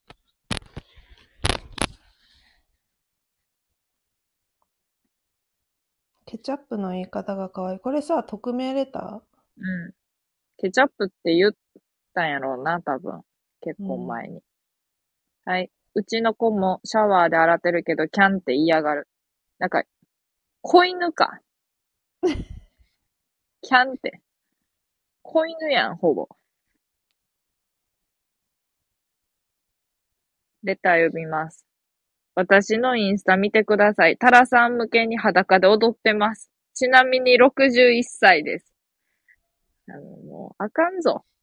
ケチャップの言い方が可愛い。これさ、匿名レター？ うん。ケチャップって言ったんやろうな、多分。結婚前に。うん、はい。うちの子もシャワーで洗ってるけど、キャンって嫌がる。なんか、子犬か。キャンって。子犬やん、ほぼ。レター読みます。私のインスタ見てください。タラさん向けに裸で踊ってます。ちなみにろくじゅういっさいです。あの、もう、あかんぞ。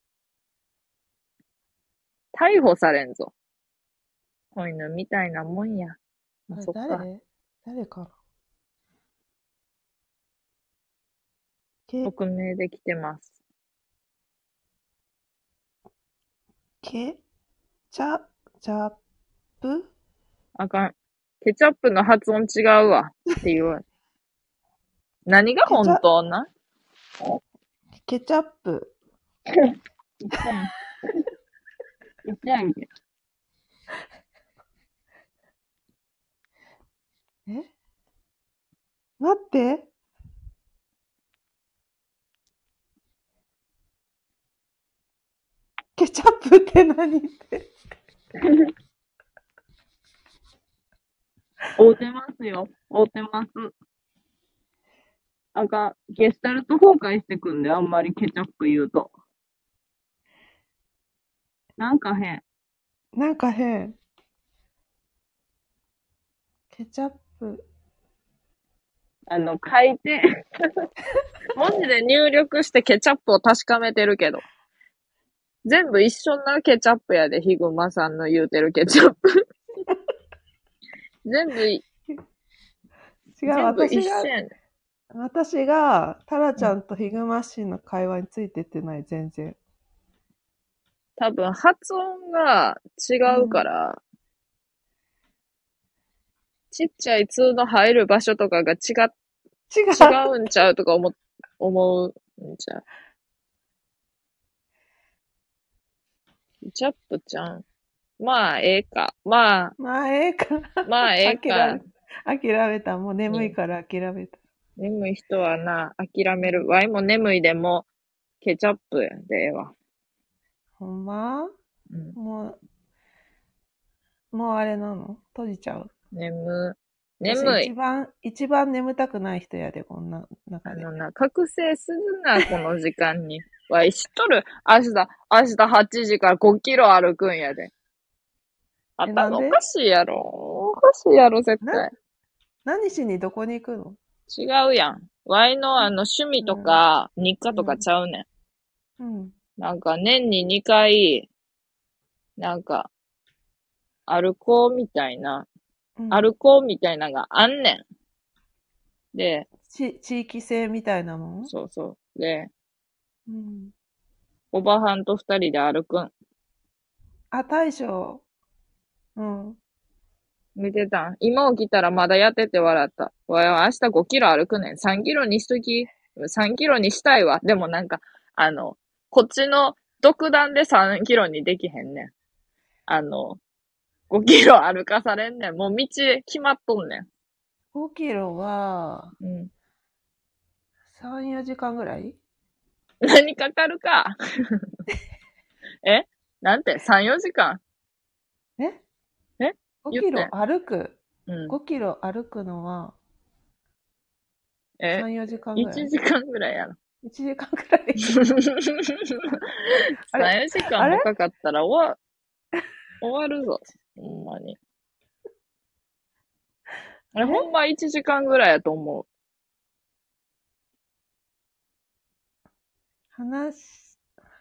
逮捕されんぞ。子犬みたいなもんや。 まあ、そっか。誰？誰かな？ 匿名で来てます。 ケチャ、チャップ？ あかん。ケチャップの発音違うわ。って言う。何が本当な？ ケチャップ。 言ったやん。言ったやんけ。 え？待って。ケチャップって何って。 合うてますよ。合うてます。あかん。ゲスタルト崩壊してくんで、あんまりケチャップ言うと。なんか変。 なんか変。ケチャップ。 あの、書いて、文字で入力してケチャップを確かめてるけど。全部一緒なケチャップやで、ヒグマさんの言うてるケチャップ。全部い、 違う、 全部一緒やねん。 私が、タラちゃんとヒグマシンの会話についてってない、全然。 多分、発音が違うから、うん、ちっちゃい通の入る場所とかが違っ、違う、違うんちゃうとか思、思うんちゃう。ケチャップちゃん。まあ、ええか。まあ。 まあ、ええか。 まあ、ええか。 諦めた。もう眠いから諦めた。 眠い人はな、諦める。ワイも眠いでも、ケチャップやでええわ。 ほんまうん。 もう、もうあれなの閉じちゃう。 眠、 私眠い。 一番、一番眠たくない人やで、こんな中で。 あのな、覚醒するな、この時間に。わい、知っとる。明日、明日はちじからごキロ歩くんやで。 え、なんで頭おかしいやろ。おかしいやろ、絶な、 対。 何しにどこに行くの違うやん。ワイのあの趣味とか日課とかちゃうねん。 うん。 なんか年ににかい、なんか、歩こうみたいな、 うん、 歩こうみたいなのがあんねん。で、 ち地域性みたいなのそうそう。で、 うん。 おばはんと二人で歩くん。 あ、大将。うん。 見てたん今起きたらまだやってて笑った。わいは明日ごキロ歩くねん。さんキロにしとき。さんキロにしたいわ。でもなんか、あの、こっちの独断でさんキロにできへんねん。あの、ごキロ歩かされんねん。もう道決まっとんねん。 ごキロは、 うん。 さん、よじかんぐらい何かかるか。えなんて ?さん、よじかん。 ええ ?ご言ってキロ歩く。 うん。 ごキロ歩くのは、 えさん、よじかんぐらい ?いち 時間ぐらいやろ。 いちじかんぐらい。あさん、 れよじかあれんもかかったら終わ、終わるぞ。ほんまに。あれ、 えほんまいちじかんぐらいやと思話、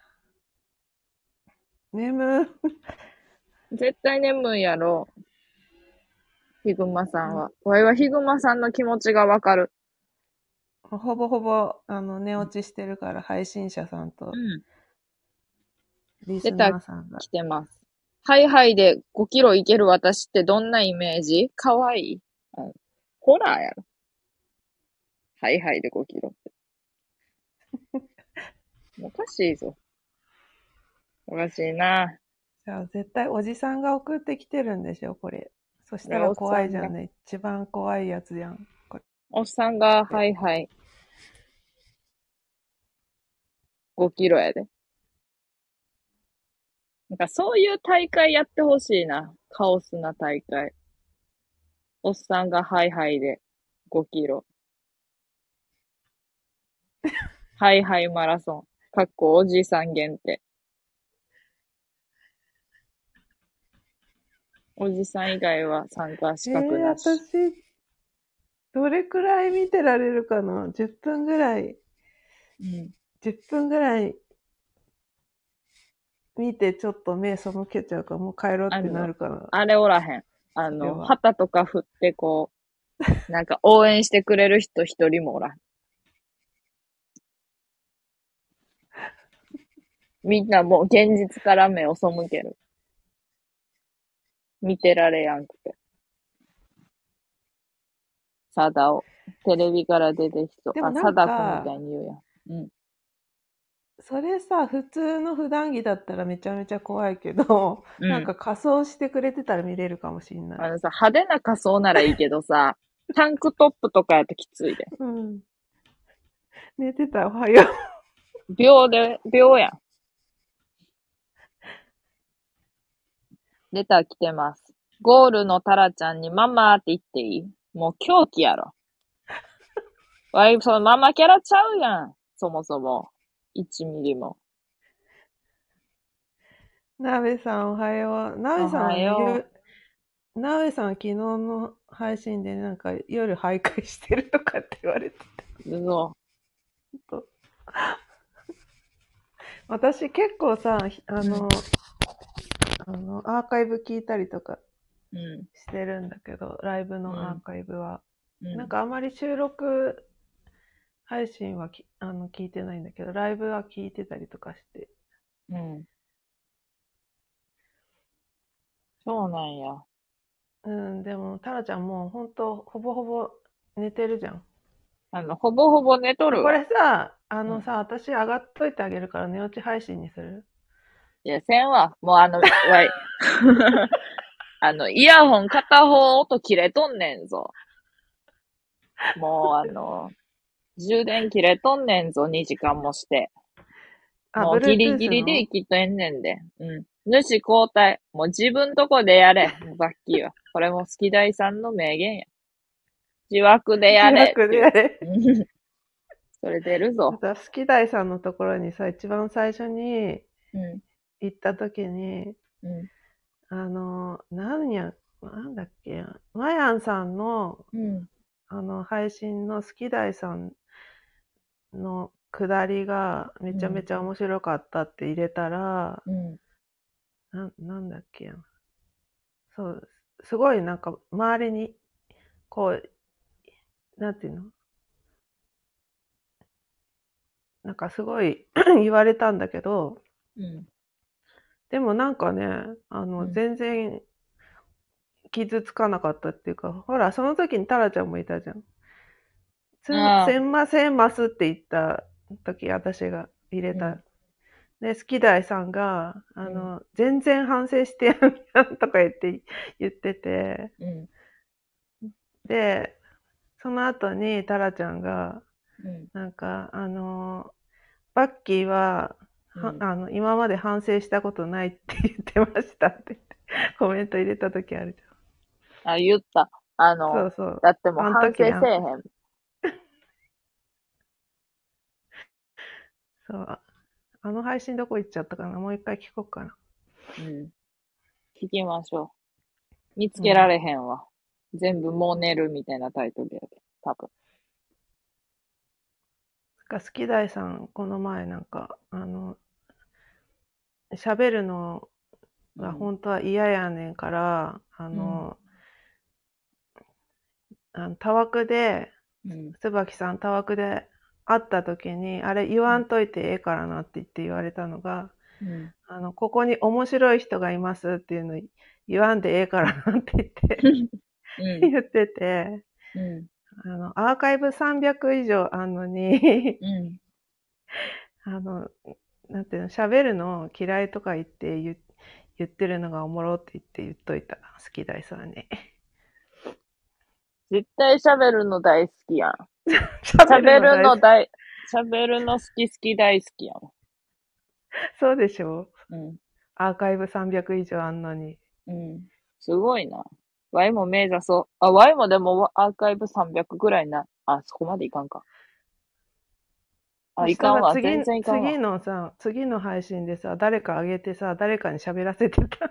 眠。 う。絶対眠いやろ。ヒグマさんは。わいはヒグマさんの気持ちがわかる。 ほぼほぼ、あの、寝落ちしてるから、配信者さんと、 うん。 リスナーさんが来。てます。ハイハイでごキロいける私ってどんなイメージかわいい、うん、ホラーやろ。ハイハイでごキロって。おかしいぞ。おかしいな。 じゃあ、絶対おじさんが送ってきてるんでしょ、これ。そしたら怖いじゃんね。一番怖いやつやん。これおっさんがハイハイごキロやで。なんかそういう大会やってほしいな。カオスな大会。おっさんがハイハイでごキロ。ハイハイマラソン。かっこおじさん限定。おじさん以外は参加資格なし。 えー、私、どれくらい見てられるかな ?じゅっ 分ぐらい。 うん。 じゅっぷんぐらい見てちょっと目背けちゃうからもう帰ろうってなるかな。 あれおらへん。あの、旗とか振ってこう、なんか応援してくれる人一人もおらへん。みんなもう現実から目を背ける。見てられやんくて。サダを。テレビから出てきそう。あ、サダコみたいに言うやん。うん。 それさ、普通の普段着だったらめちゃめちゃ怖いけど、うん、なんか仮装してくれてたら見れるかもしんない。 あのさ、派手な仮装ならいいけどさ、タンクトップとかやときついで。 うん。寝てた、おはよう。秒で、秒やん。レター来てます。ゴールのタラちゃんにママって言っていい？もう狂気やろ。わい、そのママキャラちゃうやん。そもそも。いちミリも。 なべさんおはよう。なべさんはね、なべさん昨日の配信でなんか夜徘徊してるとかって言われてた。 うそ。 私結構さ、あの、うん、あの、アーカイブ聞いたりとかしてるんだけど、うん、ライブのアーカイブは。うん、なんかあまり収録配信はきあの聞いてないんだけど、ライブは聞いてたりとかして。 うん。そうなんや。 うん、でも、タラちゃんもうほんと、ほぼほぼ寝てるじゃん。 あの、ほぼほぼ寝とるわ。 これさ、あのさ、うん、私上がっといてあげるから寝落ち配信にする？ いや、せんわ。もうあの、わい。 あの、イヤホン片方音切れとんねんぞ。もうあの、充電切れとんねんぞ、にじかんもして。 あ、 もうギリ Bluetooth ギリでの生きてんねんで。うん。主交代。もう自分とこでやれ。もうバッキーは。これも好き大さんの名言や。自枠でや自れっていう。 爆でやれ。 うんそれ出るぞ。 また、好き大さんのところにさ、一番最初にうん。 行った時に、 うん。 あの、なんや、なんだっけ、マヤンさんの、 うん。 あの、配信の好き大さんの下りがめちゃめちゃ面白かったって入れたら、 うん。 な、なんだっけや。そう、すごいなんか周りに、こう、なんていうのなんかすごい言われたんだけど、 うん。 でもなんかね、あの、 うん。 全然傷つかなかったっていうか、ほら、その時にタラちゃんもいたじゃん。すん、 ああ。 せんませんますって言った時、私が入れた。 うん。 で、好き大さんが、あうん。 の、全然反省してやんやんとか言って、言ってて、 うん。 で、その後にタラちゃんが、 うん。 なんか、あの、バッキーは、はうん。 あの、今まで反省したことないって言ってましたって言ってコメント入れた時あるじあ、言った。あゃん。その、 うそう。 だってもうあの反省せ時にあん、 えへん。 そう。あの配信どこ行っちゃったかなもう一回聞こうかな。 うん。聞きましょう。見つうん。 けられへんわ。全部もう寝るみたいなタイトルやで。多分。 好き大さん、この前なんか、あの、喋るのがうん。 本当は嫌やねんから、あうん。 の、あのたわくで、 うん。 椿さんたわくで会った時に、あれ言わんといてええからなって言って言われたのが、 うん。 あの、ここに面白い人がいますっていうの言わんでええからなって言って、 うん。 言ってて、 うん。 あの、アーカイブさんびゃく以上あんのに、 うん。 あの、なんていうの、喋るの嫌いとか言って言言ってるのがおもろって言って言っといた。好き大さんに。 絶対喋るの大好きやん。 喋る喋るの大好き。 の大、喋るの好き好き大好きやん。 そうでしょうん。 アーカイブさんびゃく以上あんのに。 うん。すごいな。ワイも目指そう。あ、ワイもでもアーカイブさんびゃくぐらいな。あ、そこまでいかんか。あ、 そしたいかんわ。 ら次、 全然いかん次わ。 のさ、次の配信でさ、誰かあげてさ、誰かに喋らせてた。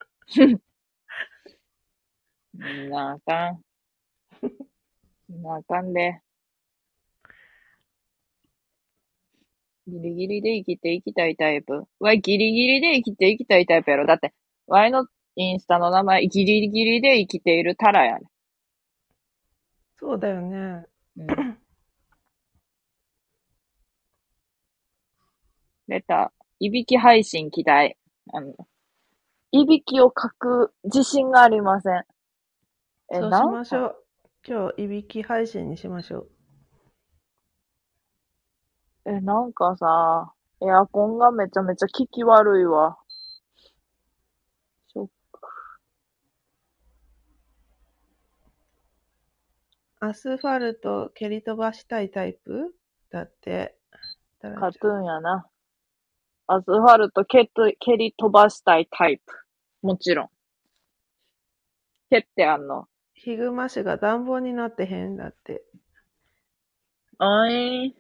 みんなあかん。みんなあかんで。ギリギリで生きていきたいタイプ。ワイギリギリで生きていきたいタイプやろ。だって、ワイのインスタの名前、ギリギリで生きているタラやねそうだよね。 ん。うん。レター。いびき配信期待。あの、いびきを書く自信がありません。え、 そうしなんか、 ましょう。今日、いびき配信にしましょう。 え、なんかさ、エアコンがめちゃめちゃ効き悪いわ。しょアスファルト蹴り飛ばしたいタイプだって、タラちゃん。 カトゥーンやな。アスファルト蹴っと蹴り飛ばしたいタイプ。もちろん。蹴ってあんの。 ヒグマ種が暖房になってへんだって。 あい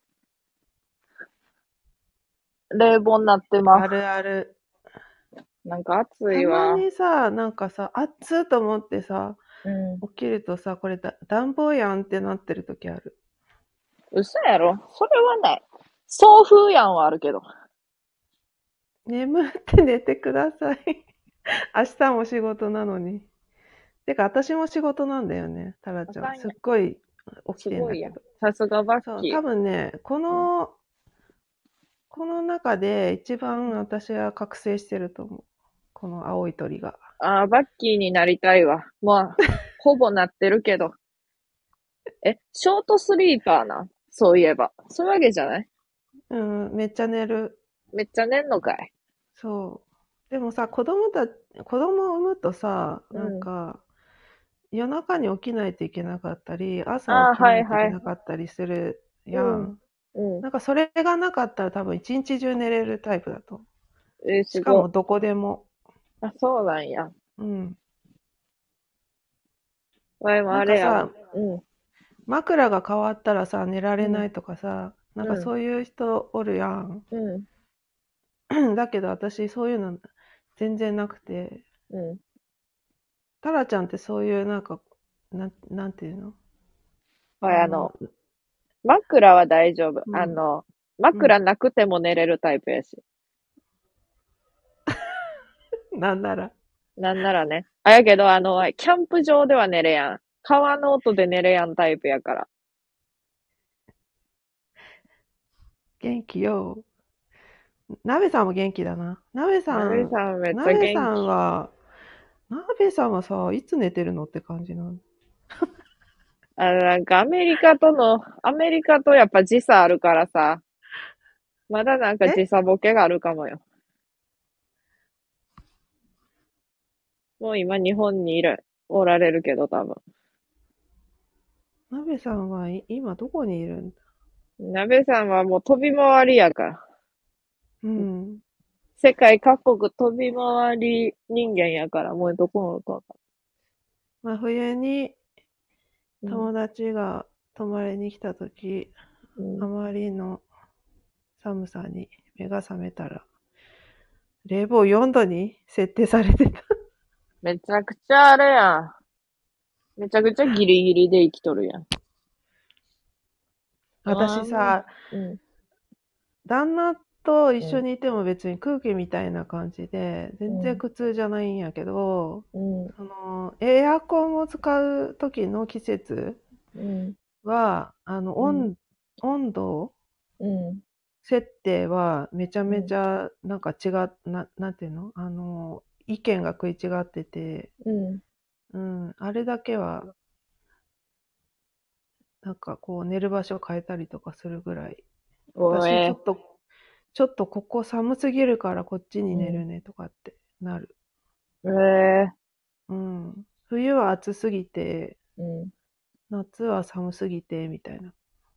冷房になってまあるある。 す。なんか暑たまいわ。 にさ、なんかさ、暑っと思ってさ、 うん。 起きるとさ、これだ暖房やんってなってる時ある。 嘘やろそれはない。送風やんはあるけど。 眠って寝てください。明日も仕事なのに。てか、私も仕事なんだよね、タラちゃん。 あかんやん。 すっごい起きすごいやん。 てんだけど。 さすがバッそう、多キ分ね、こー。うん。 の、この中で一番私は覚醒してると思う。この青い鳥が。 ああ、バッキーになりたいわ。まあ、ほぼなってるけど。え、ショートスリーパーなんそういえば。そういうわけじゃないうん、めっちゃ寝る。 めっちゃ寝んのかい。 そう。 でもさ、子供た、子供を産むとさ、 うんなんか、夜中に起きないといけなかったり、朝ああ、 起きないといけはいはい。 なかったりするやうん。 ん。 うん。 なんかそれがなかったら多分一日中寝れるタイプだと。 えー、 しすごかもどこでも。 い。あ、そうなんや。 うん。 わいもなんあれやわ。 かさ、 うん。 枕が変わったらさ、寝られうん。 ないとかさ、なんかうん。 そういう人おるやん。 うん。 だけど私そういうの全然なくて、 うん。 タラちゃんってそういうなんか、なん、なんていうのはい、 あの、 あの、枕は大丈夫。 うん、 あの、 うん。 枕なくても寝れるタイプやし。 なんなら。 なんならね。あ、やけど、あの、キャンプ場では寝れやん。川の音で寝れやんタイプやから。 元気よ。なべさんも元気だな。なべさなべん、 さんめっちゃなべさ元気。 んは、なべさんはさ、いつ寝てるのって感じなの。 あの、なんかアメリカとの、アメリカとやっぱ時差あるからさ、まだなんか時え差ボケがあるかもよ。もう今日本にいる、おられるけど多分。 なべさんはい今どこにいるんだ。 なべさんはもう飛び回りやから。 うん。 世界各国飛び回り人間やから、もうどこのかわかまあ、冬にんない。 友達が泊まりに来たとき、 うん。うあん。 まりの寒さに目が覚めたら、冷房よんどに設定されてた。 めちゃくちゃあれやん。めちゃくちゃギリギリで生きとるやん。ああ、も私さ、 う。うん。 旦那と一うん。 緒にいても別に空気みたいな感じで、全然うん。 苦痛じゃないんやけど、 うん。 その、エアコンを使う時の季節うん。 は、あの、 うん。 温、温度うん。 設定はめちゃめちうん。 ゃなんか違う、な、なんていうのあの、意見が食い違ってて、 うん。 うん、あれだけは、なんかこう寝る場所変えたりとかするぐらい。 おえ。 私ちょっと、ちょっとここ寒すぎるからこっちにうん。 寝るねとかってなる。 ええ。 うん。冬は暑すぎて、 うん。 夏は寒すぎて、みたいな。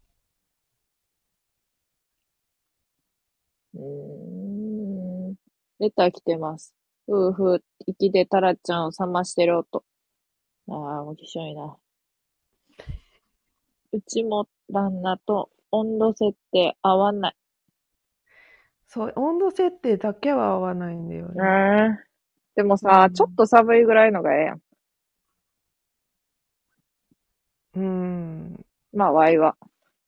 うーん。レター来てます。夫婦、息でタラちゃんを冷ましてる音。ああ、もうきしょいな。うちも旦那と温度設定合わない。 そう、温度設定だけは合わないんだようね。 ーん。でもさ、ちょっうん。 と寒いぐらいのがええやん。 うん。 まあ、ワイは。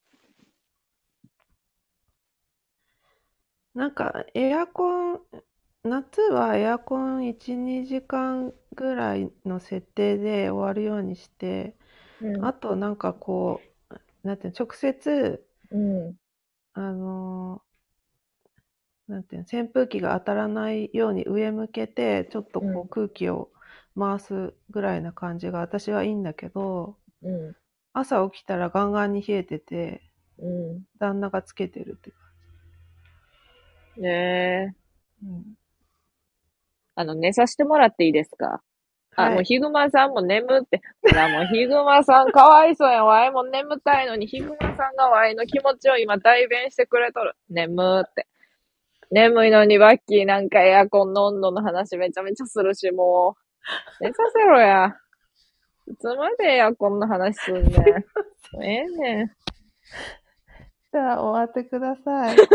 なんか、エアコン、夏はエアコンいち、にじかんぐらいの設定で終わるようにして、 うん。 あとなんかこう、なんていうの、直接、 うん。 あのーなんていうの、扇風機が当たらないように上向けて、ちょっとこううん。 空気を回すぐらいな感じが私はいいんだけど、 うん。 朝起きたらガンガンに冷えてて、 うん。 旦那がつけてるって感ねえ。 じ。うん。 あの、寝させてもらっていいですか？あ、もうはい。 ヒグマさんも眠って。ほら、もうヒグマさんかわいそうやん。わいも眠たいのに、ヒグマさんがわいの気持ちを今代弁してくれとる。眠って。眠いのにバッキーなんかエアコンの温度の話めちゃめちゃするし、もう。寝させろや。いつまでエアコンの話すんねん。もうええねん。 じゃあ終わってください。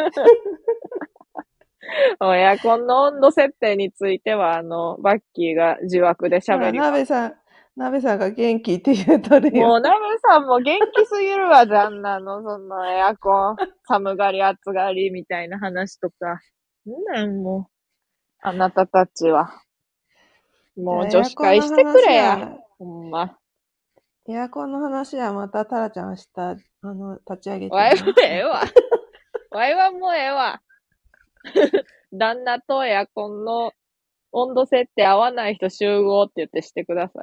エアコンの温度設定については、あの、バッキーが自枠でほら、 喋ります。 なべさん、なべさんが元気って言うとるよ。 もう、ナベさんも元気すぎるわ、旦那の、そのエアコン、寒がり、暑がり、みたいな話とか。なんなん、もう。あなたたちは。 じゃあもう女子エアコンの会してくれや。 話は、 ほんま。 エアコンの話はまたタラちゃん明日、あの、立ち上げてわいもね。 ええわ。わいはもうええわ。旦那とエアコンの温度設定合わない人集合って言ってしてください。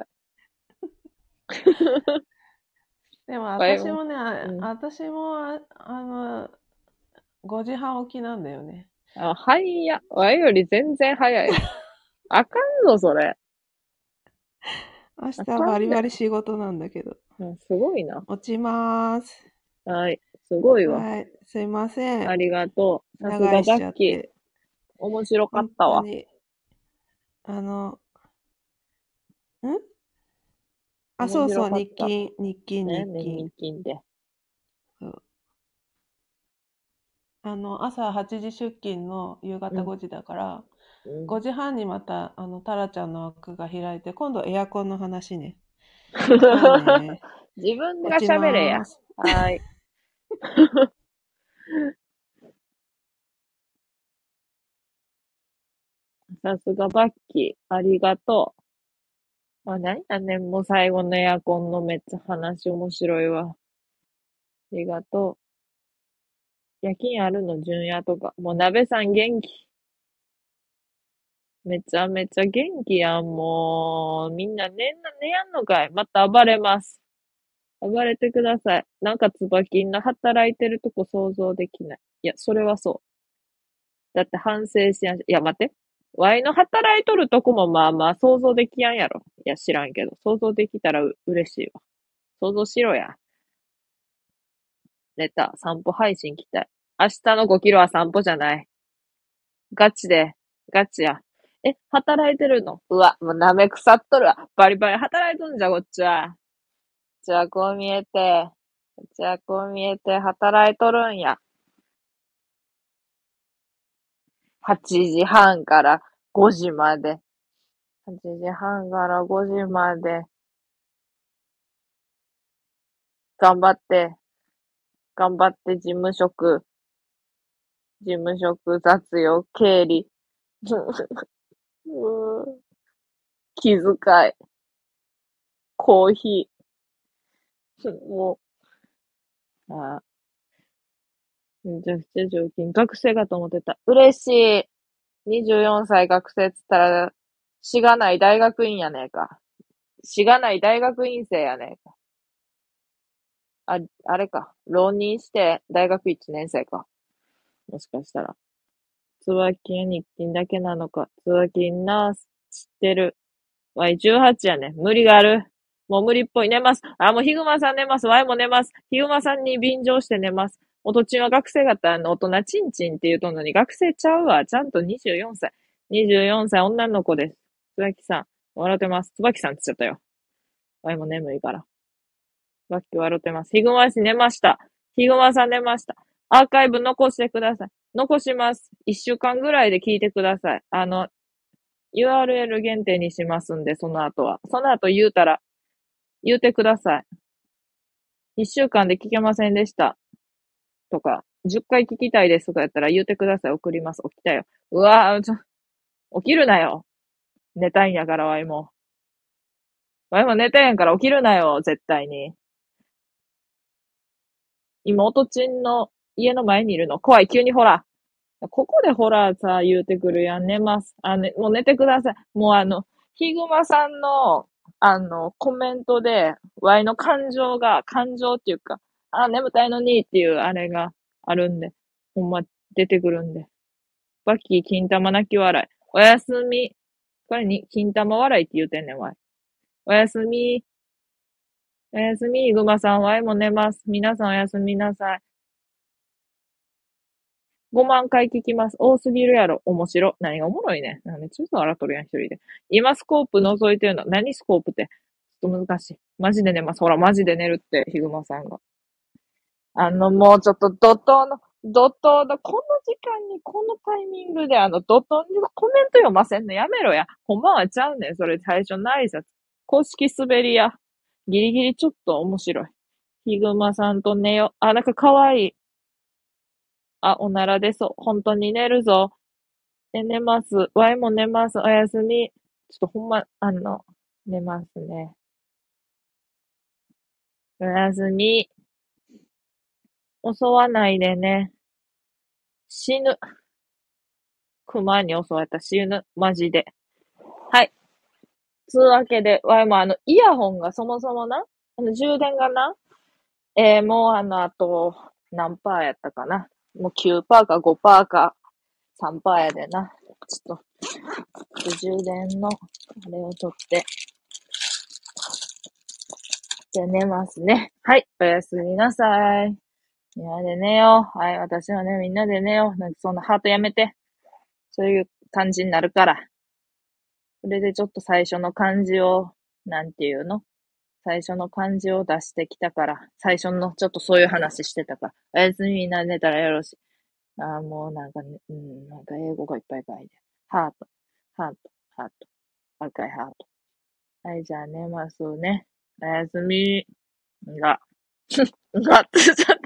でもわいも。 私もね、あうん。 私も、ああの、ごじはん起きなんだよね。 あ、はいや。わいより全然早い。あかんぞ、それ。 明日あかんで。 バリバリ仕事なんだけど。 うん、すごいな。 落ちまーす。 はい。すごいわ。 はい。すいません。 ありがとう。さすが長居しちバッキー。 ゃって。 面白かっ本たわ。 当に。あの、んあ、 面そうそう、 白かった。 日勤、日勤、 ね、 日勤。 年日勤で。 そうあの、朝はちじ出勤の夕方うん、 ごじだから、 うん。 ごじはんにまた、あの、タラちゃんの枠が開いて、今度エアコンの話ね。したいね。 自分が落ち喋れや。 まーす。 はーい。さすがバッキー。ありがとう。あ、何やねん。もう最後のエアコンのめっちゃ話面白いわ。ありがとう。夜勤あるの純夜とか。もう鍋さん元気。めちゃめちゃ元気やん、もう。みんな寝んな、寝やんのかい。また暴れます。暴れてください。なんか椿の働いてるとこ想像できない。いや、それはそう。だって反省しやんし。いや、待って。ワイの働いとるとこもまあまあ想像できやんやろ。いや、知らんけど。想像できたらう嬉しいわ。想像しろや。寝た。散歩配信来たい。明日のごキロは散歩じゃない。ガチで。ガチや。え、働いてるの？うわ、もう舐め腐っとるわ。バリバリ働いとんじゃ、こっちは。じゃあ、こう見えて。じゃあ、こう見えて働いとるんや。はちじはんからごじまで。はちじはんからごじまで。頑張って、頑張って事務職、事務職、雑用、経理。うー気遣い、コーヒー。もう、あーめちゃくちゃ上金。学生かと思ってた。嬉しい。にじゅうよんさい学生っつったら、しがない大学院やねえか。しがない大学院生やねえか。あ、あれか。浪人して大学いちねん生か。もしかしたら。通話金日勤だけなのか。通話金な、知ってる。わいじゅうはちやね。無理がある。もう無理っぽい。寝ます。あ、もうヒグマさん寝ます。わいも寝ます。ヒグマさんに便乗して寝ます。おとちんは学生方、あの、大人ちんちんって言うとんのに、学生ちゃうわ。ちゃんとにじゅうよんさい。にじゅうよんさい女の子です。つばきさん。笑ってます。つばきさんって言っちゃったよ。わいも眠いから。つばき笑ってます。ヒグマ氏寝ました。ヒグマさん寝ました。アーカイブ残してください。残します。いっしゅうかんぐらいで聞いてください。あの、ユーアールエル 限定にしますんで、その後は。その後言うたら、言うてください。いっしゅうかんで聞けませんでした。とか、じゅっかい聞きたいですとかやったら言うてください。送ります。起きたよ。うわぁ、ちょ、起きるなよ。寝たいんやから、わいも。わいも寝てへんから起きるなよ。絶対に。今、おとちんの家の前にいるの。怖い。急にほら。ここでホラーさ、言うてくるやん。寝ます。あ、ね、もう寝てください。もうあの、ヒグマさんの、あの、コメントで、ワイの感情が、感情っていうか、あ、眠たいのにっていうあれがあるんで、ほんま、出てくるんで。バッキー、金玉泣き笑い。おやすみ。これに、金玉笑いって言うてんねん、ワイ。おやすみ。おやすみ、ヒグマさん、ワイも寝ます。皆さんおやすみなさい。ごまん回聞きます。多すぎるやろ。面白。何がおもろいねん。めっちゃ嘘笑っとるやん、一人で。今スコープ覗いてるの。何スコープって。ちょっと難しい。マジで寝ます。ほら、マジで寝るって、ヒグマさんが。あの、もうちょっと、怒涛の、怒涛の、この時間に、このタイミングで、あの、怒涛にコメント読ませんのやめろや。ほんまはちゃうねん。それ最初の挨拶。公式滑りや。ギリギリちょっと面白い。ヒグマさんと寝よ。あ、なんか可愛い。あ、おなら出そう。本当に寝るぞ。え、寝ます。ワイも寝ます。おやすみ。ちょっとほんま、あの、寝ますね。おやすみ。襲わないでね。死ぬ。熊に襲われた死ぬ。マジで。はい。つうわけで、ワイもあの、イヤホンがそもそもな、あの、充電がな、えー、もうあの、あと、何パーやったかな。もうきゅうパーかごパーか。 さんパーセント やでな。ちょっと、充電の、あれを取って、じゃあ寝ますね。はい、おやすみなさい。みんなで寝よう。はい、私はね、みんなで寝よう。なんかそんなハートやめて。そういう感じになるから。それでちょっと最初の漢字を、なんていうの最初の漢字を出してきたから。最初のちょっとそういう話してたから。おやすみ、みんな寝たらよろしい。ああ、もうなんかね、うん、なんか英語がいっぱい書いてある。ハート、ハート、ハート、赤いハート。はい、じゃあ寝ますね。おやすみ。が、がって言っちゃった。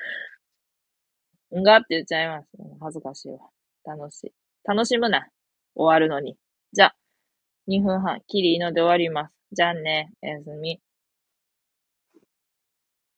がって言っちゃいます。恥ずかしいわ。楽しい。楽しむな。終わるのに。じゃあ、にふんはん、キリいいので終わります。じゃあね、おやすみ。